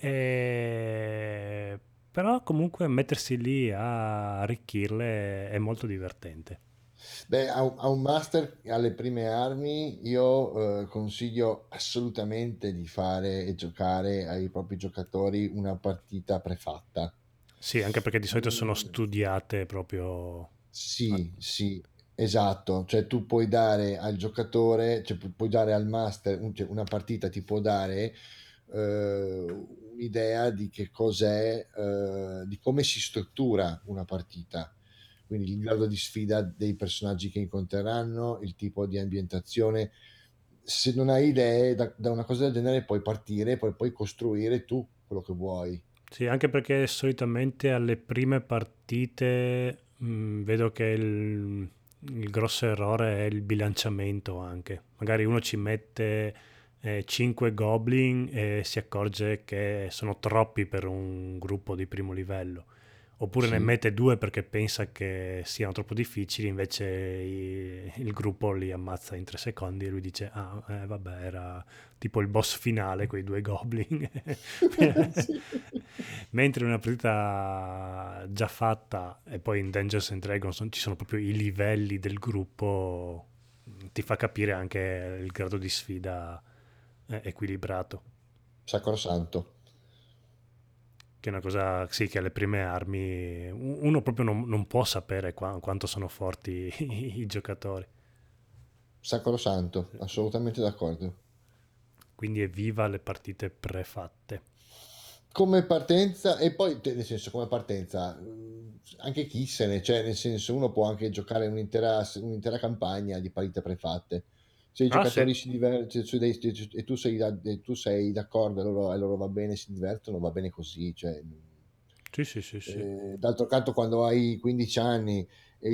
Però comunque mettersi lì a arricchirle è molto divertente. Beh, a un master alle prime armi io consiglio assolutamente di fare e giocare ai propri giocatori una partita prefatta. Sì, anche perché di solito sono studiate proprio. Sì, sì, esatto. Cioè tu puoi dare al giocatore, cioè puoi dare al master, cioè una partita ti può dare un'idea di che cos'è, di come si struttura una partita. Quindi il grado di sfida dei personaggi che incontreranno, il tipo di ambientazione. Se non hai idee, da una cosa del genere puoi partire, poi puoi costruire tu quello che vuoi. Sì, anche perché solitamente alle prime partite vedo che il grosso errore è il bilanciamento anche. Magari uno ci mette 5 goblin e si accorge che sono troppi per un gruppo di primo livello. Oppure ne Sì. mette 2 perché pensa che siano troppo difficili, invece il gruppo li ammazza in 3 secondi e lui dice: ah, vabbè, era tipo il boss finale, quei 2 goblin. Sì. Mentre una partita già fatta, e poi in Dungeons and Dragons ci sono proprio i livelli del gruppo, ti fa capire anche il grado di sfida equilibrato. Sacrosanto. Che è una cosa, sì, che alle prime armi uno proprio non può sapere quanto sono forti i giocatori. Sacrosanto, assolutamente d'accordo. Quindi evviva le partite prefatte. Come partenza, e poi nel senso, come partenza, anche chi se ne, cioè nel senso, uno può anche giocare un'intera campagna di partite prefatte. Se i Ah, sì. giocatori si divertono e tu sei d'accordo e loro va bene, si divertono, va bene così. Cioè, Sì. d'altro canto, quando hai 15 anni e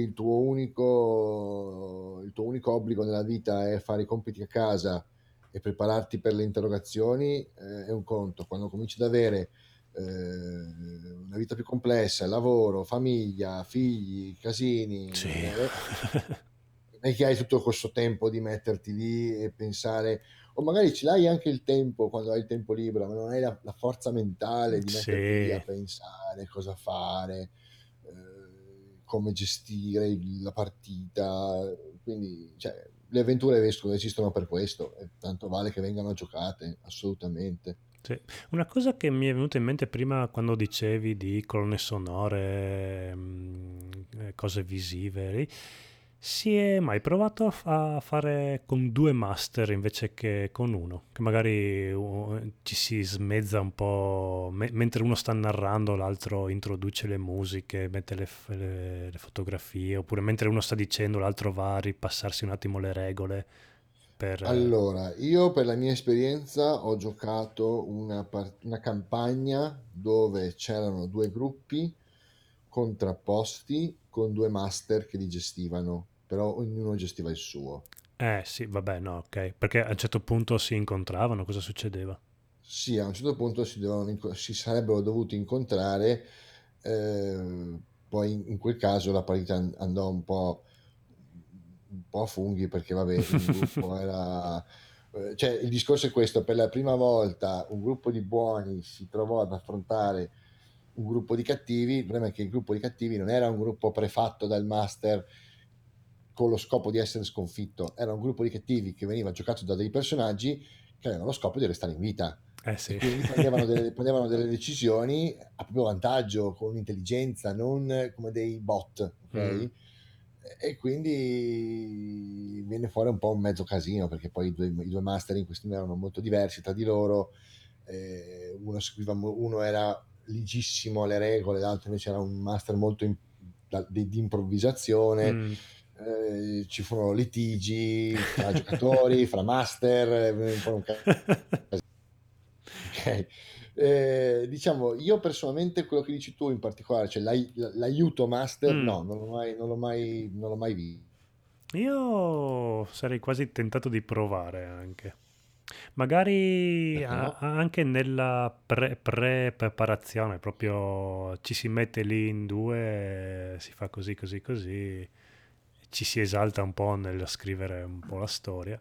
il tuo unico obbligo nella vita è fare i compiti a casa e prepararti per le interrogazioni, è un conto. Quando cominci ad avere una vita più complessa, lavoro, famiglia, figli, casini, Sì. non è che hai tutto questo tempo di metterti lì e pensare, o magari ce l'hai anche il tempo quando hai il tempo libero, ma non hai la forza mentale di metterti lì a Sì. pensare cosa fare, come gestire la partita, quindi cioè, le avventure esistono per questo, e tanto vale che vengano giocate, assolutamente. Sì. Una cosa che mi è venuta in mente prima quando dicevi di colonne sonore, cose visive, si è mai provato a fare con 2 master invece che con uno? Che magari ci si smezza un po', mentre uno sta narrando, l'altro introduce le musiche, mette le fotografie, oppure mentre uno sta dicendo, l'altro va a ripassarsi un attimo le regole per... Allora, io per la mia esperienza ho giocato una campagna dove c'erano 2 gruppi contrapposti con 2 master che li gestivano, però ognuno gestiva il suo. Sì, vabbè, no, ok. Perché a un certo punto si incontravano, cosa succedeva? Sì, a un certo punto si sarebbero dovuti incontrare, poi in quel caso la partita andò un po' a funghi perché vabbè, un gruppo era... cioè il discorso è questo: per la prima volta un gruppo di buoni si trovò ad affrontare un gruppo di cattivi. Il problema è che il gruppo di cattivi non era un gruppo prefatto dal master con lo scopo di essere sconfitto, era un gruppo di cattivi che veniva giocato da dei personaggi che avevano lo scopo di restare in vita, e Sì. quindi prendevano delle decisioni a proprio vantaggio, con intelligenza, non come dei bot, ok? E quindi viene fuori un po' un mezzo casino, perché poi i due master in questione erano molto diversi tra di loro. Uno era ligissimo alle regole, l'altro invece era un master molto di improvvisazione. Mm. Ci furono litigi fra giocatori, fra master, un po' un ok. Diciamo, io personalmente quello che dici tu in particolare, cioè l'aiuto master, Mm. no, non l'ho mai visto. Io sarei quasi tentato di provare anche. Magari Perché no? anche nella pre-preparazione, proprio ci si mette lì in 2, si fa così, così, così, ci si esalta un po' nel scrivere un po' la storia.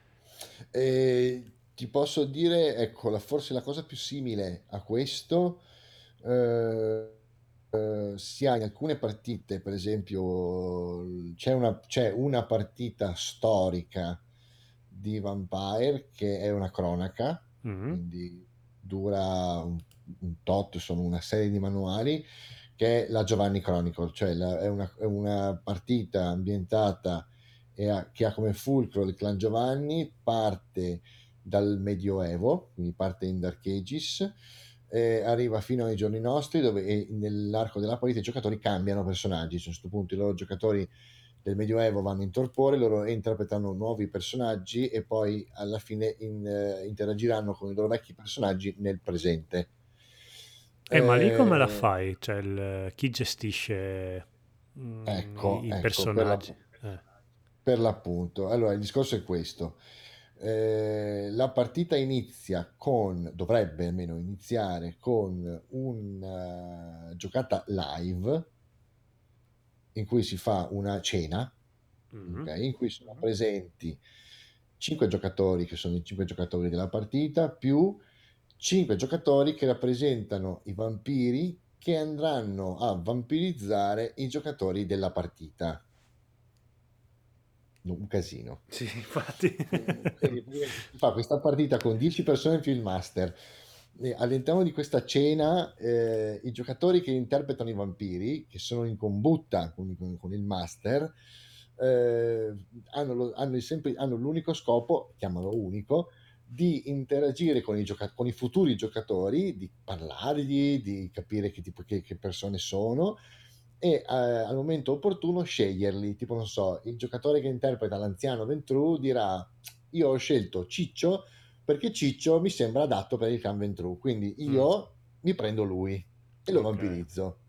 Ti posso dire, ecco, forse la cosa più simile a questo, eh, si ha in alcune partite. Per esempio, c'è una partita storica di Vampire che è una cronaca, Mm. quindi dura un tot, sono una serie di manuali, che è la Giovanni Chronicle, cioè è una partita ambientata che ha come fulcro il clan Giovanni, parte dal Medioevo, quindi parte in Dark Ages, arriva fino ai giorni nostri, dove nell'arco della partita i giocatori cambiano personaggi. A un certo punto i loro giocatori del Medioevo vanno in torpore, loro interpretano nuovi personaggi e poi alla fine interagiranno con i loro vecchi personaggi nel presente. Ma lì come la Eh, fai? Cioè, chi gestisce i ecco, personaggi? per l'appunto. Allora, il discorso è questo. La partita dovrebbe almeno iniziare con una giocata live in cui si fa una cena, Mm. ok, in cui sono presenti 5 giocatori, che sono i 5 giocatori della partita, più 5 giocatori che rappresentano i vampiri che andranno a vampirizzare i giocatori della partita. Un casino. Sì, infatti. E si fa questa partita con 10 persone più il master. E all'interno di questa cena, i giocatori che interpretano i vampiri, che sono in combutta con il master, hanno l'unico scopo, chiamalo unico, di interagire con i futuri giocatori, di parlargli, di capire che persone sono, e al momento opportuno sceglierli. Tipo, non so, il giocatore che interpreta l'anziano Ventrue dirà: io ho scelto Ciccio perché Ciccio mi sembra adatto per il clan Ventrue, quindi io mi prendo lui e lo Ok. vampirizzo.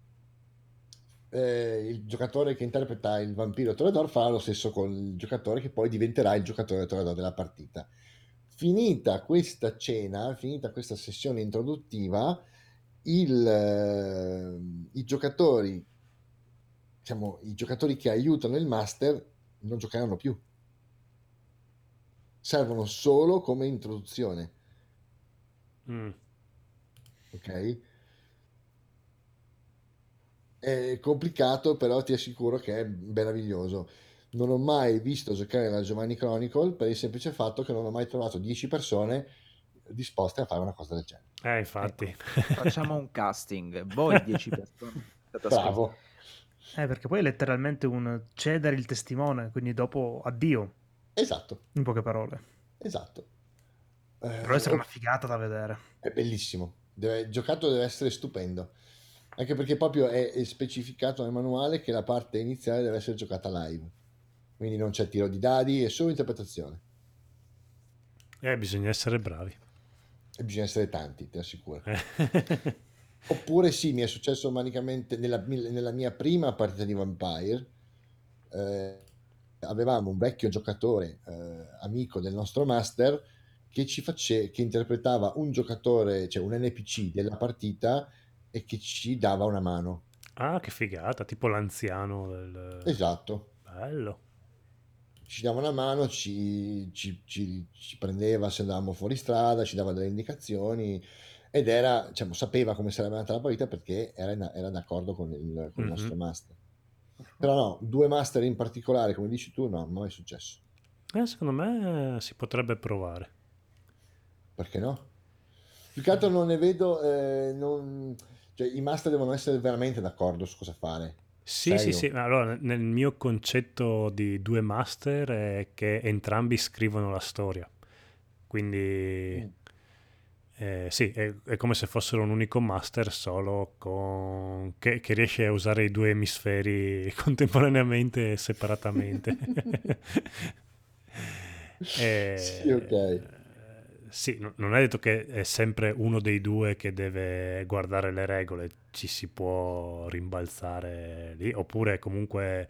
Il giocatore che interpreta il vampiro Toreador farà lo stesso con il giocatore che poi diventerà il giocatore Toreador della partita. Finita questa cena, finita questa sessione introduttiva, i giocatori, diciamo, i giocatori che aiutano il master non giocheranno più, servono solo come introduzione, Mm. ok? È complicato, però ti assicuro che è meraviglioso. Non ho mai visto giocare la Giovanni Chronicle per il semplice fatto che non ho mai trovato 10 persone disposte a fare una cosa del genere. Infatti. Ecco, facciamo un casting. Voi 10 persone state ascoltando. Bravo, Perché poi è letteralmente un cedere il testimone, quindi dopo addio, esatto, in poche parole. esatto. Però essere una figata da vedere. È bellissimo, il giocattolo deve essere stupendo, anche perché proprio è specificato nel manuale che la parte iniziale deve essere giocata live, quindi non c'è tiro di dadi, è solo interpretazione. Bisogna essere bravi. E bisogna essere tanti, ti assicuro. Oppure sì, mi è successo manicamente nella mia prima partita di Vampire. Avevamo un vecchio giocatore amico del nostro master che interpretava un giocatore, cioè un NPC della partita e che ci dava una mano. Ah, che figata, tipo l'anziano del... Esatto. Bello. Ci dava una mano, ci prendeva se andavamo fuori strada, ci dava delle indicazioni ed era, diciamo, sapeva come sarebbe andata la partita perché era d'accordo con il nostro master. Però no, 2 master in particolare, come dici tu, no, non è successo. Secondo me si potrebbe provare. Perché no? Più che altro non ne vedo, cioè, i master devono essere veramente d'accordo su cosa fare. Sì, sì, Serio. sì. Allora, nel mio concetto di 2 master è che entrambi scrivono la storia. Quindi sì, è come se fossero un unico master solo che riesce a usare i 2 emisferi contemporaneamente e separatamente. Sì, ok. Sì, non è detto che è sempre uno dei due che deve guardare le regole, ci si può rimbalzare lì, oppure comunque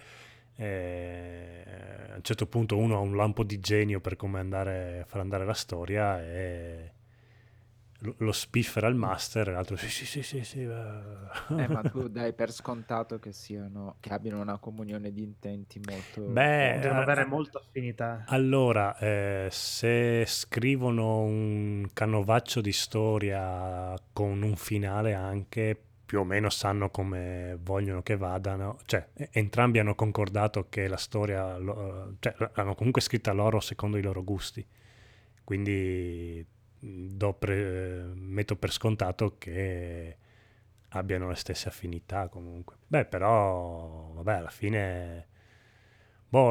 a un certo punto uno ha un lampo di genio per come far andare la storia e lo spiffera il master e l'altro sì, sì, sì, sì, sì. Ma tu dai per scontato che che abbiano una comunione di intenti molto Beh, forte. Devono avere molta affinità. allora, se scrivono un canovaccio di storia con un finale anche, più o meno sanno come vogliono che vadano, cioè entrambi hanno concordato che la storia, cioè l'hanno comunque scritta loro secondo i loro gusti, quindi metto per scontato che abbiano le stesse affinità comunque. Beh, però, vabbè, alla fine... Boh,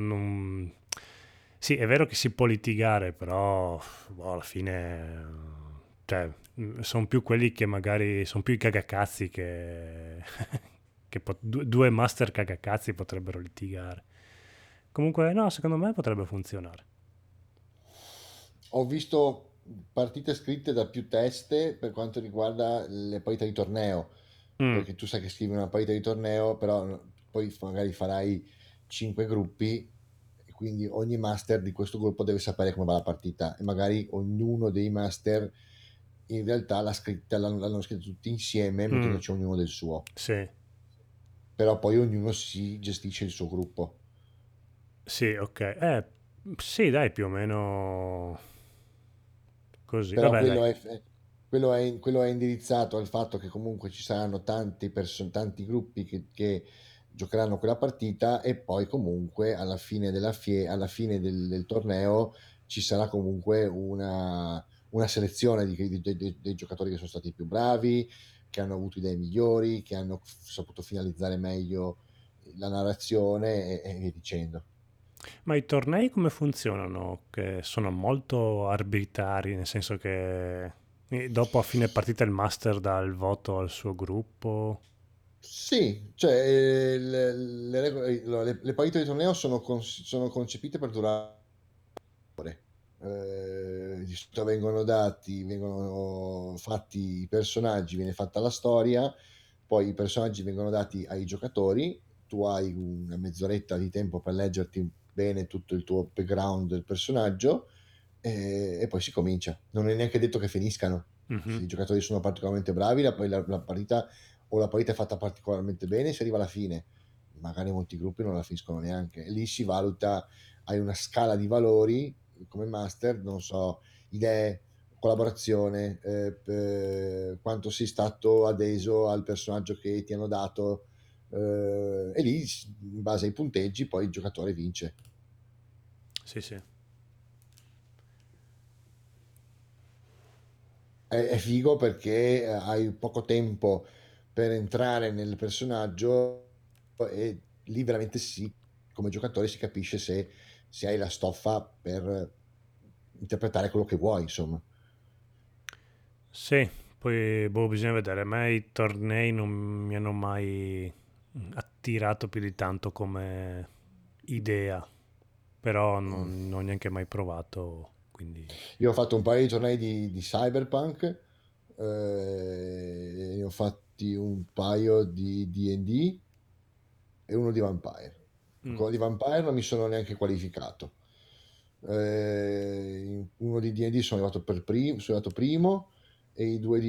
sì, è vero che si può litigare, però boh, alla fine... Cioè, sono più quelli che magari... Sono più i cagacazzi che... che 2 master cagacazzi potrebbero litigare. Comunque, no, secondo me potrebbe funzionare. Ho visto partite scritte da più teste per quanto riguarda le partite di torneo, Mm, perché tu sai che scrivi una partita di torneo, però poi magari farai 5 gruppi e quindi ogni master di questo gruppo deve sapere come va la partita e magari ognuno dei master in realtà l'hanno scritta tutti insieme mettendoci ognuno del suo, sì, però poi ognuno si gestisce il suo gruppo. sì, ok. Sì, dai, più o meno così. Però Vabbè, dai. quello è indirizzato al fatto che comunque ci saranno tanti gruppi che giocheranno quella partita e poi comunque alla fine alla fine del torneo ci sarà comunque una selezione dei giocatori che sono stati più bravi, che hanno avuto idee migliori, che hanno saputo finalizzare meglio la narrazione e via dicendo. Ma i tornei come funzionano? Che sono molto arbitrari, nel senso che dopo a fine partita il master dà il voto al suo gruppo. Sì, cioè le partite di torneo sono concepite per durare ore. Di solito vengono fatti i personaggi, viene fatta la storia, poi i personaggi vengono dati ai giocatori, tu hai una mezz'oretta di tempo per leggerti bene tutto il tuo background del personaggio e poi si comincia. Non è neanche detto che finiscano. Se Mhm. i giocatori sono particolarmente bravi, poi la partita o la partita è fatta particolarmente bene, si arriva alla fine. Magari molti gruppi non la finiscono neanche. E lì si valuta, hai una scala di valori come master, non so, idee, collaborazione, quanto sei stato adeso al personaggio che ti hanno dato, e lì in base ai punteggi poi il giocatore vince. Sì, sì. È figo perché hai poco tempo per entrare nel personaggio e lì veramente come giocatore si capisce se hai la stoffa per interpretare quello che vuoi, insomma. Sì, poi bisogna vedere. A me i tornei non mi hanno mai attirato più di tanto come idea, però non ho neanche mai provato, quindi... Io ho fatto un paio di tornei di Cyberpunk, ne ho fatti un paio di D&D e uno di Vampire. Quello di Vampire non mi sono neanche qualificato. Uno di D&D sono arrivato sono arrivato primo, e i due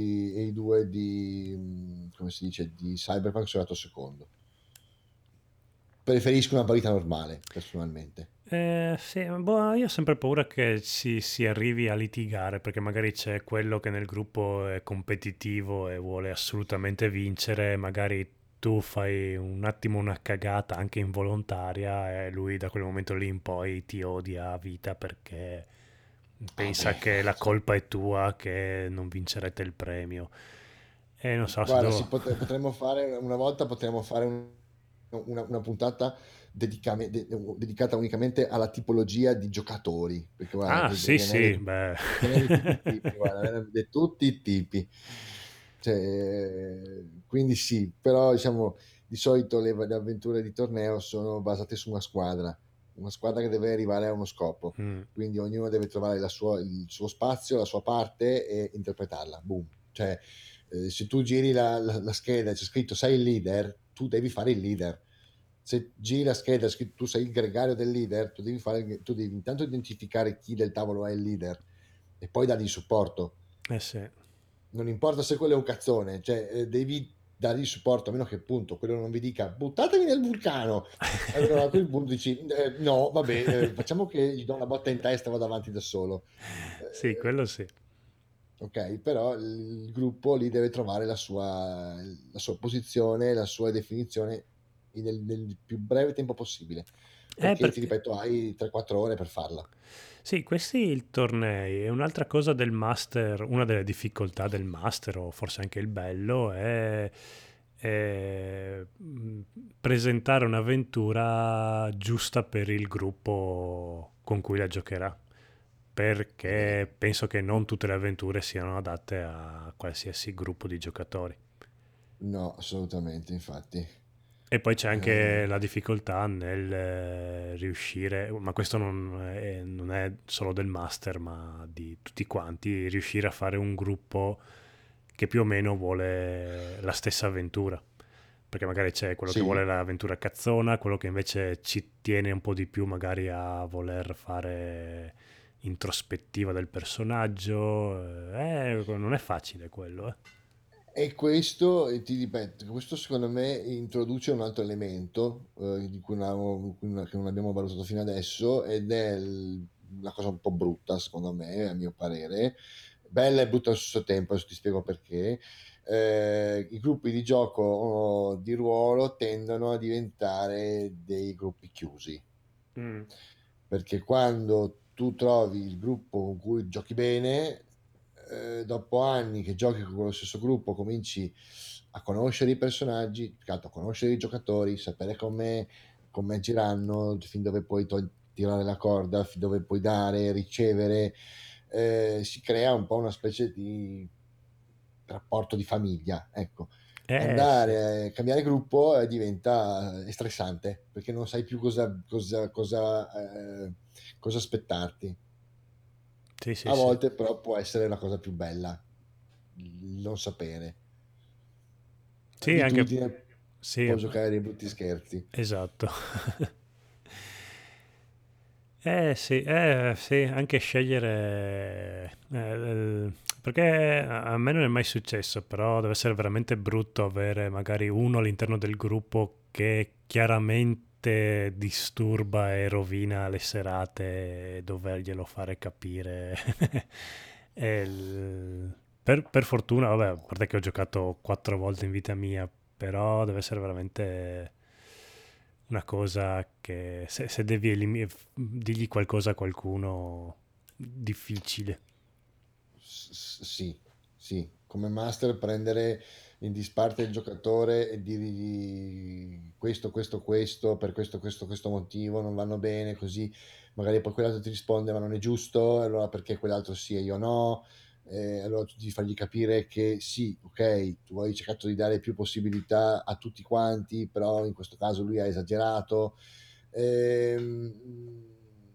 come si dice, di Cyberpunk sono arrivato secondo. Preferisco una partita normale, personalmente. Sì, io ho sempre paura che si arrivi a litigare, perché magari c'è quello che nel gruppo è competitivo e vuole assolutamente vincere, magari tu fai un attimo una cagata anche involontaria e lui da quel momento lì in poi ti odia a vita perché pensa che la colpa è tua, che non vincerete il premio. E non so se Guarda, devo... potremmo fare una volta, potremmo fare una puntata dedicata unicamente alla tipologia di giocatori, perché guarda, Ah, sì, ce sì, beh... n'è di tutti i tipi, guarda, di tutti i tipi. Quindi sì, però diciamo di solito le avventure di torneo sono basate su una squadra che deve arrivare a uno scopo, Mm. quindi ognuno deve trovare il suo spazio, la sua parte e interpretarla. Boom. Cioè, se tu giri la scheda e c'è scritto sei il leader, tu devi fare il leader. Se giri la scheda e scritto tu sei il gregario del leader, tu devi intanto identificare chi del tavolo è il leader e poi dargli supporto. Sì. Non importa se quello è un cazzone, cioè devi dargli supporto, a meno che appunto quello non vi dica buttatevi nel vulcano. Allora a quel punto dici no, vabbè, facciamo che gli do una botta in testa e vado avanti da solo. Sì, quello sì. Ok, però il gruppo lì deve trovare la sua posizione, la sua definizione nel più breve tempo possibile, perché ti Perché... ripeto, hai 3-4 ore per farla. Sì, questi il tornei. E un'altra cosa del master, una delle difficoltà del master, o forse anche il bello, è presentare un'avventura giusta per il gruppo con cui la giocherà. Perché penso che non tutte le avventure siano adatte a qualsiasi gruppo di giocatori. No, assolutamente, infatti. E poi c'è anche Eh, la difficoltà nel riuscire, ma questo non è solo del master, ma di tutti quanti, riuscire a fare un gruppo che più o meno vuole la stessa avventura. Perché magari c'è quello che vuole sì, l'avventura cazzona, quello che invece ci tiene un po' di più magari a voler fare introspettiva del personaggio. Non è facile quello, eh. e questo, ti ripeto, questo secondo me introduce un altro elemento di cui che non abbiamo valutato fino adesso, ed è una cosa un po' brutta, secondo me, a mio parere, bella e brutta allo stesso tempo, adesso ti spiego perché. I gruppi di gioco di ruolo tendono a diventare dei gruppi chiusi, Mm. perché quando tu trovi il gruppo con cui giochi bene, dopo anni che giochi con lo stesso gruppo, cominci a conoscere i personaggi, più che altro a conoscere i giocatori, sapere come agiranno, fin dove puoi tirare la corda, fin dove puoi dare, ricevere. Si crea un po' una specie di rapporto di famiglia, ecco. Sì. Andare a cambiare gruppo diventa stressante, perché non sai più cosa aspettarti. Sì, sì, A sì. volte però può essere la cosa più bella, il non sapere. Sì, anche... L'abitudine Sì, può giocare dei brutti scherzi. esatto. Sì, sì, anche scegliere... perché a me non è mai successo, però deve essere veramente brutto avere magari uno all'interno del gruppo che chiaramente disturba e rovina le serate e doverglielo fare capire. Per fortuna, vabbè, a parte che ho giocato 4 volte in vita mia, però deve essere veramente una cosa che se devi dirgli qualcosa a qualcuno, difficile. Sì, sì, come master prendere in disparte il giocatore e dirgli questo, per questo motivo non vanno bene, così magari poi quell'altro ti risponde ma non è giusto, allora perché quell'altro sì e io no, allora tu devi fargli capire che sì, ok, tu hai cercato di dare più possibilità a tutti quanti, però in questo caso lui ha esagerato. Ehm,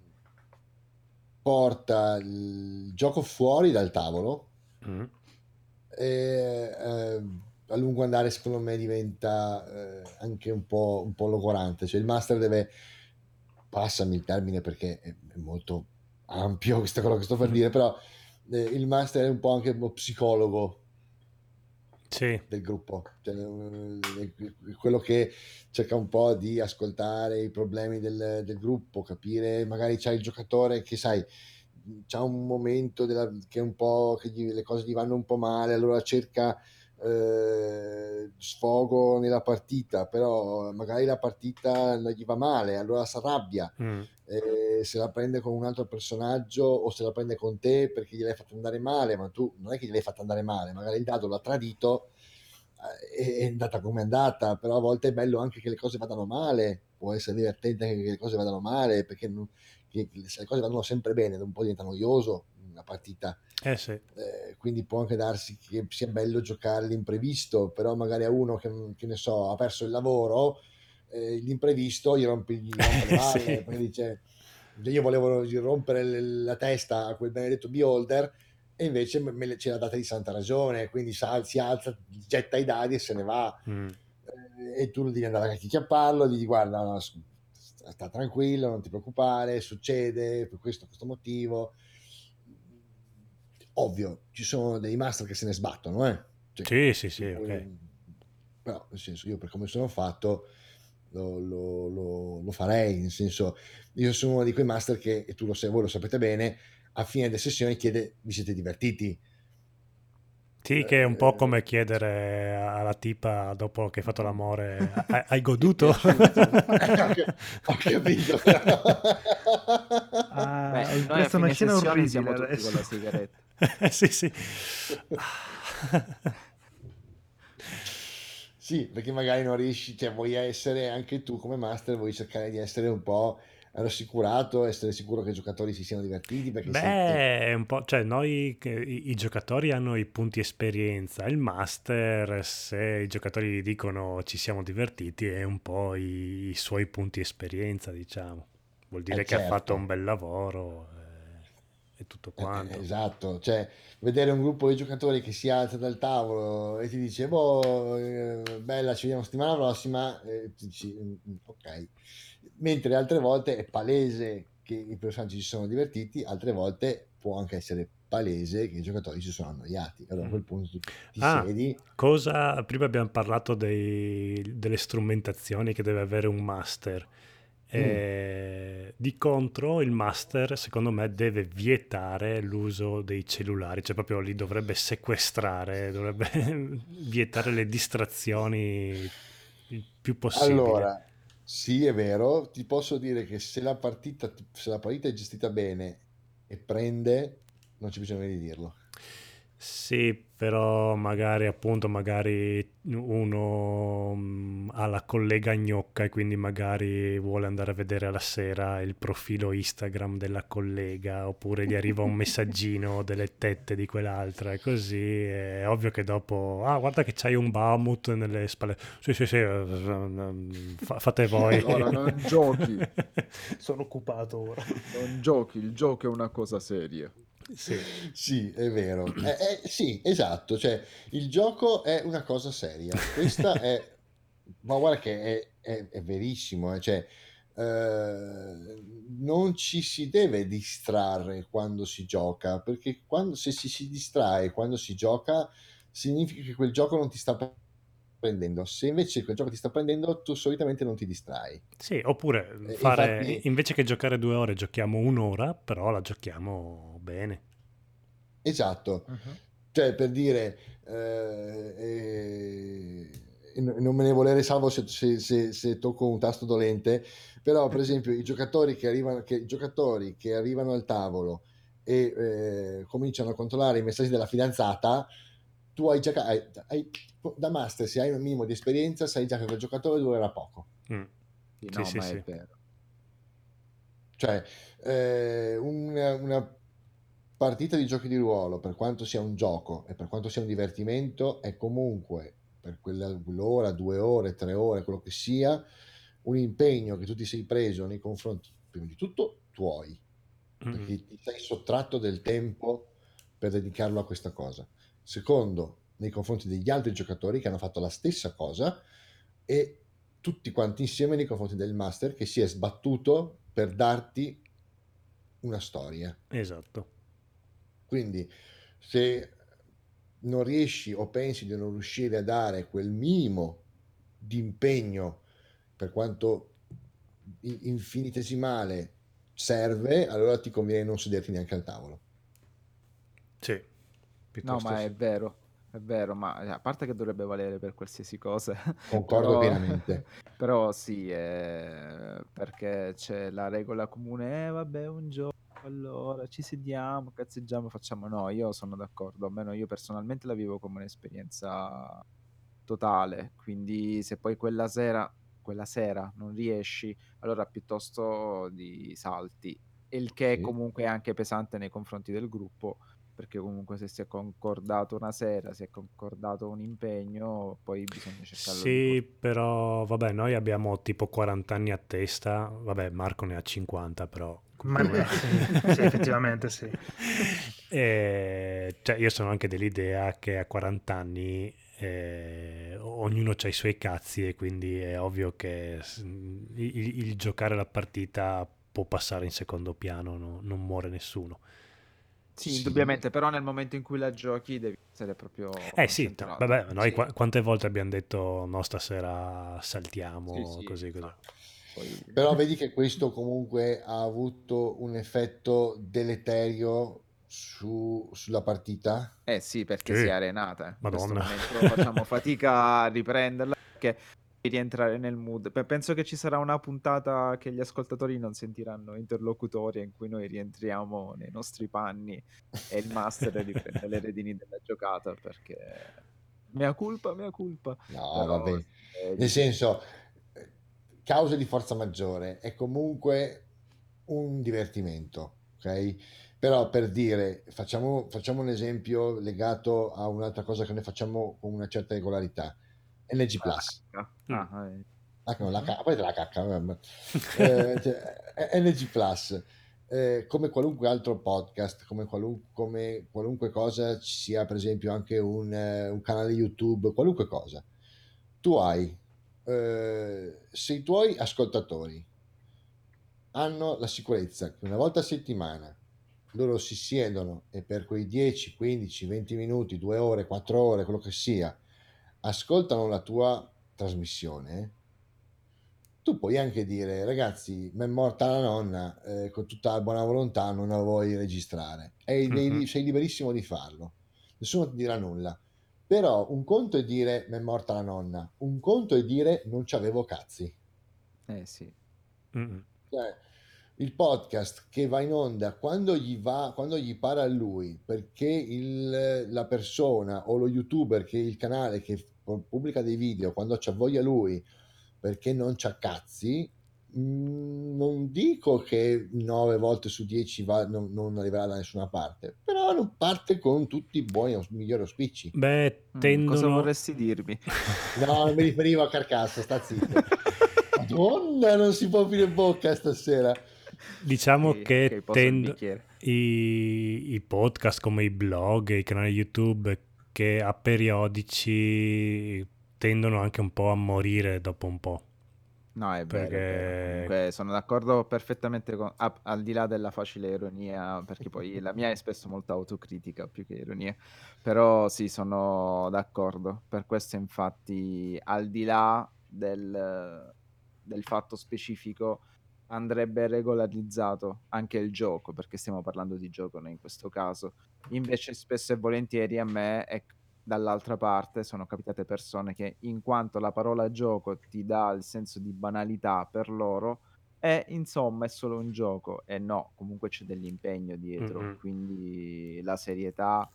Porta il gioco fuori dal tavolo Mm. e a lungo andare secondo me diventa anche un po' logorante, cioè il master deve, passami il termine perché è molto ampio questo quello che sto per dire, però il master è un po' anche uno psicologo Sì, del gruppo, cioè, quello che cerca un po' di ascoltare i problemi del gruppo, capire, magari c'è il giocatore che sai, c'ha un momento che è un po' le cose gli vanno un po' male, allora cerca sfogo nella partita, però magari la partita non gli va male, allora si arrabbia. mm. Se la prende con un altro personaggio o se la prende con te perché gliel'hai fatto andare male, ma tu non è che gliel'hai fatto andare male, magari il dado l'ha tradito, è andata come è andata, però a volte è bello anche che le cose vadano male, può essere divertente anche che le cose vadano male, perché se le cose vanno sempre bene, un po' diventa noioso una partita. Sì. Quindi può anche darsi che sia bello giocare l'imprevisto, però magari a uno che ne so, ha perso il lavoro, l'imprevisto gli rompe le balle, Sì. perché dice io volevo rompere la testa a quel benedetto beholder e invece ce l'ha data di santa ragione, quindi si alza, getta i dadi e se ne va. Mm. E tu devi andare a chiapparlo, gli dici guarda, no, sta tranquillo, non ti preoccupare, succede per questo motivo. Ovvio, ci sono dei master che se ne sbattono, cioè, Sì, ok. però nel senso io per come sono fatto lo farei, nel senso io sono uno di quei master che, e tu lo sai, voi lo sapete bene, a fine delle sessioni chiede vi siete divertiti. Sì, che è un po' come chiedere alla tipa dopo che hai fatto l'amore, hai Ti è goduto? piaciuto? Ho capito. Beh, Ho noi a impresso una fine scena sessione siamo orribile tutti con adesso. la sigaretta. Sì. Sì, perché magari non riesci, cioè vuoi essere anche tu come master, vuoi cercare di essere un po' rassicurato, essere sicuro che i giocatori si siano divertiti, perché se Beh, è un po', cioè noi, i giocatori hanno i punti esperienza, il master, se i giocatori dicono ci siamo divertiti, è un po' i suoi punti esperienza, diciamo. Vuol dire che ha fatto un certo. bel lavoro e tutto quanto. Esatto, cioè vedere un gruppo di giocatori che si alza dal tavolo e ti dice boh, bella, ci vediamo settimana prossima, ti dici, ok. Mentre altre volte è palese che i personaggi si sono divertiti, altre volte può anche essere palese che i giocatori si sono annoiati. Allora a Mm. quel punto tu ti Ah, siedi. prima abbiamo parlato delle strumentazioni che deve avere un master. Mm. Di contro, il master, secondo me, deve vietare l'uso dei cellulari, cioè proprio li dovrebbe sequestrare, dovrebbe vietare le distrazioni il più possibile. Allora, sì, è vero, ti posso dire che se la partita è gestita bene e prende, non c'è bisogno di dirlo. Sì, però magari uno ha la collega gnocca e quindi magari vuole andare a vedere alla sera il profilo Instagram della collega oppure gli arriva un messaggino delle tette di quell'altra e così è ovvio che dopo, guarda che c'hai un Bahamut nelle spalle. Sì, fate voi. Ora non giochi, Sono occupato ora. non giochi, il gioco è una cosa seria. Sì. Sì, è vero. Sì, esatto, cioè il gioco è una cosa seria. Questa è, ma guarda che è verissimo, cioè non ci si deve distrarre quando si gioca, perché se si distrae quando si gioca, significa che quel gioco non ti sta prendendo. Se invece quel gioco ti sta prendendo, tu solitamente non ti distrai. Sì, oppure Infatti, invece che giocare 2 ore, giochiamo 1 ora, però la giochiamo bene. Esatto. Mhm. Cioè, per dire, non me ne volere salvo se tocco un tasto dolente, però per esempio i giocatori che arrivano al tavolo e cominciano a controllare i messaggi della fidanzata, tu hai già da master, se hai un minimo di esperienza, sai già che quel giocatore durerà poco. Mm. Sì, Sì, no, sì, ma è sì. vero. Cioè, una partita di giochi di ruolo, per quanto sia un gioco e per quanto sia un divertimento, è comunque per quell'ora, 2 ore, 3 ore, quello che sia, un impegno che tu ti sei preso nei confronti, prima di tutto, tuoi, Mm. perché ti sei sottratto del tempo per dedicarlo a questa cosa. Secondo, nei confronti degli altri giocatori che hanno fatto la stessa cosa, e tutti quanti insieme nei confronti del master che si è sbattuto per darti una storia. Esatto. Quindi se non riesci o pensi di non riuscire a dare quel minimo di impegno, per quanto infinitesimale serve, allora ti conviene non sederti neanche al tavolo. Sì, No, piuttosto ma sì. è vero, ma a parte che dovrebbe valere per qualsiasi cosa, Concordo però, pienamente. però sì, perché c'è la regola comune, vabbè, un gioco, allora ci sediamo, cazzeggiamo, facciamo. No, io sono d'accordo, almeno io personalmente la vivo come un'esperienza totale, quindi se poi quella sera non riesci, allora piuttosto di salti, il che è Sì. comunque anche pesante nei confronti del gruppo, perché comunque se si è concordato una sera, si è concordato un impegno, poi bisogna cercarlo di Sì, però vabbè, noi abbiamo tipo 40 anni a testa, vabbè, Marco ne ha 50, però Ma più o meno. sì, effettivamente sì. E, cioè, io sono anche dell'idea che a 40 anni ognuno ha i suoi cazzi e quindi è ovvio che il giocare la partita può passare in secondo piano, non muore nessuno. Sì, Sì. indubbiamente, però nel momento in cui la giochi devi essere proprio Eh sì, concentrato. vabbè, noi Sì, quante volte abbiamo detto no, stasera sì, saltiamo, sì, così così. infatti. Poi... Però vedi che questo comunque ha avuto un effetto deleterio sulla partita. Eh sì, perché si è Sì, arenata. In questo Madonna. momento facciamo fatica a riprenderla perché devi rientrare nel mood. Penso che ci sarà una puntata che gli ascoltatori non sentiranno interlocutori in cui noi rientriamo nei nostri panni e il master riprende le redini della giocata perché mea culpa, mea culpa. No, Però vabbè. è Nel difficile. senso, causa di forza maggiore è comunque un divertimento, ok? Però per dire, facciamo un esempio legato a un'altra cosa che noi facciamo con una certa regolarità. NG La Plus. cacca. Mm. Ah, no, Mhm. poi la cacca, vabbè. NG Plus, come qualunque altro podcast, come qualunque cosa ci sia, per esempio anche un canale YouTube, qualunque cosa, tu hai, se i tuoi ascoltatori hanno la sicurezza che una volta a settimana loro si siedono e per quei 10, 15, 20 minuti, 2 ore, 4 ore, quello che sia, ascoltano la tua trasmissione, tu puoi anche dire, ragazzi, mi è morta la nonna, con tutta la buona volontà non la vuoi registrare. Mhm. Sei liberissimo di farlo, nessuno ti dirà nulla. Però un conto è dire mi è morta la nonna, un conto è dire non c'avevo cazzi. Eh sì. Mm. Cioè, il podcast che va in onda quando gli pare a lui, perché la persona o lo youtuber che è il canale che pubblica dei video, quando c'ha voglia lui, perché non c'ha cazzi, non dico che 9 volte su 10 non arriverà da nessuna parte, però non parte con tutti i buoni o migliori auspici. Beh, Cosa tendono... vorresti dirmi? No, non mi riferivo a Carcasso, sta zitto. Madonna, non si può aprire bocca stasera. Diciamo Ok, ok, che poso il bicchiere. i podcast come i blog, i canali YouTube che a periodici tendono anche un po' a morire dopo un po'. No, è vero, è vero. Perché Comunque sono d'accordo perfettamente con... al di là della facile ironia, perché poi la mia è spesso molto autocritica più che ironia. Però sì, sono d'accordo. Per questo infatti, al di là del fatto specifico, andrebbe regolarizzato anche il gioco, perché stiamo parlando di gioco noi in questo caso. Invece spesso e volentieri a me e dall'altra parte sono capitate persone che, in quanto la parola gioco ti dà il senso di banalità per loro, insomma è solo un gioco. E no, comunque c'è dell'impegno dietro, Mm-mm. quindi la serietà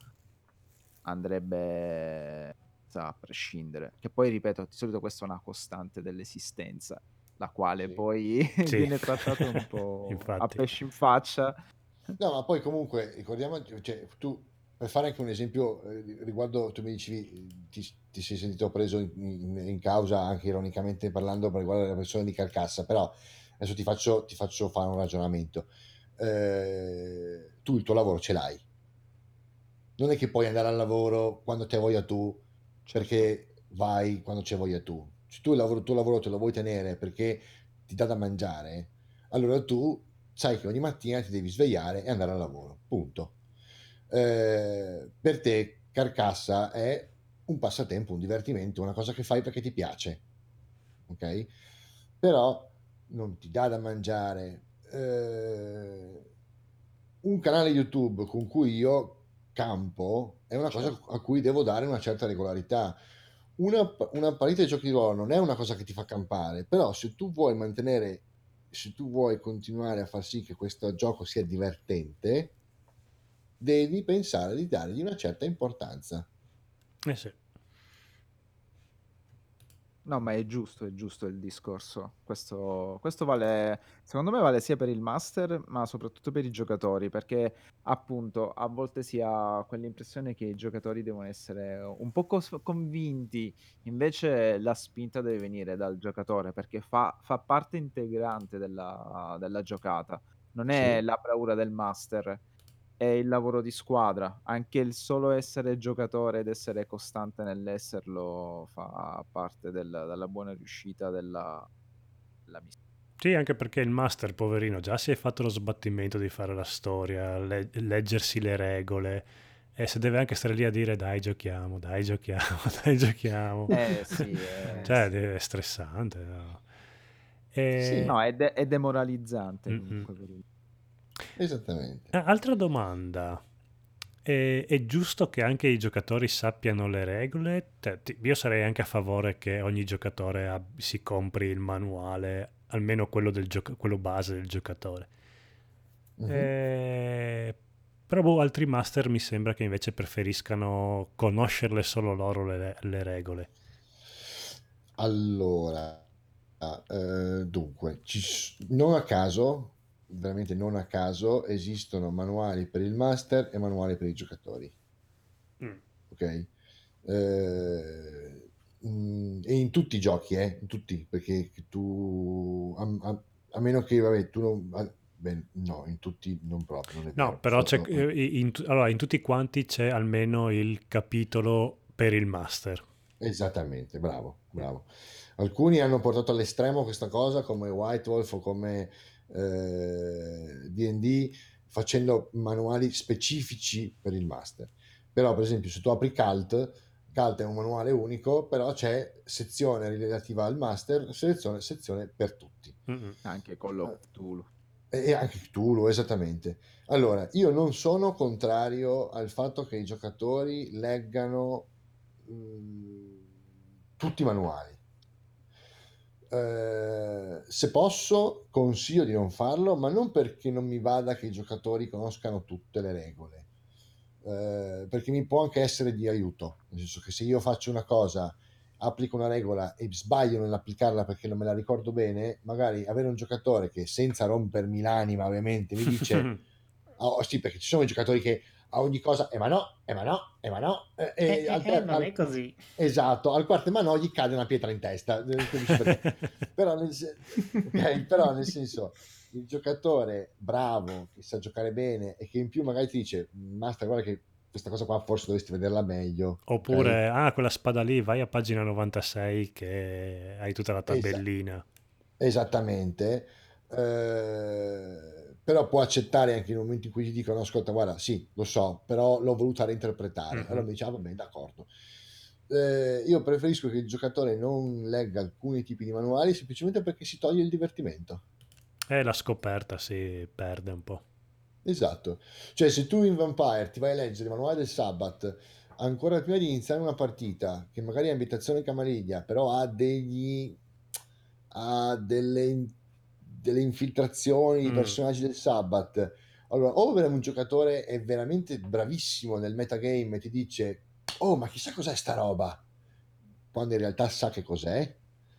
andrebbe a prescindere. Che poi, ripeto, di solito questa è una costante dell'esistenza, la quale Sì. poi Sì, viene trattata un po' a infatti. pesci in faccia. No, ma poi comunque ricordiamo, cioè, tu per fare anche un esempio riguardo, tu mi dicevi, ti sei sentito preso in causa anche ironicamente parlando per riguardo la persona di Carcassa, però adesso ti faccio fare un ragionamento. Tu il tuo lavoro ce l'hai, non è che puoi andare al lavoro quando te voglia tu, Certo. perché vai quando c'è voglia tu. Se tu il tuo lavoro te lo vuoi tenere perché ti dà da mangiare, allora tu sai che ogni mattina ti devi svegliare e andare al lavoro, punto. Per te Carcassa è un passatempo, un divertimento, una cosa che fai perché ti piace, ok? Però non ti dà da mangiare. Un canale YouTube con cui io campo è una cosa Certo. a cui devo dare una certa regolarità. Una partita di giochi di ruolo non è una cosa che ti fa campare, però se tu vuoi mantenere, se tu vuoi continuare a far sì che questo gioco sia divertente, devi pensare di dargli una certa importanza. Sì. No, ma è giusto il discorso. Questo vale, secondo me vale sia per il master, ma soprattutto per i giocatori, perché appunto a volte si ha quell'impressione che i giocatori devono essere un po' convinti, invece la spinta deve venire dal giocatore, perché fa parte integrante della giocata. Non è Sì, la bravura del master, è il lavoro di squadra. Anche il solo essere giocatore ed essere costante nell'esserlo fa parte della buona riuscita della missione. Sì, anche perché il master, poverino, già si è fatto lo sbattimento di fare la storia, leggersi le regole, e se deve anche stare lì a dire dai giochiamo, dai giochiamo. Sì, Cioè, sì. è stressante, no? sì, No, è demoralizzante Mm-mm. comunque per il... esattamente. Altra domanda. È giusto che anche i giocatori sappiano le regole? Io sarei anche a favore che ogni giocatore si compri il manuale, almeno quello, quello base del giocatore. Mhm. Eh, Però altri master mi sembra che invece preferiscano conoscerle solo loro le regole. Allora, dunque, non a caso, veramente non a caso, esistono manuali per il master e manuali per i giocatori, Mm. ok? E in tutti i giochi, in tutti, perché tu, a meno che, vabbè, tu non... beh, no, in tutti non proprio, non è No, vero. però allora, in tutti quanti c'è almeno il capitolo per il master. Esattamente, bravo, Mm. bravo. Alcuni hanno portato all'estremo questa cosa come White Wolf o come D&D facendo manuali specifici per il master. Però per esempio se tu apri Cult è un manuale unico, però c'è sezione relativa al master, sezione per tutti. Mm-mm. Anche Call of Cthulhu. E anche Cthulhu, esattamente. Allora, io non sono contrario al fatto che i giocatori leggano tutti i manuali. Se posso, consiglio di non farlo, ma non perché non mi vada che i giocatori conoscano tutte le regole, perché mi può anche essere di aiuto, nel senso che se io faccio una cosa, applico una regola e sbaglio nell'applicarla perché non me la ricordo bene, magari avere un giocatore che senza rompermi l'anima ovviamente mi dice oh, sì, perché ci sono i giocatori che a ogni cosa ma no, ma no, ma no, Non è così. esatto, al quarto ma no gli cade una pietra in testa, non capisci perché. Però ok, però nel senso, il giocatore bravo, che sa giocare bene e che in più magari ti dice, Master, guarda che questa cosa qua forse dovresti vederla meglio, ok? Oppure, quella spada lì, vai a pagina 96 che hai tutta la Esa- tabellina. Esattamente, però può accettare anche nel momento in cui ti dicono ascolta guarda sì lo so però l'ho voluta reinterpretare, allora Mhm. mi dice va bene d'accordo. Io preferisco che il giocatore non legga alcuni tipi di manuali semplicemente perché si toglie il divertimento. La scoperta si perde un po'. Esatto. Cioè, se tu in Vampire ti vai a leggere il manuale del Sabbath ancora prima di iniziare una partita, che magari è ambientazione Camariglia, però ha delle infiltrazioni di personaggi del Sabbath, allora o un giocatore è veramente bravissimo nel metagame e ti dice oh, ma chissà cos'è sta roba, quando in realtà sa che cos'è,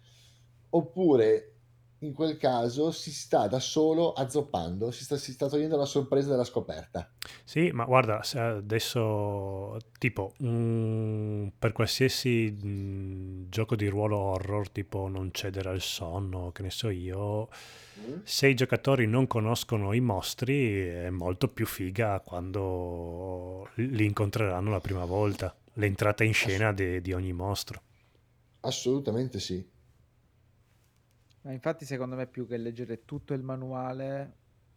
oppure in quel caso si sta da solo azzoppando, si sta togliendo la sorpresa della scoperta. Sì, ma guarda, adesso tipo per qualsiasi gioco di ruolo horror, tipo non cedere al sonno, che ne so io, se i giocatori non conoscono i mostri è molto più figa quando li incontreranno la prima volta, l'entrata in scena di ogni mostro. Assolutamente sì. Ma infatti secondo me più che leggere tutto il manuale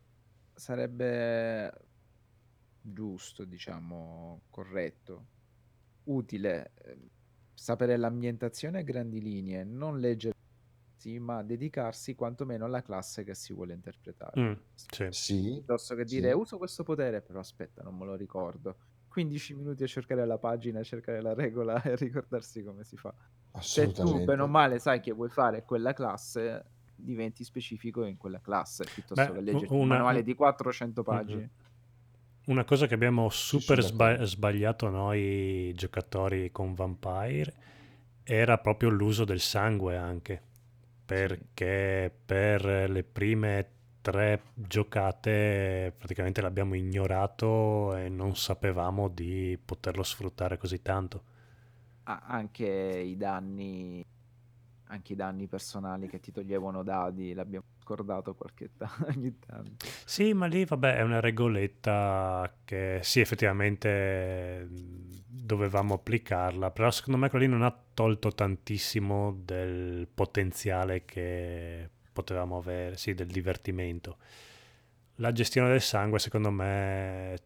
sarebbe giusto, diciamo, corretto, utile sapere l'ambientazione a grandi linee, non leggere sì, ma dedicarsi quantomeno alla classe che si vuole interpretare. Sì. Sì, Piuttosto che dire uso questo potere, però aspetta, non me lo ricordo. 15 minuti a cercare la pagina, a cercare la regola e ricordarsi come si fa. Se tu, bene o male, sai che vuoi fare quella classe, diventi specifico in quella classe, piuttosto che leggere un manuale di 400 pagine. Una cosa che abbiamo super Sì, d'accordo. sbagliato noi giocatori con Vampire era proprio l'uso del sangue anche, perché per le prime 3 giocate praticamente l'abbiamo ignorato e non sapevamo di poterlo sfruttare così tanto. Anche i danni personali che ti toglievano dadi, l'abbiamo scordato ogni tanto. Sì, ma lì vabbè è una regoletta che sì, effettivamente dovevamo applicarla, però secondo me quello lì non ha tolto tantissimo del potenziale che potevamo avere, sì, del divertimento. La gestione del sangue, secondo me,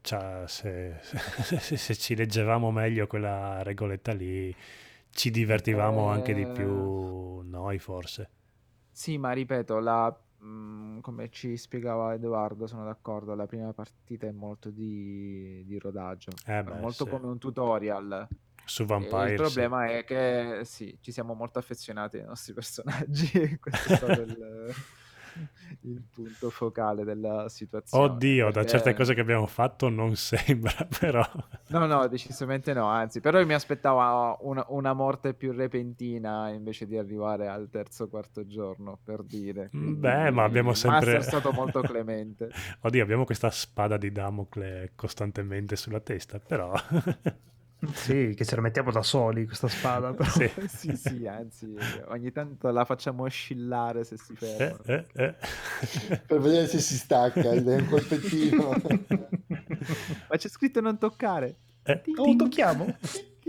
se ci leggevamo meglio quella regoletta lì, ci divertivamo anche di più noi, forse. Sì, ma ripeto, come ci spiegava Edoardo, sono d'accordo, la prima partita è molto di rodaggio, è molto Sì. come un tutorial. Su E Vampire, il problema è che sì, ci siamo molto affezionati ai nostri personaggi, questo è stato il punto focale della situazione. Oddio, da certe perché- cose che abbiamo fatto non sembra, però. No, decisamente no, anzi, però io mi aspettavo una morte più repentina invece di arrivare al terzo o quarto giorno, per dire. Beh, ma Quindi abbiamo il master sempre. è stato molto clemente. Oddio, abbiamo questa spada di Damocle costantemente sulla testa, però. Sì, che ce la mettiamo da soli questa spada, però. Sì. Sì, anzi, ogni tanto la facciamo oscillare se si ferma. Per vedere se si stacca, gli dai un colpettino. Ma c'è scritto non toccare. Oh, tocchiamo?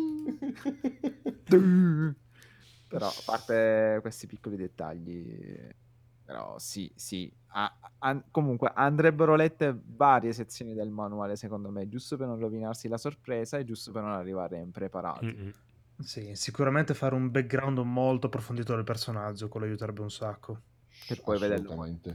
Però a parte questi piccoli dettagli, però sì, comunque andrebbero lette varie sezioni del manuale, secondo me, giusto per non rovinarsi la sorpresa e giusto per non arrivare impreparati. Sì, sicuramente fare un background molto approfondito del personaggio, quello aiuterebbe un sacco. Per poi vederlo. Assolutamente.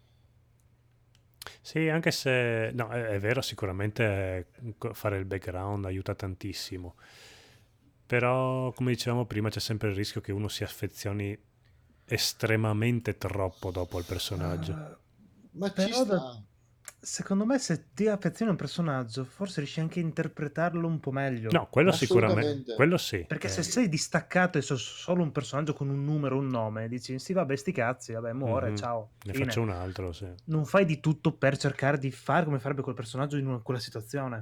Sì, anche se no, è vero, sicuramente fare il background aiuta tantissimo. Però, come dicevamo prima, c'è sempre il rischio che uno si affezioni estremamente troppo dopo il personaggio. Ma ci sta. Secondo me se ti affezioni a un personaggio forse riesci anche a interpretarlo un po' meglio. No, quello Assolutamente. sicuramente, quello sì. Perché se sei distaccato e sei solo un personaggio con un numero, un nome, dici sì vabbè sti cazzi, vabbè muore, ciao. Ne fine. faccio un altro, sì. Non fai di tutto per cercare di fare come farebbe quel personaggio in quella situazione.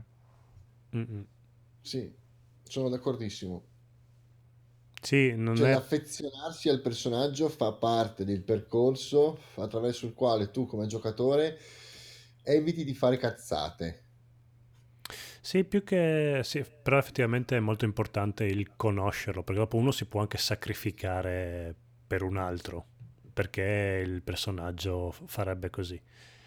Sì, sono d'accordissimo. Sì, non Cioè, è. l'affezionarsi al personaggio fa parte del percorso attraverso il quale tu, come giocatore, eviti di fare cazzate. Sì, più che. Sì, però effettivamente è molto importante il conoscerlo, perché dopo uno si può anche sacrificare per un altro, perché il personaggio farebbe così.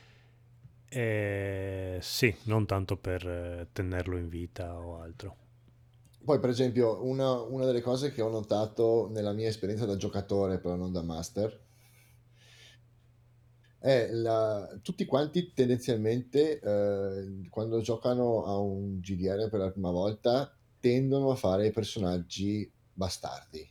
E sì, non tanto per tenerlo in vita o altro. Poi, per esempio, una delle cose che ho notato nella mia esperienza da giocatore, però non da master, tutti quanti tendenzialmente, quando giocano a un GDR per la prima volta, tendono a fare personaggi bastardi.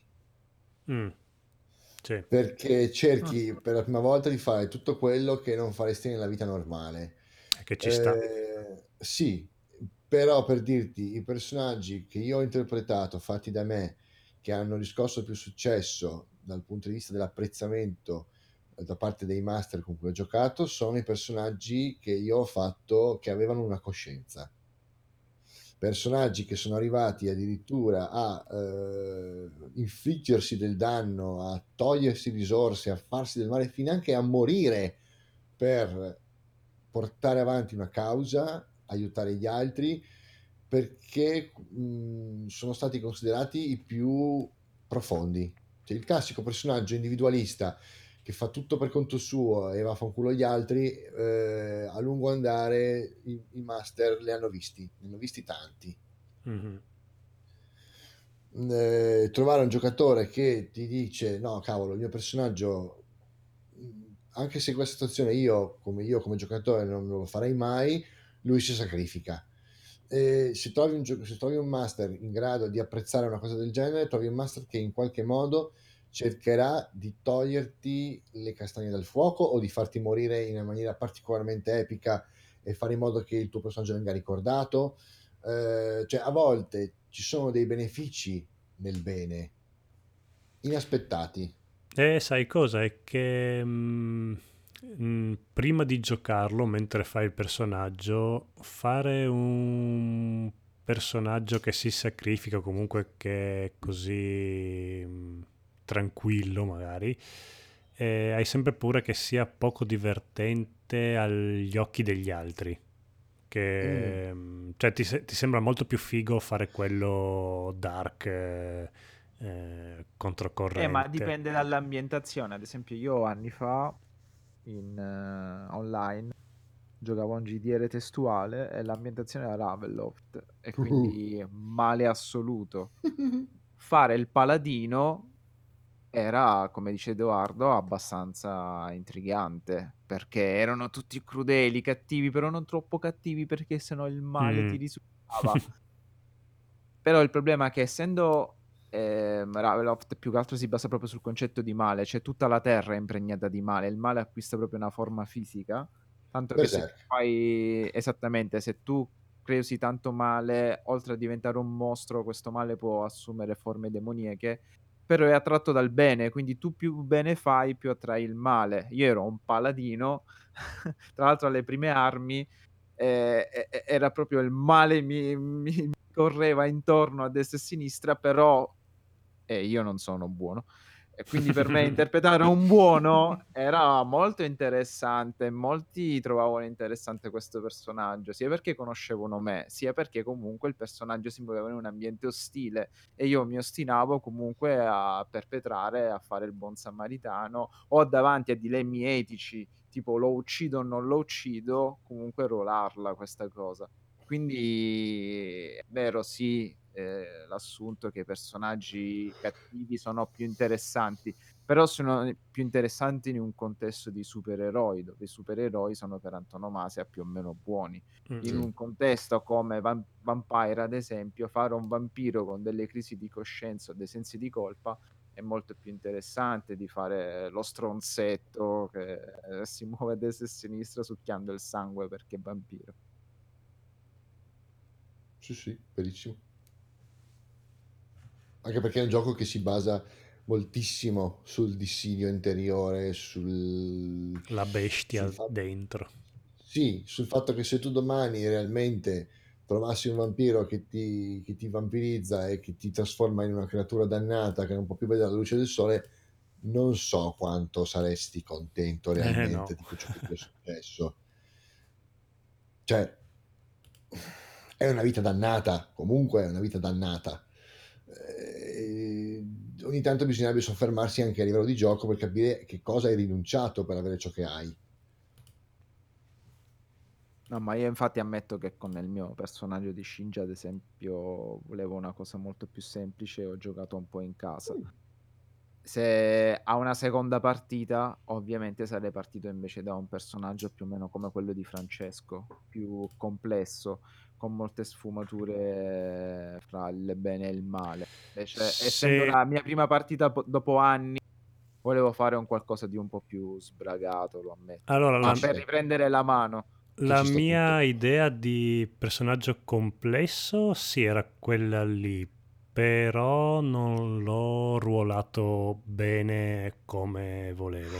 Sì. Perché cerchi per la prima volta di fare tutto quello che non faresti nella vita normale. Che ci sta. Sì, però per dirti, i personaggi che io ho interpretato, fatti da me, che hanno riscosso più successo dal punto di vista dell'apprezzamento da parte dei master con cui ho giocato, sono i personaggi che io ho fatto che avevano una coscienza. Personaggi che sono arrivati addirittura a infliggersi del danno, a togliersi risorse, a farsi del male, finanche a morire per portare avanti una causa, aiutare gli altri, perché sono stati considerati i più profondi. Cioè, il classico personaggio individualista che fa tutto per conto suo e va a fanculo gli altri, a lungo andare i master ne hanno visti tanti. Mm-hmm. Trovare un giocatore che ti dice no cavolo, il mio personaggio, anche se in questa situazione io come giocatore non lo farei mai, lui si sacrifica. Se trovi un master in grado di apprezzare una cosa del genere, trovi un master che in qualche modo cercherà di toglierti le castagne dal fuoco o di farti morire in una maniera particolarmente epica e fare in modo che il tuo personaggio venga ricordato. Cioè, a volte ci sono dei benefici nel bene inaspettati. Sai cosa? È che prima di giocarlo, mentre fai il personaggio, fare un personaggio che si sacrifica, comunque che è così tranquillo magari, hai sempre paura che sia poco divertente agli occhi degli altri. Che, cioè, ti sembra molto più figo fare quello dark, Ma controcorrente. dipende dall'ambientazione. Ad esempio, io anni fa in online giocavo a un GDR testuale e l'ambientazione era Ravenloft e quindi male assoluto. Fare il paladino era, come dice Edoardo, abbastanza intrigante perché erano tutti crudeli, cattivi, però non troppo cattivi perché sennò il male ti risultava. Però il problema è che essendo Ravenloft più che altro si basa proprio sul concetto di male, cioè tutta la terra è impregnata di male, il male acquista proprio una forma fisica, tanto che se tu Berserk. fai esattamente, se tu crei tanto male, oltre a diventare un mostro, questo male può assumere forme demoniache, però è attratto dal bene, quindi tu più bene fai, più attrai il male. Io ero un paladino, tra l'altro alle prime armi era proprio il male mi correva intorno a destra e a sinistra, però io non sono buono. E quindi per me interpretare un buono era molto interessante. Molti trovavano interessante questo personaggio, sia perché conoscevano me, sia perché comunque il personaggio si muoveva in un ambiente ostile e io mi ostinavo comunque a perpetrare, a fare il buon samaritano o davanti a dilemmi etici, tipo lo uccido o non lo uccido, comunque rolarla questa cosa. Quindi è vero, sì, l'assunto che i personaggi cattivi sono più interessanti, però sono più interessanti in un contesto di supereroi, dove i supereroi sono per antonomasia più o meno buoni. In un contesto come Vampire, ad esempio, fare un vampiro con delle crisi di coscienza o dei sensi di colpa è molto più interessante di fare lo stronzetto che si muove a destra e a sinistra succhiando il sangue perché è vampiro. Sì, verissimo. Anche perché è un gioco che si basa moltissimo sul dissidio interiore, La bestia sul fatto, dentro. sì, sul fatto che se tu domani realmente trovassi un vampiro che ti vampirizza e che ti trasforma in una creatura dannata che non può più vedere la luce del sole, non so quanto saresti contento No. realmente di ciò che ti è successo. Cioè, è una vita dannata, comunque è una vita dannata. Ogni tanto bisognerebbe soffermarsi anche a livello di gioco per capire che cosa hai rinunciato per avere ciò che hai. No, ma io infatti ammetto che con il mio personaggio di Shinji, ad esempio, volevo una cosa molto più semplice e ho giocato un po' in casa. se a una seconda partita, ovviamente sarei partito invece da un personaggio più o meno come quello di Francesco, più complesso, con molte sfumature fra il bene e il male. Invece, essendo Se la mia prima partita dopo anni, volevo fare un qualcosa di un po' più sbragato, lo ammetto. allora Ma Ah, la, per sì, riprendere la mano. che la ci sta mia tutto. idea di personaggio complesso sì era quella lì, però non l'ho ruolato bene come volevo.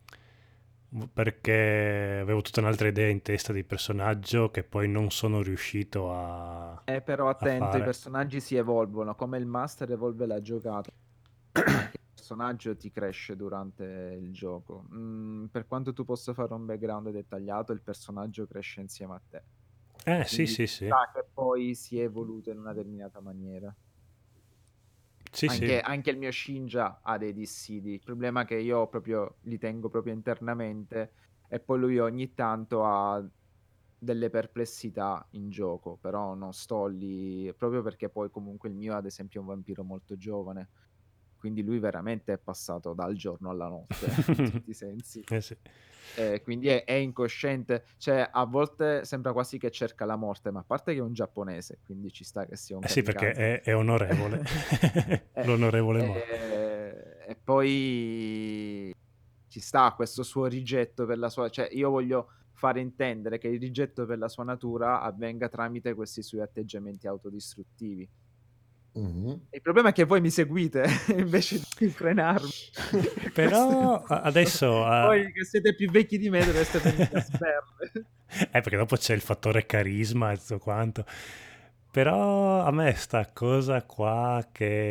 Perché avevo tutta un'altra idea in testa di personaggio che poi non sono riuscito Però a attento, i fare. personaggi si evolvono, come il master evolve la giocata. Anche il personaggio ti cresce durante il gioco. Per quanto tu possa fare un background dettagliato, il personaggio cresce insieme a te. Sì, Quindi sì, sì. sa che poi si è evoluto in una determinata maniera. Sì, sì. Anche il mio Shinja ha dei dissidi. Il problema è che io proprio li tengo proprio internamente e poi lui ogni tanto ha delle perplessità in gioco, però non sto lì proprio perché poi comunque il mio ad esempio è un vampiro molto giovane, quindi lui veramente è passato dal giorno alla notte in tutti i sensi. Sì. Quindi è incosciente, cioè a volte sembra quasi che cerca la morte, ma a parte che è un giapponese, quindi ci sta che sia un Sì, perché kamikaze. è onorevole. L'onorevole Mo. E poi ci sta questo suo rigetto per la sua... Cioè io voglio fare intendere che il rigetto per la sua natura avvenga tramite questi suoi atteggiamenti autodistruttivi. Mhm. Il problema è che voi mi seguite invece di frenarmi. Però adesso... Voi che siete più vecchi di me dovreste prendermi a sberle. perché dopo c'è il fattore carisma e tutto quanto. Però a me sta cosa qua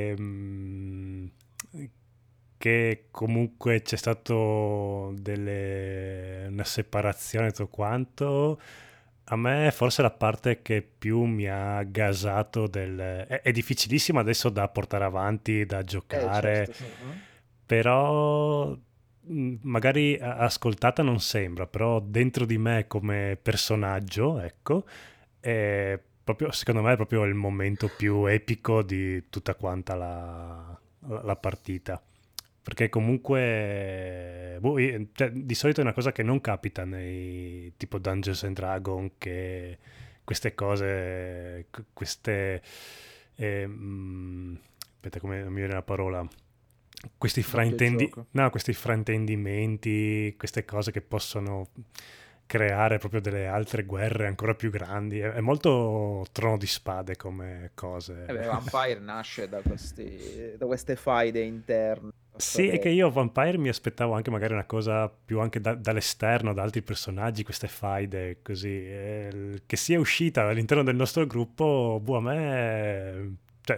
che comunque c'è stato una separazione e tutto quanto. A me forse la parte che più mi ha gasato è difficilissima adesso da portare avanti, da giocare, Certo, sì. però magari ascoltata non sembra, però dentro di me come personaggio, ecco, è proprio, secondo me è proprio il momento più epico di tutta quanta la partita. Perché comunque cioè, di solito è una cosa che non capita nei tipo Dungeons and Dragons, che queste cose, queste... aspetta, come non mi viene la parola? Doppio gioco. Questi fraintendimenti, queste cose che possono creare proprio delle altre guerre ancora più grandi. È molto Trono di Spade come cose. Vampire nasce da queste faide interne. Sì, è che io Vampire mi aspettavo anche magari una cosa più anche dall'esterno, da altri personaggi, queste faide così, che sia uscita all'interno del nostro gruppo, boh, a me cioè,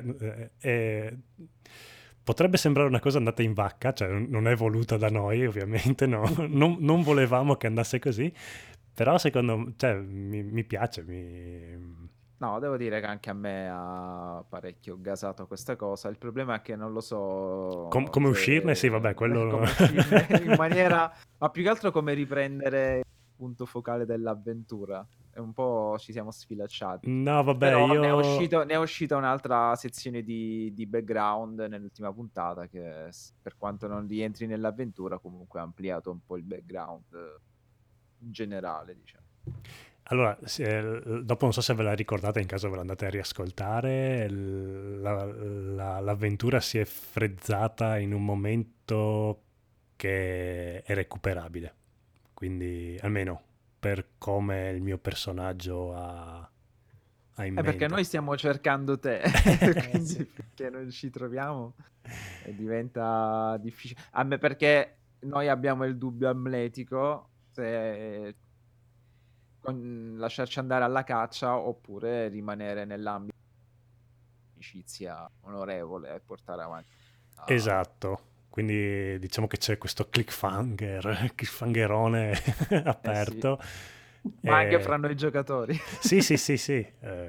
potrebbe sembrare una cosa andata in vacca, cioè non è voluta da noi ovviamente, no? Non volevamo che andasse così, però secondo me, cioè, mi piace, No, devo dire che anche a me ha parecchio gasato questa cosa. Il problema è che non lo so come uscirne, sì, vabbè, se quello... come uscirne in maniera, ma più che altro come riprendere il punto focale dell'avventura. È un po' ci siamo sfilacciati. No, vabbè, Però io... ne è uscita un'altra sezione di background nell'ultima puntata che per quanto non rientri nell'avventura comunque ha ampliato un po' il background in generale, diciamo. Allora, dopo non so se ve la ricordate, in caso ve l'andate a riascoltare, l'avventura si è frezzata in un momento che è recuperabile, quindi almeno per come il mio personaggio ha in Perché mente. noi stiamo cercando te, quindi Sì. finché non ci troviamo diventa difficile. A me perché noi abbiamo il dubbio amletico se lasciarci andare alla caccia oppure rimanere nell'ambito di amicizia onorevole e portare avanti. Esatto, quindi diciamo che c'è questo cliffhangerone Sì. aperto. Ma anche fra noi giocatori. Sì, sì, sì, sì.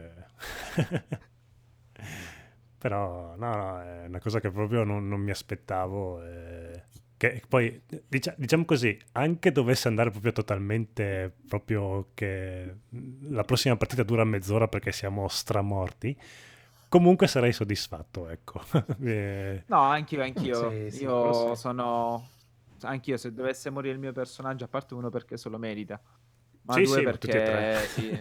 Però no, è una cosa che proprio non mi aspettavo. Che poi, diciamo così, anche dovesse andare proprio totalmente, proprio che la prossima partita dura mezz'ora perché siamo stramorti, comunque sarei soddisfatto, ecco. No, anch'io. Sì, quello Io sì. sono... Anch'io, se dovesse morire il mio personaggio, a parte uno perché se lo merita, ma Sì, due sì, ma tutti e tre. perché sì,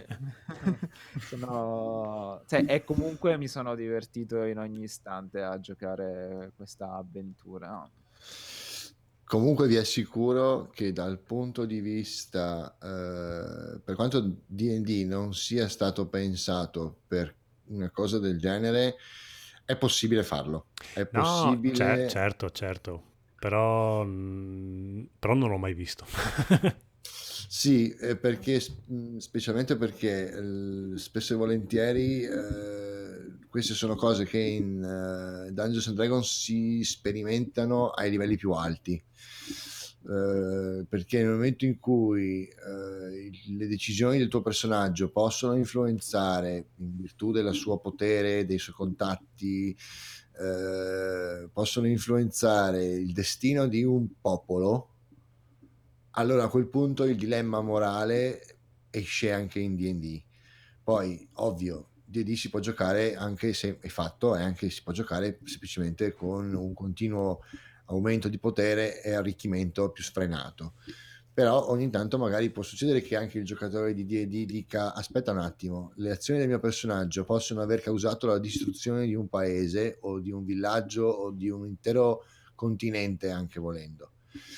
cioè, e comunque mi sono divertito in ogni istante a giocare questa avventura, no? Comunque vi assicuro che dal punto di vista, per quanto D&D non sia stato pensato per una cosa del genere, è possibile farlo. È No, possibile. certo, però non l'ho mai visto. Sì, perché specialmente perché spesso e volentieri queste sono cose che in Dungeons and Dragons si sperimentano ai livelli più alti. Perché nel momento in cui le decisioni del tuo personaggio possono influenzare, in virtù del suo potere, dei suoi contatti, possono influenzare il destino di un popolo, allora a quel punto il dilemma morale esce anche in D&D. Poi, ovvio, D&D si può giocare anche se è fatto, e anche si può giocare semplicemente con un continuo aumento di potere e arricchimento più sfrenato. Però ogni tanto magari può succedere che anche il giocatore di D&D dica: aspetta un attimo, le azioni del mio personaggio possono aver causato la distruzione di un paese o di un villaggio o di un intero continente, anche volendo.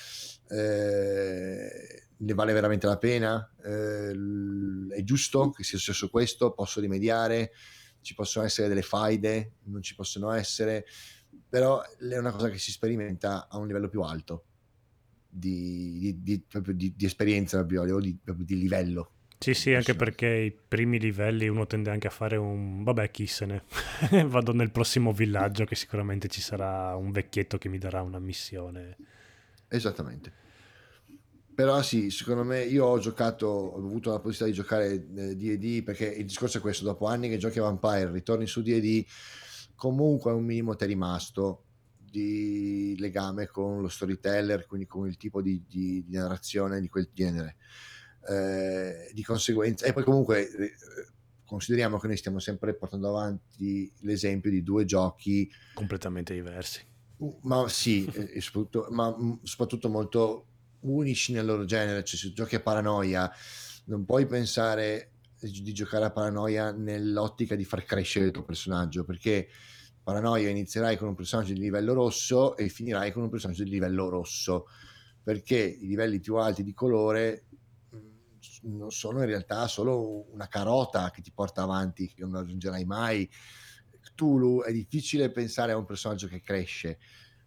Ne vale veramente la pena? È giusto che sia successo questo? Posso rimediare? Ci possono essere delle faide? Non ci possono essere? Però è una cosa che si sperimenta a un livello più alto proprio di esperienza, proprio di livello. Sì, anche perché i primi livelli uno tende anche a fare vabbè, chi se ne... Vado nel prossimo villaggio che sicuramente ci sarà un vecchietto che mi darà una missione. Esattamente. Però sì, secondo me io ho avuto la possibilità di giocare D&D, perché il discorso è questo: dopo anni che giochi a Vampire, ritorni su D&D, comunque un minimo ti è rimasto di legame con lo storyteller, quindi con il tipo di narrazione di quel genere. Di conseguenza, e poi comunque consideriamo che noi stiamo sempre portando avanti l'esempio di due giochi Completamente diversi. ma sì, e soprattutto molto unici nel loro genere. Cioè, se giochi a Paranoia non puoi pensare di giocare a Paranoia nell'ottica di far crescere il tuo personaggio, perché Paranoia inizierai con un personaggio di livello rosso e finirai con un personaggio di livello rosso, perché i livelli più alti di colore non sono in realtà solo una carota che ti porta avanti, che non raggiungerai mai. Cthulhu è difficile pensare a un personaggio che cresce.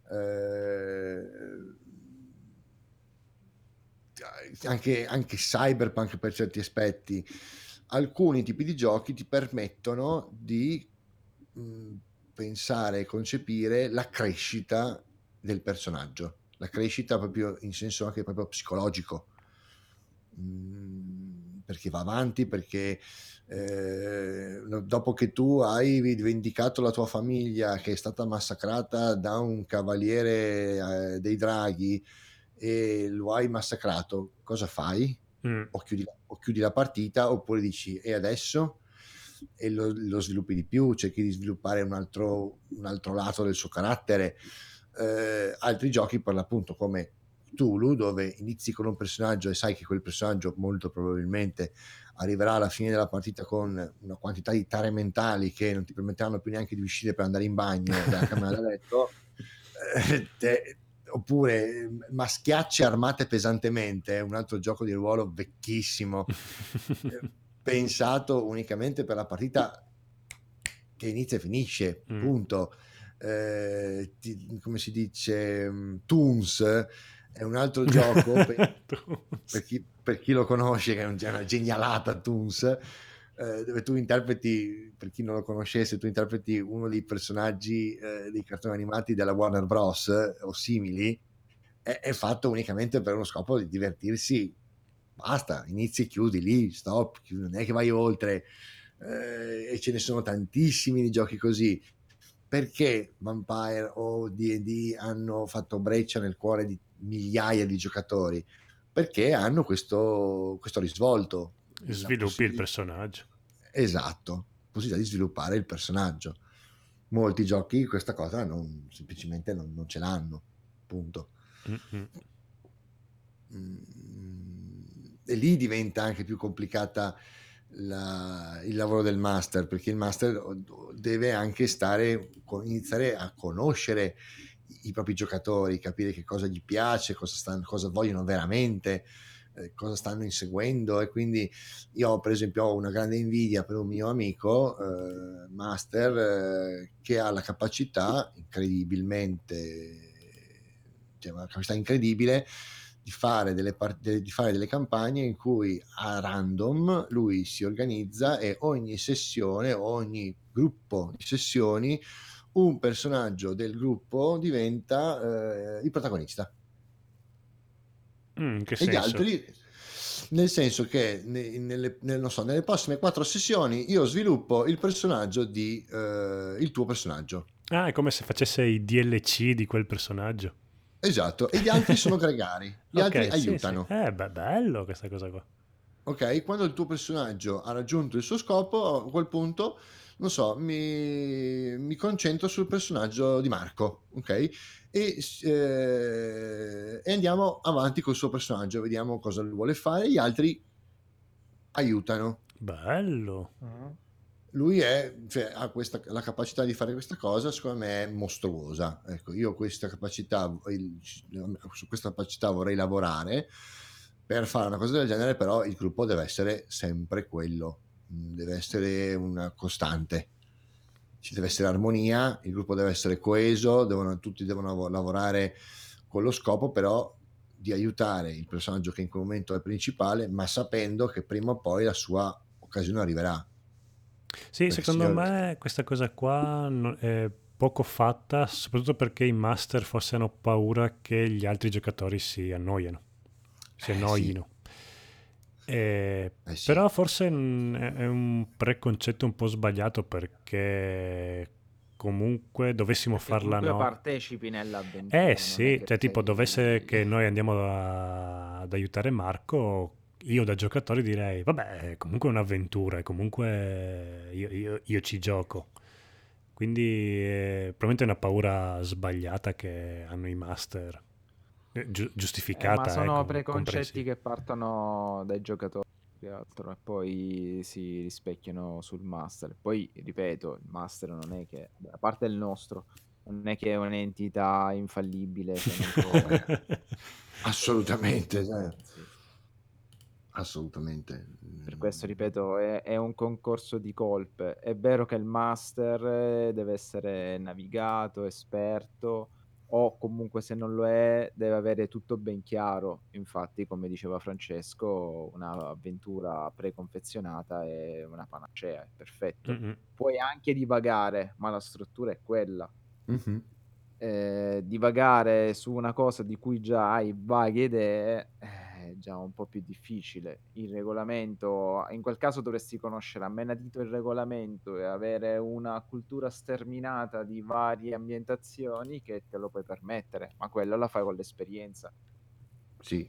Anche Cyberpunk per certi aspetti. Alcuni tipi di giochi ti permettono di pensare e concepire la crescita del personaggio, la crescita proprio in senso anche proprio psicologico, perché va avanti, perché dopo che tu hai vendicato la tua famiglia che è stata massacrata da un cavaliere dei draghi e lo hai massacrato, cosa fai? O chiudi la partita, oppure dici: e adesso? E lo sviluppi di più, cerchi di sviluppare un altro lato del suo carattere. Altri giochi per l'appunto come Cthulhu, dove inizi con un personaggio e sai che quel personaggio molto probabilmente arriverà alla fine della partita con una quantità di tare mentali che non ti permetteranno più neanche di uscire per andare in bagno dalla camera da letto, oppure Maschiacce armate pesantemente, un altro gioco di ruolo vecchissimo, pensato unicamente per la partita che inizia e finisce, punto. Come si dice, Toons è un altro gioco per chi lo conosce, che è una genialata. Toons, dove tu interpreti, per chi non lo conoscesse, tu interpreti uno dei personaggi dei cartoni animati della Warner Bros. O simili. È fatto unicamente per uno scopo di divertirsi. Basta, inizi e chiudi lì, stop, non è che vai oltre. E ce ne sono tantissimi di giochi così. Perché Vampire o D&D hanno fatto breccia nel cuore di migliaia di giocatori? Perché hanno questo risvolto, Sviluppi il personaggio. Esatto, possibilità di sviluppare il personaggio. Molti giochi questa cosa semplicemente non ce l'hanno, punto. E lì diventa anche più complicata il lavoro del master, perché il master deve anche iniziare a conoscere i propri giocatori, capire che cosa gli piace, cosa vogliono veramente, cosa stanno inseguendo. E quindi io per esempio ho una grande invidia per un mio amico master che ha la capacità una capacità incredibile di fare delle campagne in cui a random lui si organizza e ogni sessione, ogni gruppo di sessioni, un personaggio del gruppo diventa il protagonista. In che E gli senso? altri, nel senso che nelle prossime 4 sessioni io sviluppo il personaggio il tuo personaggio. Ah, è come se facesse i DLC di quel personaggio. Esatto, e gli altri sono gregari, gli altri Ok, sì, sì. aiutano. Bello questa cosa qua. Ok, quando il tuo personaggio ha raggiunto il suo scopo, a quel punto, non so, mi concentro sul personaggio di Marco, ok? E andiamo avanti col suo personaggio, vediamo cosa lui vuole fare, gli altri aiutano. Bello. Lui ha la capacità di fare questa cosa, secondo me è mostruosa. Ecco, io su questa capacità vorrei lavorare per fare una cosa del genere, però il gruppo deve essere sempre quello, deve essere una costante, ci deve essere armonia, il gruppo deve essere coeso, tutti devono lavorare con lo scopo però di aiutare il personaggio che in quel momento è principale, ma sapendo che prima o poi la sua occasione arriverà. Sì, Perché secondo me questa cosa qua è poco fatta, soprattutto perché i master forse hanno paura che gli altri giocatori si annoiano, si annoyino. Sì. Però forse è un preconcetto un po' sbagliato, perché comunque dovessimo Perché farla comunque no. partecipi nell'avventura, non è Sì, che cioè tipo dovesse sei... che noi andiamo ad aiutare Marco, io da giocatore direi, vabbè, è comunque un'avventura, e comunque io ci gioco. Quindi probabilmente è una paura sbagliata che hanno i master, ma giustificata, sono preconcetti comprensibile. che partono dai giocatori più che altro e poi si rispecchiano sul master. Poi, ripeto, il master non è che, a parte il nostro, non è che è un'entità infallibile che non può... Assolutamente, Sì. assolutamente. Per questo, ripeto, è un concorso di colpe. È vero che il master deve essere navigato, esperto, o comunque se non lo è deve avere tutto ben chiaro. Infatti, come diceva Francesco, un'avventura preconfezionata è una panacea, è perfetto. Mm-mm. Puoi anche divagare, ma la struttura è quella. Mm-hmm. Divagare su una cosa di cui già hai vaghe idee è già un po' più difficile. Il regolamento, in quel caso dovresti conoscere a menadito il regolamento e avere una cultura sterminata di varie ambientazioni che te lo puoi permettere, ma quello la fai con l'esperienza. Sì.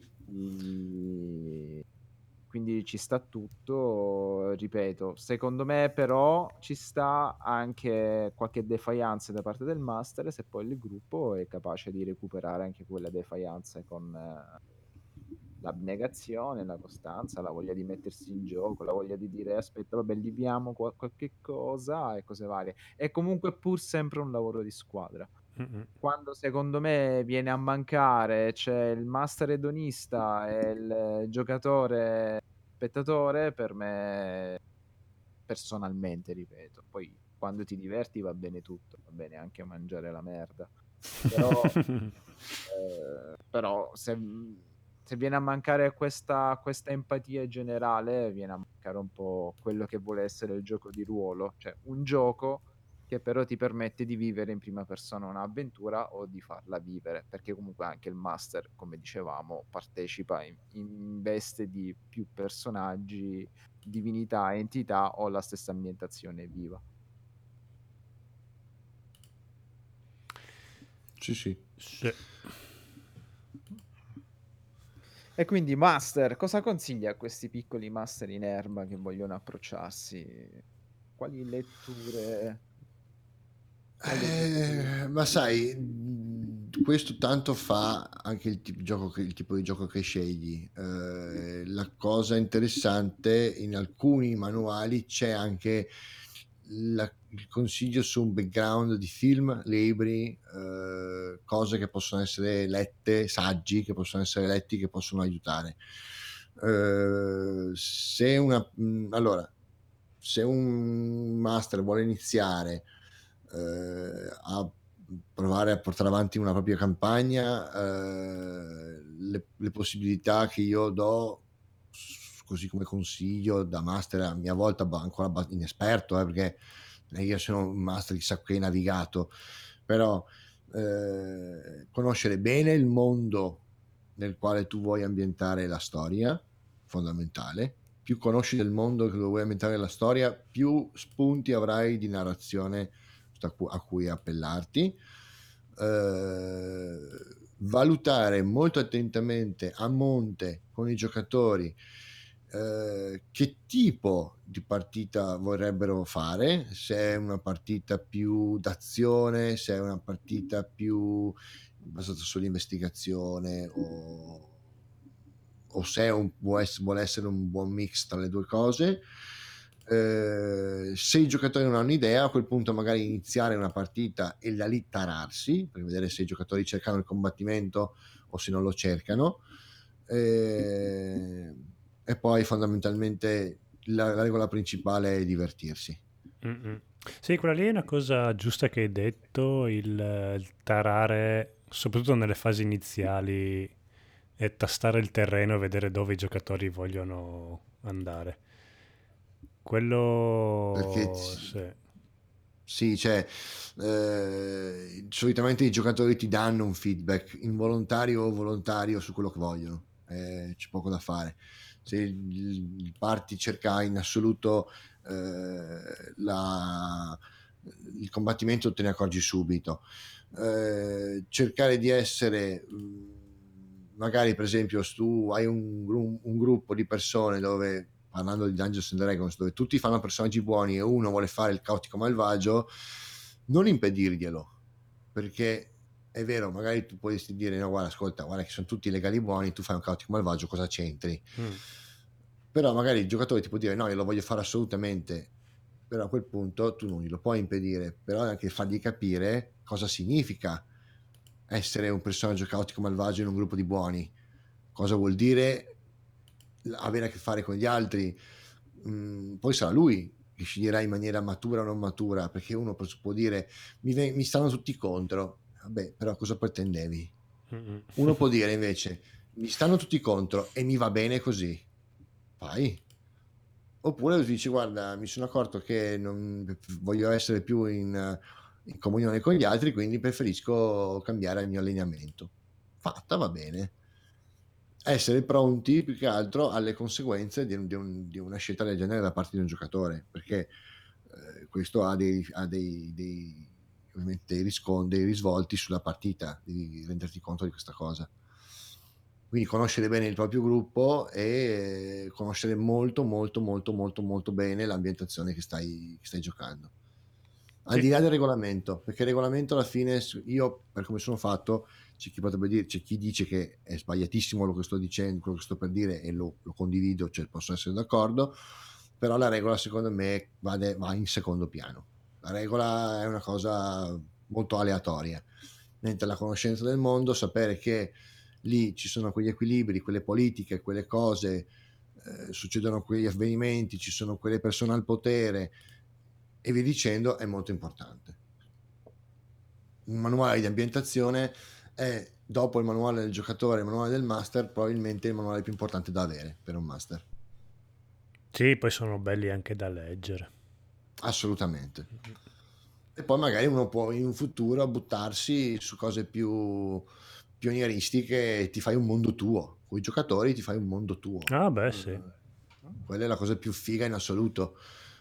Quindi ci sta tutto, ripeto. Secondo me però ci sta anche qualche defiance da parte del master, se poi il gruppo è capace di recuperare anche quella defiance con l'abnegazione, la costanza, la voglia di mettersi in gioco, la voglia di dire aspetta, vabbè, liviamo qualche cosa e cose varie. È comunque pur sempre un lavoro di squadra. Mm-mm. Quando secondo me viene a mancare c'è il master edonista e il giocatore spettatore, per me personalmente, ripeto, poi quando ti diverti va bene tutto, va bene anche mangiare la merda, però se viene a mancare questa empatia generale, viene a mancare un po' quello che vuole essere il gioco di ruolo, cioè un gioco che però ti permette di vivere in prima persona un'avventura o di farla vivere, perché comunque anche il master, come dicevamo, partecipa in veste di più personaggi, divinità, entità o la stessa ambientazione viva. Sì. E quindi master, cosa consiglia a questi piccoli master in erba che vogliono approcciarsi? Quali letture? Ma sai, questo tanto fa anche il tipo di gioco che scegli. La cosa interessante, in alcuni manuali c'è anche il consiglio su un background di film, libri, cose che possono essere lette, saggi che possono essere letti, che possono aiutare. Allora, se un master vuole iniziare a provare a portare avanti una propria campagna, le possibilità che io do, così come consiglio da master a mia volta ancora inesperto, perché io sono un master chissà che navigato, però conoscere bene il mondo nel quale tu vuoi ambientare la storia, fondamentale. Più conosci del mondo che vuoi ambientare la storia, più spunti avrai di narrazione a cui appellarti. Valutare molto attentamente a monte con i giocatori che tipo di partita vorrebbero fare, se è una partita più d'azione, se è una partita più basata sull'investigazione o se vuole essere un buon mix tra le due cose. Se i giocatori non hanno idea, a quel punto magari iniziare una partita e da lì tararsi per vedere se i giocatori cercano il combattimento o se non lo cercano, e poi fondamentalmente la regola principale è divertirsi. Mm-mm. Sì, quella lì è una cosa giusta che hai detto, il tarare, soprattutto nelle fasi iniziali, e tastare il terreno e vedere dove i giocatori vogliono andare. Perché Quello, sì. sì, cioè, solitamente i giocatori ti danno un feedback involontario o volontario su quello che vogliono, c'è poco da fare. Se il party cerca in assoluto il combattimento, te ne accorgi subito. Cercare di essere, magari per esempio, se tu hai un gruppo di persone dove, parlando di Dungeons and Dragons, dove tutti fanno personaggi buoni e uno vuole fare il caotico malvagio, non impedirglielo, perché è vero, magari tu puoi dire no, guarda, ascolta, guarda che sono tutti legali buoni, tu fai un caotico malvagio, cosa c'entri? Però magari il giocatore ti può dire no, io lo voglio fare assolutamente, però a quel punto tu non glielo puoi impedire, però anche fargli capire cosa significa essere un personaggio caotico malvagio in un gruppo di buoni, cosa vuol dire avere a che fare con gli altri. Poi sarà lui che sceglierà in maniera matura o non matura, perché uno può dire mi stanno tutti contro, vabbè, però cosa pretendevi? Mm-mm. Uno può dire invece mi stanno tutti contro e mi va bene così, vai. Oppure tu dici guarda, mi sono accorto che non voglio essere più in comunione con gli altri, quindi preferisco cambiare il mio allineamento. Fatta, va bene. Essere pronti più che altro alle conseguenze di una scelta del genere da parte di un giocatore, perché questo ha ovviamente dei risvolti sulla partita, devi renderti conto di questa cosa. Quindi conoscere bene il proprio gruppo e conoscere molto molto molto molto molto bene l'ambientazione che stai giocando. Al Sì. di là del regolamento, perché il regolamento alla fine, io per come sono fatto, c'è chi dice che è sbagliatissimo quello che sto dicendo, quello che sto per dire, e lo condivido, cioè posso essere d'accordo, però la regola secondo me va in secondo piano. La regola è una cosa molto aleatoria, mentre la conoscenza del mondo, sapere che lì ci sono quegli equilibri, quelle politiche, quelle cose, succedono quegli avvenimenti, ci sono quelle persone al potere e via dicendo, è molto importante. Un manuale di ambientazione è, dopo il manuale del giocatore e il manuale del master, probabilmente il manuale più importante da avere per un master. Sì, poi sono belli anche da leggere. Assolutamente. E poi magari uno può in un futuro buttarsi su cose più pionieristiche e ti fai un mondo tuo. Con i giocatori ti fai un mondo tuo. Ah, beh, sì. Quella è la cosa più figa in assoluto.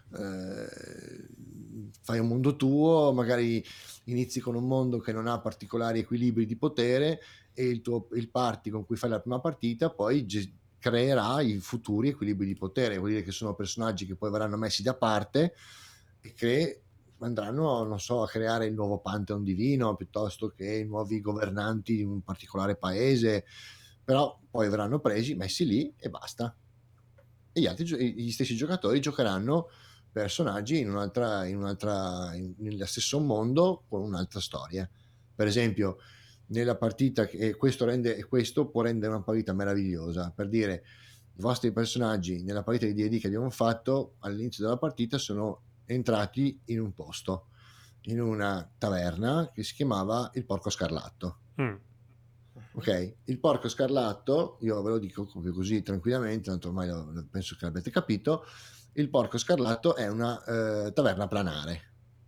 Fai un mondo tuo, magari inizi con un mondo che non ha particolari equilibri di potere e il party con cui fai la prima partita poi creerà i futuri equilibri di potere, vuol dire che sono personaggi che poi verranno messi da parte e che andranno, non so, a creare il nuovo Pantheon divino piuttosto che i nuovi governanti di un particolare paese, però poi verranno presi, messi lì e basta. E gli stessi giocatori giocheranno personaggi nello stesso mondo con un'altra storia. Per esempio, nella partita, e questo può rendere una partita meravigliosa, per dire, i vostri personaggi nella partita di D&D che abbiamo fatto all'inizio della partita sono entrati in un posto, in una taverna che si chiamava il Porco Scarlatto. Ok, il Porco Scarlatto, io ve lo dico così tranquillamente, tanto ormai penso che l'abbiate capito. Il Porco Scarlatto è una taverna planare.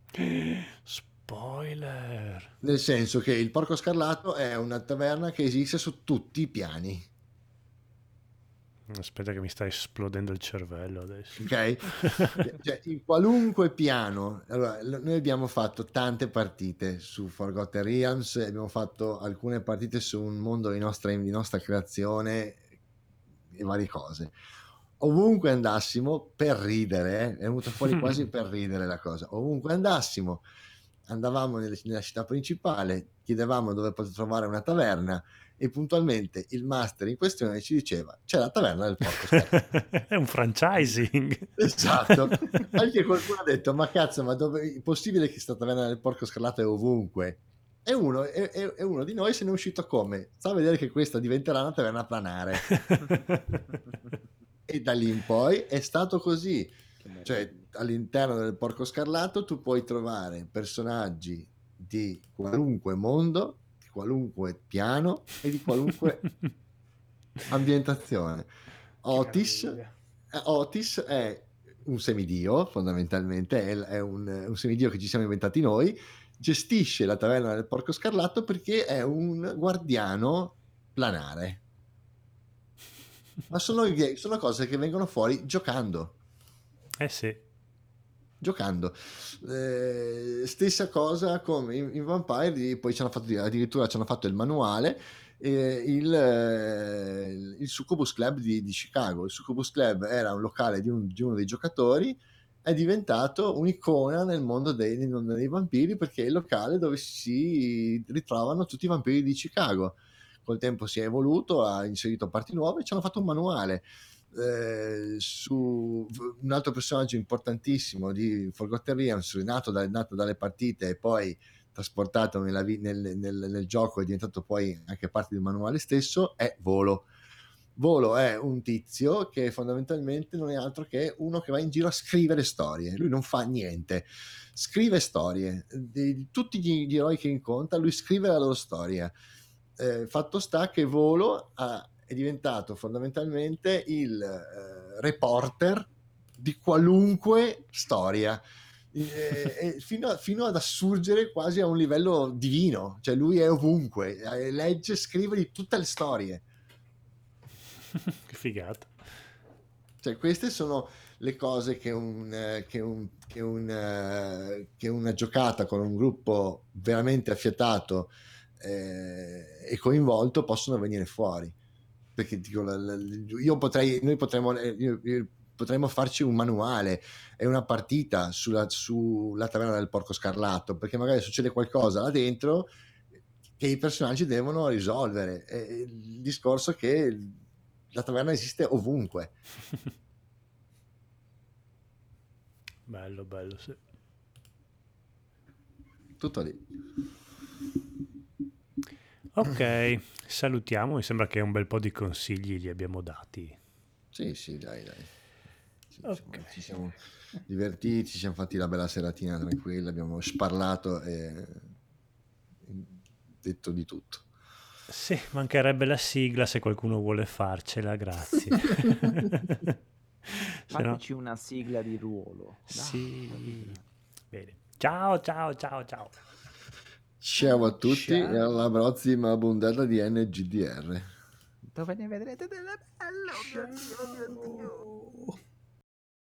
Spoiler! Nel senso che il Porco Scarlatto è una taverna che esiste su tutti i piani. Aspetta che mi sta esplodendo il cervello adesso. Ok? Cioè, in qualunque piano. Allora, noi abbiamo fatto tante partite su Forgotten Realms, abbiamo fatto alcune partite su un mondo di nostra creazione e varie cose. Ovunque andassimo, per ridere, è venuta fuori quasi per ridere la cosa. Ovunque andassimo, andavamo nella città principale, chiedevamo dove poter trovare una taverna e puntualmente il master in questione ci diceva: c'è la taverna del Porco Scarlatto. È un franchising. Esatto. Anche qualcuno ha detto: ma cazzo, ma dove è possibile che questa taverna del Porco Scarlatto è ovunque? E uno di noi se ne è uscito come? Sta a vedere che questa diventerà una taverna planare. E da lì in poi è stato così. Cioè, all'interno del Porco Scarlatto tu puoi trovare personaggi di qualunque mondo, di qualunque piano e di qualunque ambientazione. Otis è un semidio, fondamentalmente, è un semidio che ci siamo inventati noi, gestisce la taverna del Porco Scarlatto perché è un guardiano planare. Ma sono cose che vengono fuori giocando. Sì. Giocando. Stessa cosa come in Vampire, poi addirittura ci hanno fatto il manuale, il Succubus Club di Chicago. Il Succubus Club era un locale di uno dei giocatori, è diventato un'icona nel mondo dei vampiri perché è il locale dove si ritrovano tutti i vampiri di Chicago. Col tempo si è evoluto, ha inserito parti nuove e ci hanno fatto un manuale. Su un altro personaggio importantissimo di Forgotten Realms, nato dalle partite e poi trasportato nel gioco, è diventato poi anche parte del manuale stesso, è Volo. Volo è un tizio che fondamentalmente non è altro che uno che va in giro a scrivere storie. Lui non fa niente, scrive storie di tutti gli eroi che incontra, lui scrive la loro storia. Fatto sta che Volo è diventato fondamentalmente il reporter di qualunque storia, fino ad assurgere quasi a un livello divino. Cioè lui è ovunque, legge, scrive di tutte le storie. Che figata. Cioè, queste sono le cose che una giocata con un gruppo veramente affiatato e coinvolto possono venire fuori. Perché dico, noi potremmo farci un manuale e una partita sulla taverna del Porco Scarlatto, perché magari succede qualcosa là dentro che i personaggi devono risolvere. Il discorso è che la taverna esiste ovunque. Bello, sì. Tutto lì. Ok, salutiamo. Mi sembra che un bel po' di consigli li abbiamo dati. Sì, dai. Okay. Ci siamo divertiti, ci siamo fatti la bella seratina tranquilla, abbiamo sparlato e detto di tutto. Sì, mancherebbe la sigla se qualcuno vuole farcela, grazie. Fateci una sigla di ruolo. Sì. Bene. Ciao. Ciao a tutti Ciao. e alla prossima puntata di NGDR. Dove ne vedrete delle belle. Ciao.